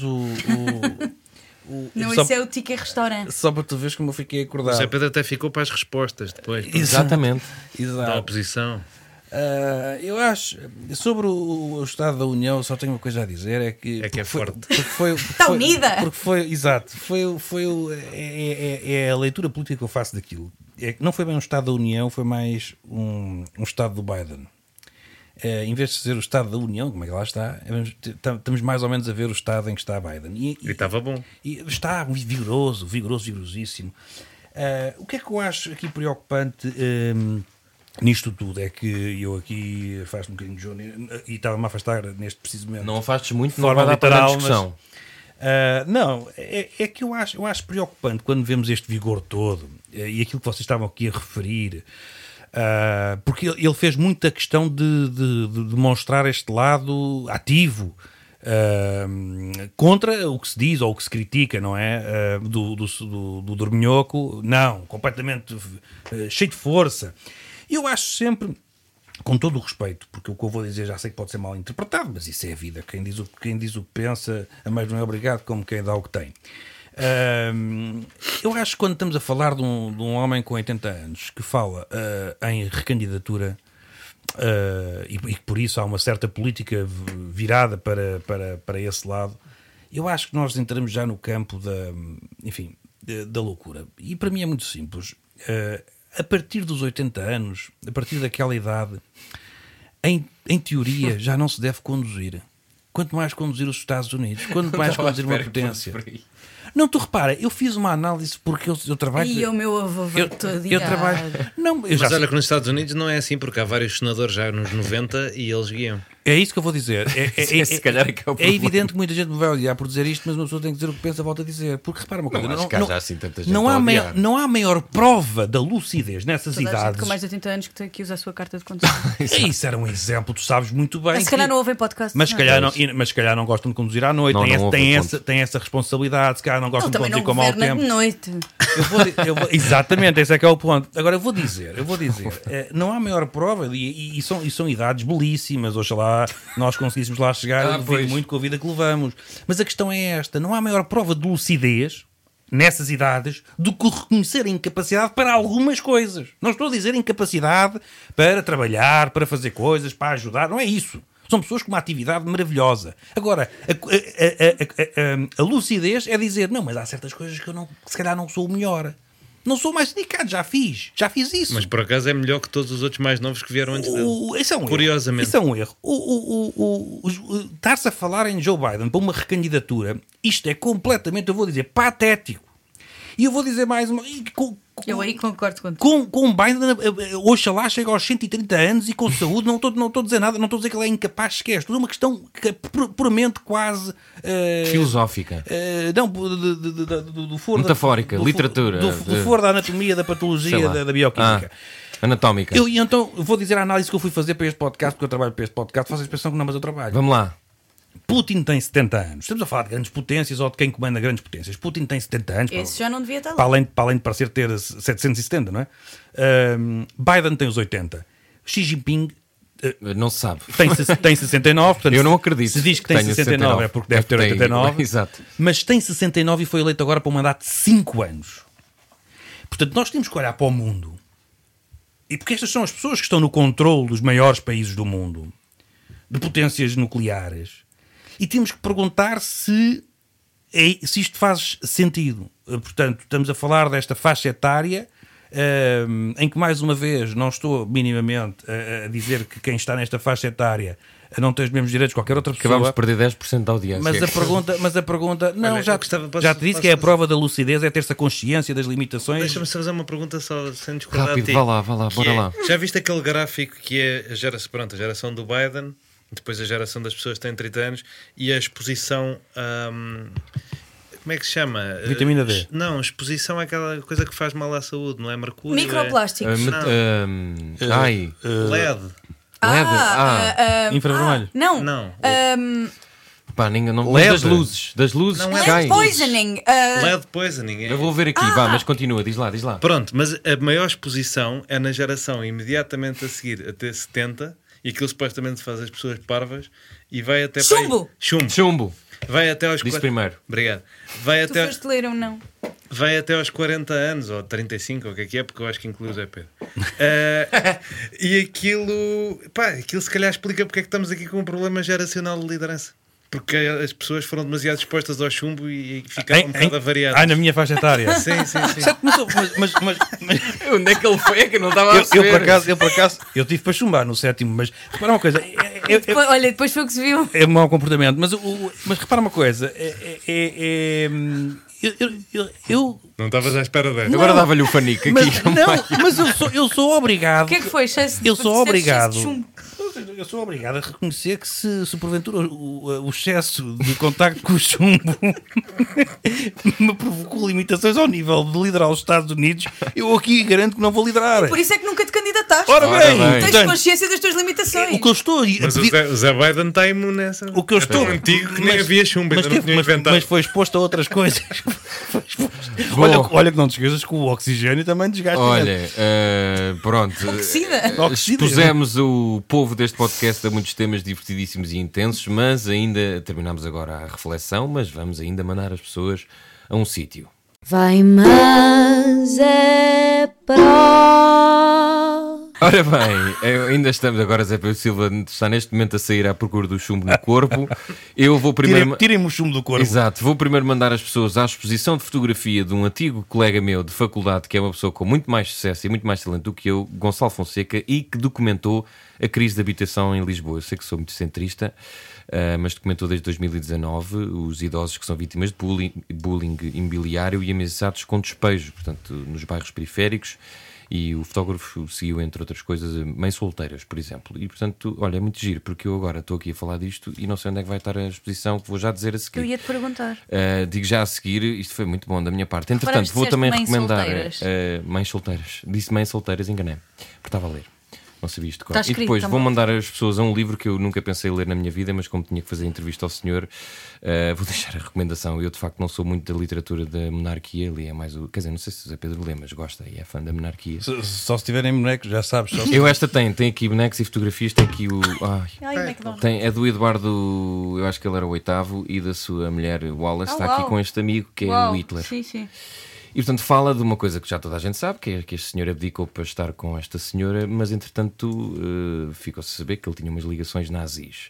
S4: Não,
S5: só,
S4: isso é o Ticket Restaurante.
S5: só para tu veres como eu fiquei
S6: O
S5: acordado.
S6: Zé Pedro até ficou para as respostas depois
S3: Exatamente.
S6: da
S5: Exato.
S6: oposição.
S5: Eu acho, sobre o Estado da União, só tenho uma coisa a dizer: é que
S6: É forte.
S4: Está unida!
S5: Porque foi, exato, é a leitura política que eu faço daquilo. É que não foi bem um Estado da União, foi mais um Estado do Biden. Em vez de ser o Estado da União, como é que lá está, estamos mais ou menos a ver o Estado em que está Biden.
S6: E estava bom.
S5: E está vigorosíssimo. O que é que eu acho aqui preocupante nisto tudo é que eu aqui faço um bocadinho de Johnny e estava-me a afastar neste preciso momento.
S3: Não afastes muito, não
S5: Forma
S3: vai dar para a
S5: literal,
S3: discussão.
S5: Não, é que eu acho preocupante quando vemos este vigor todo e aquilo que vocês estavam aqui a referir, porque ele fez muita questão de demonstrar este lado ativo contra o que se diz ou o que se critica, não é? Do dorminhoco, não, completamente cheio de força. Eu acho sempre, com todo o respeito, porque o que eu vou dizer já sei que pode ser mal interpretado, mas isso é a vida. Quem diz o que pensa, a mais não é obrigado, como quem dá o que tem. Eu acho que quando estamos a falar de um homem com 80 anos que fala em recandidatura e que por isso há uma certa política virada para esse lado, eu acho que nós entramos já no campo da loucura. E para mim é muito simples. A partir dos 80 anos, a partir daquela idade, em teoria já não se deve conduzir. Quanto mais conduzir os Estados Unidos, quanto mais conduzir uma potência. Não, tu repara, eu fiz uma análise porque eu trabalho...
S4: E o meu avô vai todo
S5: eu trabalho... Não, eu já
S6: Mas olha que nos Estados Unidos não é assim, porque há vários senadores já nos 90 e eles guiam.
S5: É isso que eu vou dizer.
S3: Se calhar é que é o problema.
S5: Evidente que muita gente me vai odiar por dizer isto, mas uma pessoa tem que dizer o que pensa, volta a dizer. Porque repara uma coisa,
S3: Não acho que haja assim tanta gente
S5: não
S3: a
S5: há
S3: odiar.
S5: não há maior prova da lucidez nessas
S4: Toda a gente
S5: idades.
S4: com mais de 80 anos que tem que usar a sua carta de condução.
S5: Isso era um exemplo, tu sabes muito bem.
S4: Se calhar não ouvem podcast.
S5: Mas se calhar não gostam de conduzir à noite,
S3: Não houve,
S5: têm essa responsabilidade, se calhar não gostam
S4: Ele
S5: de
S4: também
S5: conduzir
S4: não
S5: com mau
S4: governa
S5: tempo.
S4: de noite.
S5: Exatamente, esse é que é o ponto. Agora eu vou dizer, não há maior prova, e são idades belíssimas, oxalá nós conseguíssemos lá chegar, eu duvido muito com a vida que levamos. Mas a questão é esta: não há maior prova de lucidez nessas idades do que reconhecer a incapacidade para algumas coisas. Não estou a dizer incapacidade para trabalhar, para fazer coisas, para ajudar, não é isso. São pessoas com uma atividade maravilhosa. Agora, a lucidez é dizer, não, mas há certas coisas que eu não, se calhar não sou o melhor. Não sou mais dedicado, já fiz isso.
S6: Mas por acaso é melhor que todos os outros mais novos que vieram antes dele.
S5: Isso é um
S6: Curiosamente.
S5: Erro. Isso é um erro. Estar-se a falar em Joe Biden para uma recandidatura, isto é completamente, eu vou dizer, patético. E eu vou dizer mais uma...
S4: Eu aí concordo contigo.
S5: Com Biden, oxalá chega aos 130 anos e com saúde, não estou a dizer nada, não estou a dizer que ele é incapaz sequer. Isto é uma questão que é puramente quase...
S3: filosófica.
S5: Não, do foro...
S3: Metafórica, literatura.
S5: Do foro da anatomia, da patologia, da bioquímica.
S3: Anatómica.
S5: E então vou dizer a análise que eu fui fazer para este podcast, porque eu trabalho para este podcast, faço a expressão que não, mas eu trabalho.
S3: Vamos lá.
S5: Putin tem 70 anos. Estamos a falar de grandes potências ou de quem comanda grandes potências. Putin tem 70 anos.
S4: Esse já não devia estar lá.
S5: Para além de parecer ter 770, não é? Biden tem os 80. Xi Jinping...
S3: não se sabe.
S5: Tem 69. Portanto,
S3: eu não acredito.
S5: Se diz que tem 69 é porque deve ter 89.
S3: Exato.
S5: Mas tem 69 e foi eleito agora para um mandato de 5 anos. Portanto, nós temos que olhar para o mundo. E porque estas são as pessoas que estão no controle dos maiores países do mundo. De potências nucleares. E temos que perguntar se isto faz sentido. Portanto, estamos a falar desta faixa etária em que, mais uma vez, não estou minimamente a dizer que quem está nesta faixa etária não tem os mesmos direitos que qualquer outra pessoa.
S3: Acabamos de perder 10% da audiência.
S5: Mas a pergunta não,
S6: olha,
S5: já te disse que é a prova da lucidez, é ter-se a consciência das limitações.
S6: Deixa-me fazer uma pergunta só sem discordar.
S3: Rápido, vá lá, bora lá.
S6: Já viste aquele gráfico que é a geração do Biden, depois a geração das pessoas que têm 30 anos e a exposição como é que se chama?
S5: Vitamina D.
S6: Não, exposição é aquela coisa que faz mal à saúde, não é mercúrio?
S4: Microplásticos.
S6: LED.
S3: LED.
S5: Infravermelho.
S4: Não.
S3: Pá, não.
S5: LED.
S3: Das luzes
S6: Não
S3: que
S6: é
S3: caem.
S4: LED poisoning.
S6: LED poisoning.
S3: Eu vou ver aqui, vá, mas continua, diz lá.
S6: Pronto, mas a maior exposição é na geração imediatamente a seguir, até 70, e aquilo supostamente faz as pessoas parvas e vai até...
S3: Chumbo.
S6: Vai até aos...
S3: Disse primeiro.
S6: Obrigado.
S4: Tu foste ler ou não?
S6: Vai até aos 40 anos, ou 35, ou o que é, porque eu acho que inclui o Zé Pedro. E aquilo se calhar explica porque é que estamos aqui com um problema geracional de liderança. Porque as pessoas foram demasiado expostas ao chumbo e ficaram um bocado avariadas.
S5: Na minha faixa etária.
S6: Sim.
S5: Mas
S3: onde é que ele foi? É que eu não estava a
S5: eu por acaso, eu tive para chumbar no 7º, mas repara uma coisa.
S4: Olha, depois foi o que se viu.
S5: É mau comportamento, mas repara uma coisa. Eu
S6: não estavas à espera dela.
S3: Agora dava-lhe o fanico aqui.
S5: Mas eu sou obrigado.
S4: O que é que foi?
S5: Eu sou obrigado a reconhecer que se porventura o excesso de contacto com o chumbo me provocou limitações ao nível de liderar os Estados Unidos, eu aqui garanto que não vou liderar.
S4: Por isso é que nunca te candidataste.
S5: Ora bem.
S4: Tens consciência das tuas limitações.
S5: O que eu estou
S6: mas o Zé Biden está imune nessa.
S5: O que eu estou
S6: antigo que nem havia chumbo,
S5: mas foi exposto a outras coisas. Olha que não te esqueças que o oxigênio também desgasta.
S3: Olha, pronto. Expusemos o povo deste podcast a muitos temas divertidíssimos e intensos, mas ainda terminamos agora a reflexão, mas vamos ainda mandar as pessoas a um sítio.
S2: Vai, mas é pró.
S3: Ora bem, ainda estamos agora, Zé Pedro Silva está neste momento a sair à procura do chumbo no corpo. Eu vou primeiro...
S5: Tirem-me o chumbo do corpo.
S3: Exato, vou primeiro mandar as pessoas à exposição de fotografia de um antigo colega meu de faculdade, que é uma pessoa com muito mais sucesso e muito mais talento do que eu, Gonçalo Fonseca, e que documentou a crise de habitação em Lisboa. Eu sei que sou muito centrista, mas documentou desde 2019 os idosos que são vítimas de bullying imobiliário e ameaçados com despejo, portanto, nos bairros periféricos. E o fotógrafo seguiu, entre outras coisas, mães solteiras, por exemplo. E, portanto, olha, é muito giro, porque eu agora estou aqui a falar disto e não sei onde é que vai estar a exposição, que vou já dizer a seguir.
S4: Eu ia-te perguntar.
S3: Digo já a seguir, isto foi muito bom da minha parte. Entretanto, vou também recomendar...
S4: Solteiras.
S3: Mães solteiras. Disse mães solteiras, enganei-me, porque estava a ler. Não sabia isto de cor.
S4: Está
S3: E
S4: escrito,
S3: depois
S4: tá
S3: vou
S4: bom.
S3: mandar as pessoas a um livro que eu nunca pensei ler na minha vida, mas como tinha que fazer entrevista ao senhor, vou deixar a recomendação. Eu de facto não sou muito da literatura da monarquia, ele é mais o. Quer dizer, não sei se o Zé Pedro lê, mas gosta e é fã da monarquia.
S5: Só se tiverem bonecos, já sabes. Só se...
S3: Eu esta tem aqui bonecos e fotografias, tem aqui o.
S4: Ai, McDonald's.
S3: É do Eduardo, eu acho que ele era o 8º, e da sua mulher Wallace, está aqui
S4: uau.
S3: com este amigo que é
S4: Uau,
S3: o Hitler.
S4: Sim, sim.
S3: E portanto fala de uma coisa que já toda a gente sabe, que é que este senhor abdicou para estar com esta senhora, mas entretanto ficou-se a saber que ele tinha umas ligações nazis.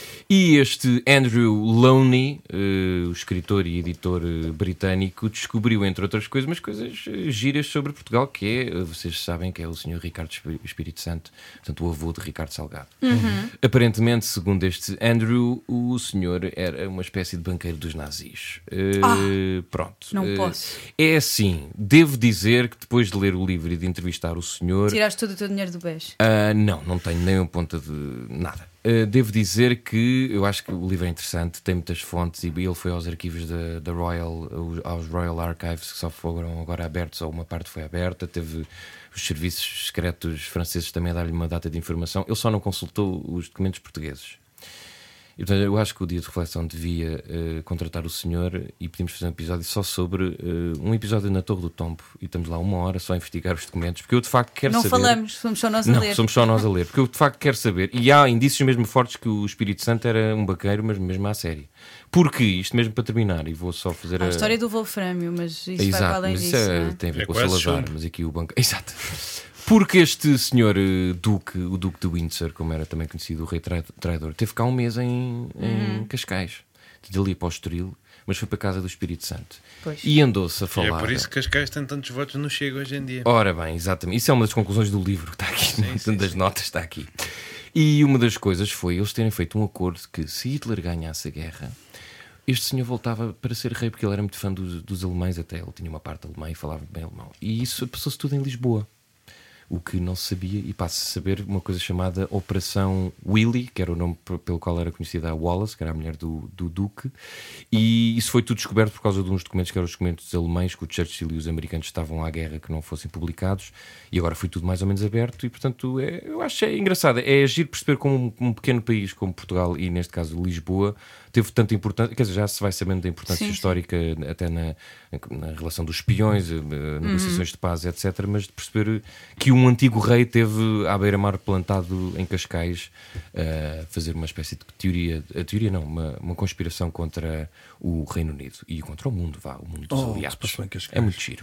S3: E este Andrew Lowney, o escritor e editor britânico, descobriu, entre outras coisas, umas coisas giras sobre Portugal, que é, vocês sabem que é o senhor Ricardo Espírito Santo, portanto o avô de Ricardo Salgado. Aparentemente, segundo este Andrew, o senhor era uma espécie de banqueiro dos nazis. Pronto.
S4: Não posso.
S3: É assim, devo dizer que depois de ler o livro e de entrevistar o senhor...
S4: Tiraste todo o teu dinheiro do BES.
S3: não tenho nem uma ponta de nada. Devo dizer que eu acho que o livro é interessante, tem muitas fontes e ele foi aos arquivos da Royal, aos Royal Archives, que só foram agora abertos, ou uma parte foi aberta, teve os serviços secretos franceses também a dar-lhe uma data de informação, ele só não consultou os documentos portugueses. E, portanto, eu acho que o Dia de Reflexão devia contratar o senhor e podíamos fazer um episódio só sobre um episódio na Torre do Tombo, e estamos lá 1 hora só a investigar os documentos, porque eu de facto quero
S4: Não
S3: saber...
S4: falamos, somos só nós a
S3: Não,
S4: ler.
S3: somos só nós a ler, porque eu de facto quero saber, e há indícios mesmo fortes que o Espírito Santo era um banqueiro, mas mesmo à série. Porque, isto mesmo para terminar, e vou só fazer
S4: A história do Wolframio, mas isso vai para
S3: Exato,
S4: além
S3: mas
S4: disso.
S3: isso
S4: não é?
S3: tem a ver
S6: É
S3: com o
S6: quase
S3: Salazar,
S6: chumbo.
S3: mas aqui o banco. Exato. Porque este senhor Duque, o Duque de Windsor, como era também conhecido, o rei traidor, teve cá um mês em Cascais, dali para o Estoril, mas foi para a casa do Espírito Santo.
S4: Pois.
S3: E andou-se a
S6: E
S3: falar.
S6: é por isso que Cascais tem tantos votos no Chega hoje em dia.
S3: Ora bem, exatamente. Isso é uma das conclusões do livro que está aqui, das notas está aqui. E uma das coisas foi eles terem feito um acordo que se Hitler ganhasse a guerra, este senhor voltava para ser rei, porque ele era muito fã dos alemães, até ele tinha uma parte alemã e falava bem alemão. E isso passou-se tudo em Lisboa. O que não se sabia, e passa-se a saber uma coisa chamada Operação Willy, que era o nome pelo qual era conhecida a Wallace, que era a mulher do Duque, e isso foi tudo descoberto por causa de uns documentos que eram os documentos alemães que o Churchill e os americanos estavam à guerra que não fossem publicados, e agora foi tudo mais ou menos aberto, e portanto eu acho engraçado, é agir perceber como um pequeno país como Portugal, e neste caso Lisboa, teve tanta importância, quer dizer, já se vai sabendo da importância histórica até na relação dos espiões, negociações de paz, etc., mas de perceber que um antigo rei teve à beira-mar plantado em Cascais a fazer uma espécie de teoria não, uma conspiração contra o Reino Unido e contra o mundo dos aliados.
S5: se passou em Cascais.
S3: É muito giro.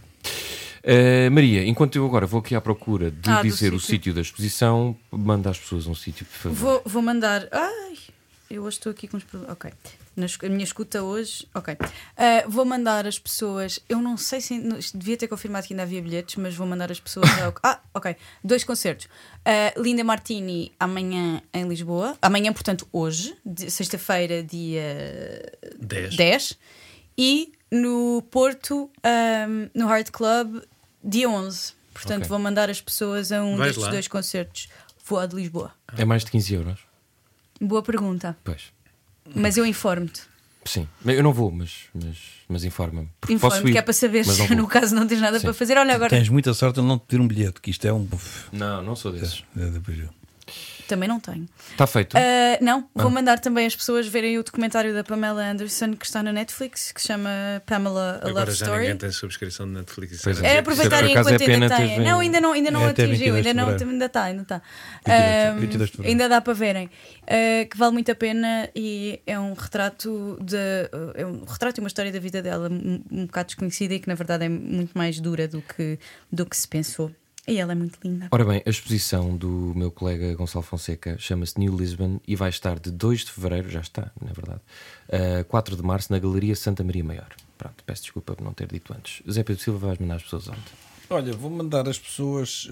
S3: Maria, enquanto eu agora vou aqui à procura de
S4: do
S3: dizer o
S4: sítio.
S3: sítio da exposição, manda às pessoas um sítio, por favor.
S4: Vou mandar. Ai, eu hoje estou aqui com os problemas. Ok. A minha escuta hoje. Ok. Vou mandar as pessoas. Eu não sei se. Devia ter confirmado que ainda havia bilhetes, mas vou mandar as pessoas. Ok. 2 concertos. Linda Martini amanhã em Lisboa. Amanhã, portanto, hoje, sexta-feira, dia 10. E no Porto, no Heart Club, dia 11. Portanto,
S3: Ok.
S4: vou mandar as pessoas a um
S6: Vais
S4: destes
S6: lá?
S4: 2 concertos. Vou a de Lisboa.
S3: É mais de 15 euros.
S4: Boa pergunta.
S3: Pois.
S4: Mas eu informo-te.
S3: Sim, eu não vou, mas informa-me. Porque posso
S4: Informo-te
S3: ir,
S4: que é para saber
S3: mas não
S4: se
S3: vou.
S4: no caso não tens nada
S3: Sim.
S4: para fazer. Olha, agora
S5: Tens muita sorte de não te pedir um bilhete, que isto é um.
S3: Não sou desses.
S5: Depois eu.
S4: também não tenho.
S3: Está feito.
S4: Não, vou mandar também as pessoas verem o documentário da Pamela Anderson que está na Netflix, que se chama Pamela A
S6: Agora
S4: Love
S6: já
S4: Story.
S6: ninguém tem subscrição de Netflix.
S3: Pois
S4: É aproveitarem
S3: Por acaso
S4: enquanto
S3: é
S4: ainda
S3: pena
S4: tem.
S3: teres
S4: Não,
S3: vindo.
S4: ainda não
S5: É até
S4: atingiu,
S5: 22 de
S4: ainda
S5: fevereiro.
S4: está, ainda está.
S5: 22 de fevereiro.
S4: Ainda dá para verem. Que vale muito a pena e é um retrato e uma história da vida dela um bocado desconhecida e que na verdade é muito mais dura do que se pensou. E ela é muito linda.
S3: Ora bem, a exposição do meu colega Gonçalo Fonseca chama-se New Lisbon e vai estar de 2 de fevereiro, já está, na verdade, a 4 de março na Galeria Santa Maria Maior. Pronto, peço desculpa por não ter dito antes. Zé Pedro Silva, vais mandar as pessoas onde?
S5: Olha, vou mandar as pessoas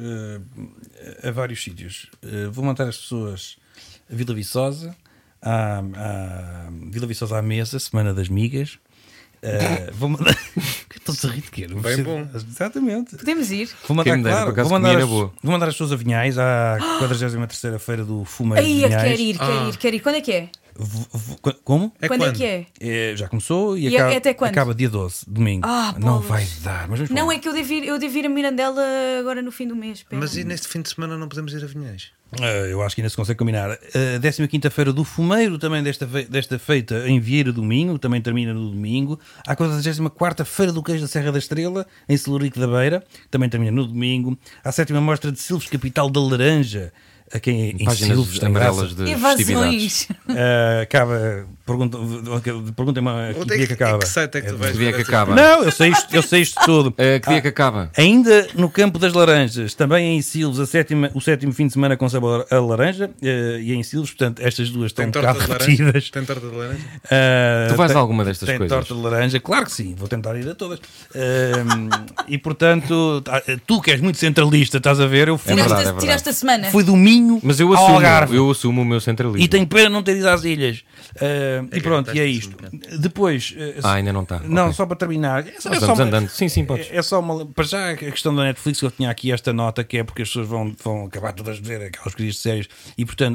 S5: a vários sítios. Vou mandar as pessoas a Vila Viçosa, à Vila Viçosa à mesa, Semana das Migas. Vou mandar. Estou-se a rir de quê? Não
S6: Bem
S5: percebo.
S6: bom.
S5: Exatamente.
S4: Podemos ir.
S5: Vou mandar,
S3: Quem me dera,
S5: claro,
S3: por acaso,
S5: vou mandar,
S3: comida
S5: as,
S3: boa.
S5: vou mandar as pessoas a Vinhais à 43ª Feira do Fuma de
S4: Aí
S5: Vinhais.
S4: quer ir. Quando é que é?
S5: Como?
S4: Quando é que é?
S5: Já começou e,
S4: E
S5: acaba,
S4: até quando?
S5: acaba dia 12, domingo. Não
S4: bolas.
S5: vai dar. Mas vamos
S4: Não,
S5: falar.
S4: é que eu devo ir a Mirandela agora no fim do mês. Espera.
S6: Mas e neste fim de semana não podemos ir a Vinhais?
S5: Eu acho que ainda se consegue combinar. A 15ª-feira do Fumeiro, também desta feita em Vieira do Minho, também termina no domingo. Há a 44ª-feira do Queijo da Serra da Estrela, em Celurico da Beira, também termina no domingo. Há a 7ª Mostra de Silves, capital da Laranja, a quem em
S3: Páginas
S5: Silves tem graça.
S3: amarelas de festividades.
S4: Evasões.
S5: Acaba. Perguntem-me a que dia que acaba.
S6: Que site é que tu vais
S3: Que dia
S6: ver
S3: que
S6: essa-
S3: acaba?
S5: Não, eu sei isto tudo.
S3: Que dia que acaba?
S5: Ainda no Campo das Laranjas, também em Silves, o 7º fim de semana com sabor a laranja, e em Silves, portanto, estas duas estão
S6: Tem
S5: um
S6: torta
S5: bocado
S6: de laranja?
S5: repetidas.
S6: Tem torta de laranja?
S3: Tu vais
S5: Tem-
S3: a alguma destas
S5: tem
S3: coisas?
S5: torta de laranja? Claro que sim, vou tentar ir a todas. E portanto, tu que és muito centralista, estás a ver? Eu fui,
S3: verdade, é verdade.
S4: Tiraste a semana.
S5: fui do Minho
S3: Mas eu
S5: ao Algarve.
S3: assumo o meu centralismo.
S5: E tenho pena não ter ido às ilhas. E pronto, e é isto.
S6: fantástico.
S5: Depois.
S3: ainda não está.
S5: Não,
S3: Ok.
S5: só para terminar.
S3: Nós vamos andando. Sim, podes.
S5: É só uma. Para já, a questão da Netflix, que eu tinha aqui esta nota, que é porque as pessoas vão acabar todas de ver aquelas coisas sérias e, portanto,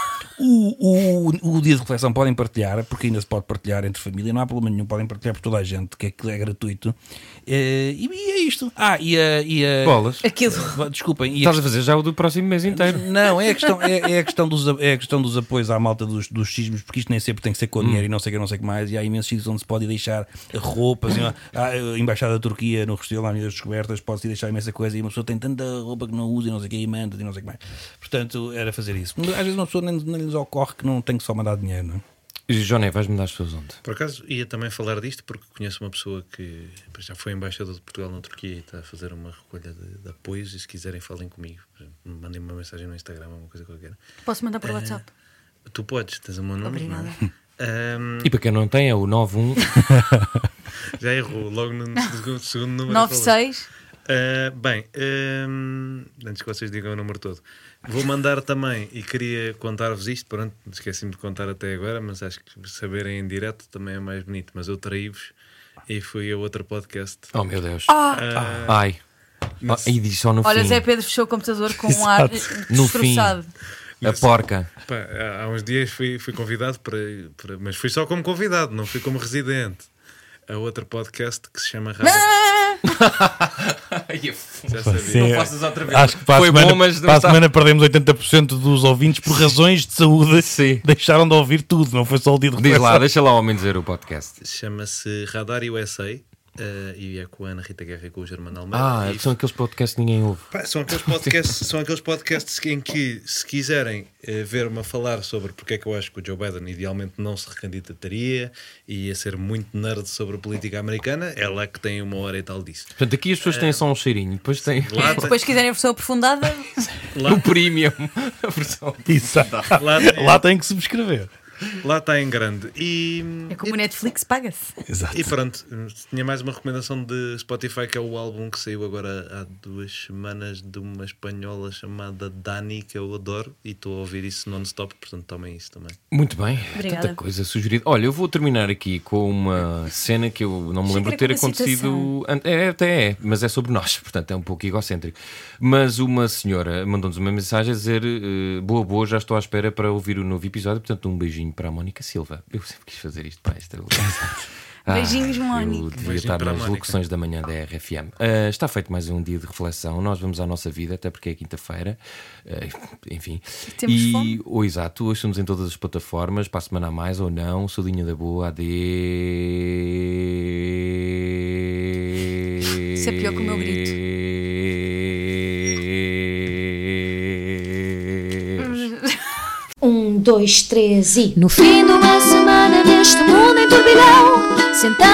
S5: o dia de reflexão podem partilhar, porque ainda se pode partilhar entre família, não há problema nenhum, podem partilhar por toda a gente, que aquilo é gratuito. E é isto.
S3: Bolas.
S4: Aquilo.
S5: Desculpem.
S3: Estás a fazer já o do próximo mês inteiro.
S5: Não, é a questão dos apoios à malta dos sismos, porque isto nem sempre tem que ser com dinheiro e não sei o que mais, e há imensos sítios onde se pode deixar roupas, a Embaixada da Turquia no Restelo, lá nas descobertas, pode-se deixar imensa coisa, e uma pessoa tem tanta roupa que não usa e não sei o que, e mantas e não sei o que mais. Portanto, era fazer isso. Às vezes uma pessoa nem lhes ocorre que não tem que só mandar dinheiro, não é?
S3: Joné, vais-me dar as pessoas onde?
S6: Por acaso ia também falar disto porque conheço uma pessoa que já foi embaixador de Portugal na Turquia e está a fazer uma recolha de apoios, e se quiserem falem comigo. Mandem-me uma mensagem no Instagram, uma coisa qualquer.
S4: Posso mandar por WhatsApp?
S6: Tu podes, tens o meu número.
S4: Obrigada.
S6: Não é?
S3: E para quem não tem, é o 91.
S6: Já errou logo no segundo número.
S4: 96.
S6: Antes que vocês digam o número todo, vou mandar também, e queria contar-vos isto. Pronto, esqueci-me de contar até agora, mas acho que saberem em direto também é mais bonito. Mas eu traí-vos e fui a outro podcast.
S3: Oh meu Deus. Ai. E diz só no
S4: Olha,
S3: fim.
S4: Zé Pedro fechou o computador com um ar
S3: No fim.
S4: destroçado.
S3: A porca.
S6: Pá, há uns dias fui convidado mas fui só como convidado, não fui como residente, a outro podcast que se chama Rádio. Já sabia.
S5: Sim,
S3: Não faças outra vez.
S5: Acho que para
S3: Foi
S5: a semana,
S3: bom, mas não
S5: para a
S3: está.
S5: semana perdemos 80% dos ouvintes por razões de saúde.
S3: Sim.
S5: Deixaram de ouvir tudo, não foi só o dia de
S3: Diz lá,
S5: reflexão.
S3: deixa lá o homem dizer o podcast.
S6: Chama-se Radar USA, e é com a Ana Rita Guerra e com o Germano Almeida. E
S3: São aqueles podcasts que ninguém ouve.
S6: pá, são aqueles podcasts em que, se quiserem ver-me a falar sobre porque é que eu acho que o Joe Biden idealmente não se recandidataria e ia ser muito nerd sobre a política americana, é lá que tem 1 hora e tal disso.
S3: Portanto, aqui as pessoas têm só um cheirinho. Depois tem
S6: Lá,
S4: Depois, se quiserem a versão aprofundada,
S3: o premium. A versão.
S5: Exato. Lá tem que subscrever.
S6: lá está em grande. E
S4: é como o Netflix, paga-se.
S5: Exato.
S6: E pronto, tinha mais uma recomendação de Spotify, que é o álbum que saiu agora há 2 semanas de uma espanhola chamada Dani, que eu adoro, e estou a ouvir isso non-stop, portanto tomem isso também.
S3: Muito bem.
S4: Obrigada.
S3: Tanta coisa sugerida. Olha, eu vou terminar aqui com uma cena que eu não me
S4: Achei
S3: lembro de
S4: que
S3: ter
S4: era com uma
S3: acontecido. Até é, mas é sobre nós, portanto é um pouco egocêntrico. Mas uma senhora mandou-nos uma mensagem a dizer: boa, já estou à espera para ouvir o novo episódio. Portanto, um beijinho para a Mónica Silva. Eu sempre quis fazer isto para esta.
S4: Beijinhos, Mónica.
S3: Eu devia
S6: Beijinho
S3: estar
S6: para a
S3: nas
S6: Mónica.
S3: locuções da manhã da RFM. Está feito mais um dia de reflexão. Nós vamos à nossa vida, até porque é quinta-feira. Enfim.
S4: Temos fome.
S3: Exato, hoje estamos em todas as plataformas. Para a semana a mais ou não. Saudinha da boa. Adeus.
S4: Isso é pior que o meu grito.
S1: 1, 2, 3 e.
S2: No fim de uma semana neste mundo em turbilhão, sentado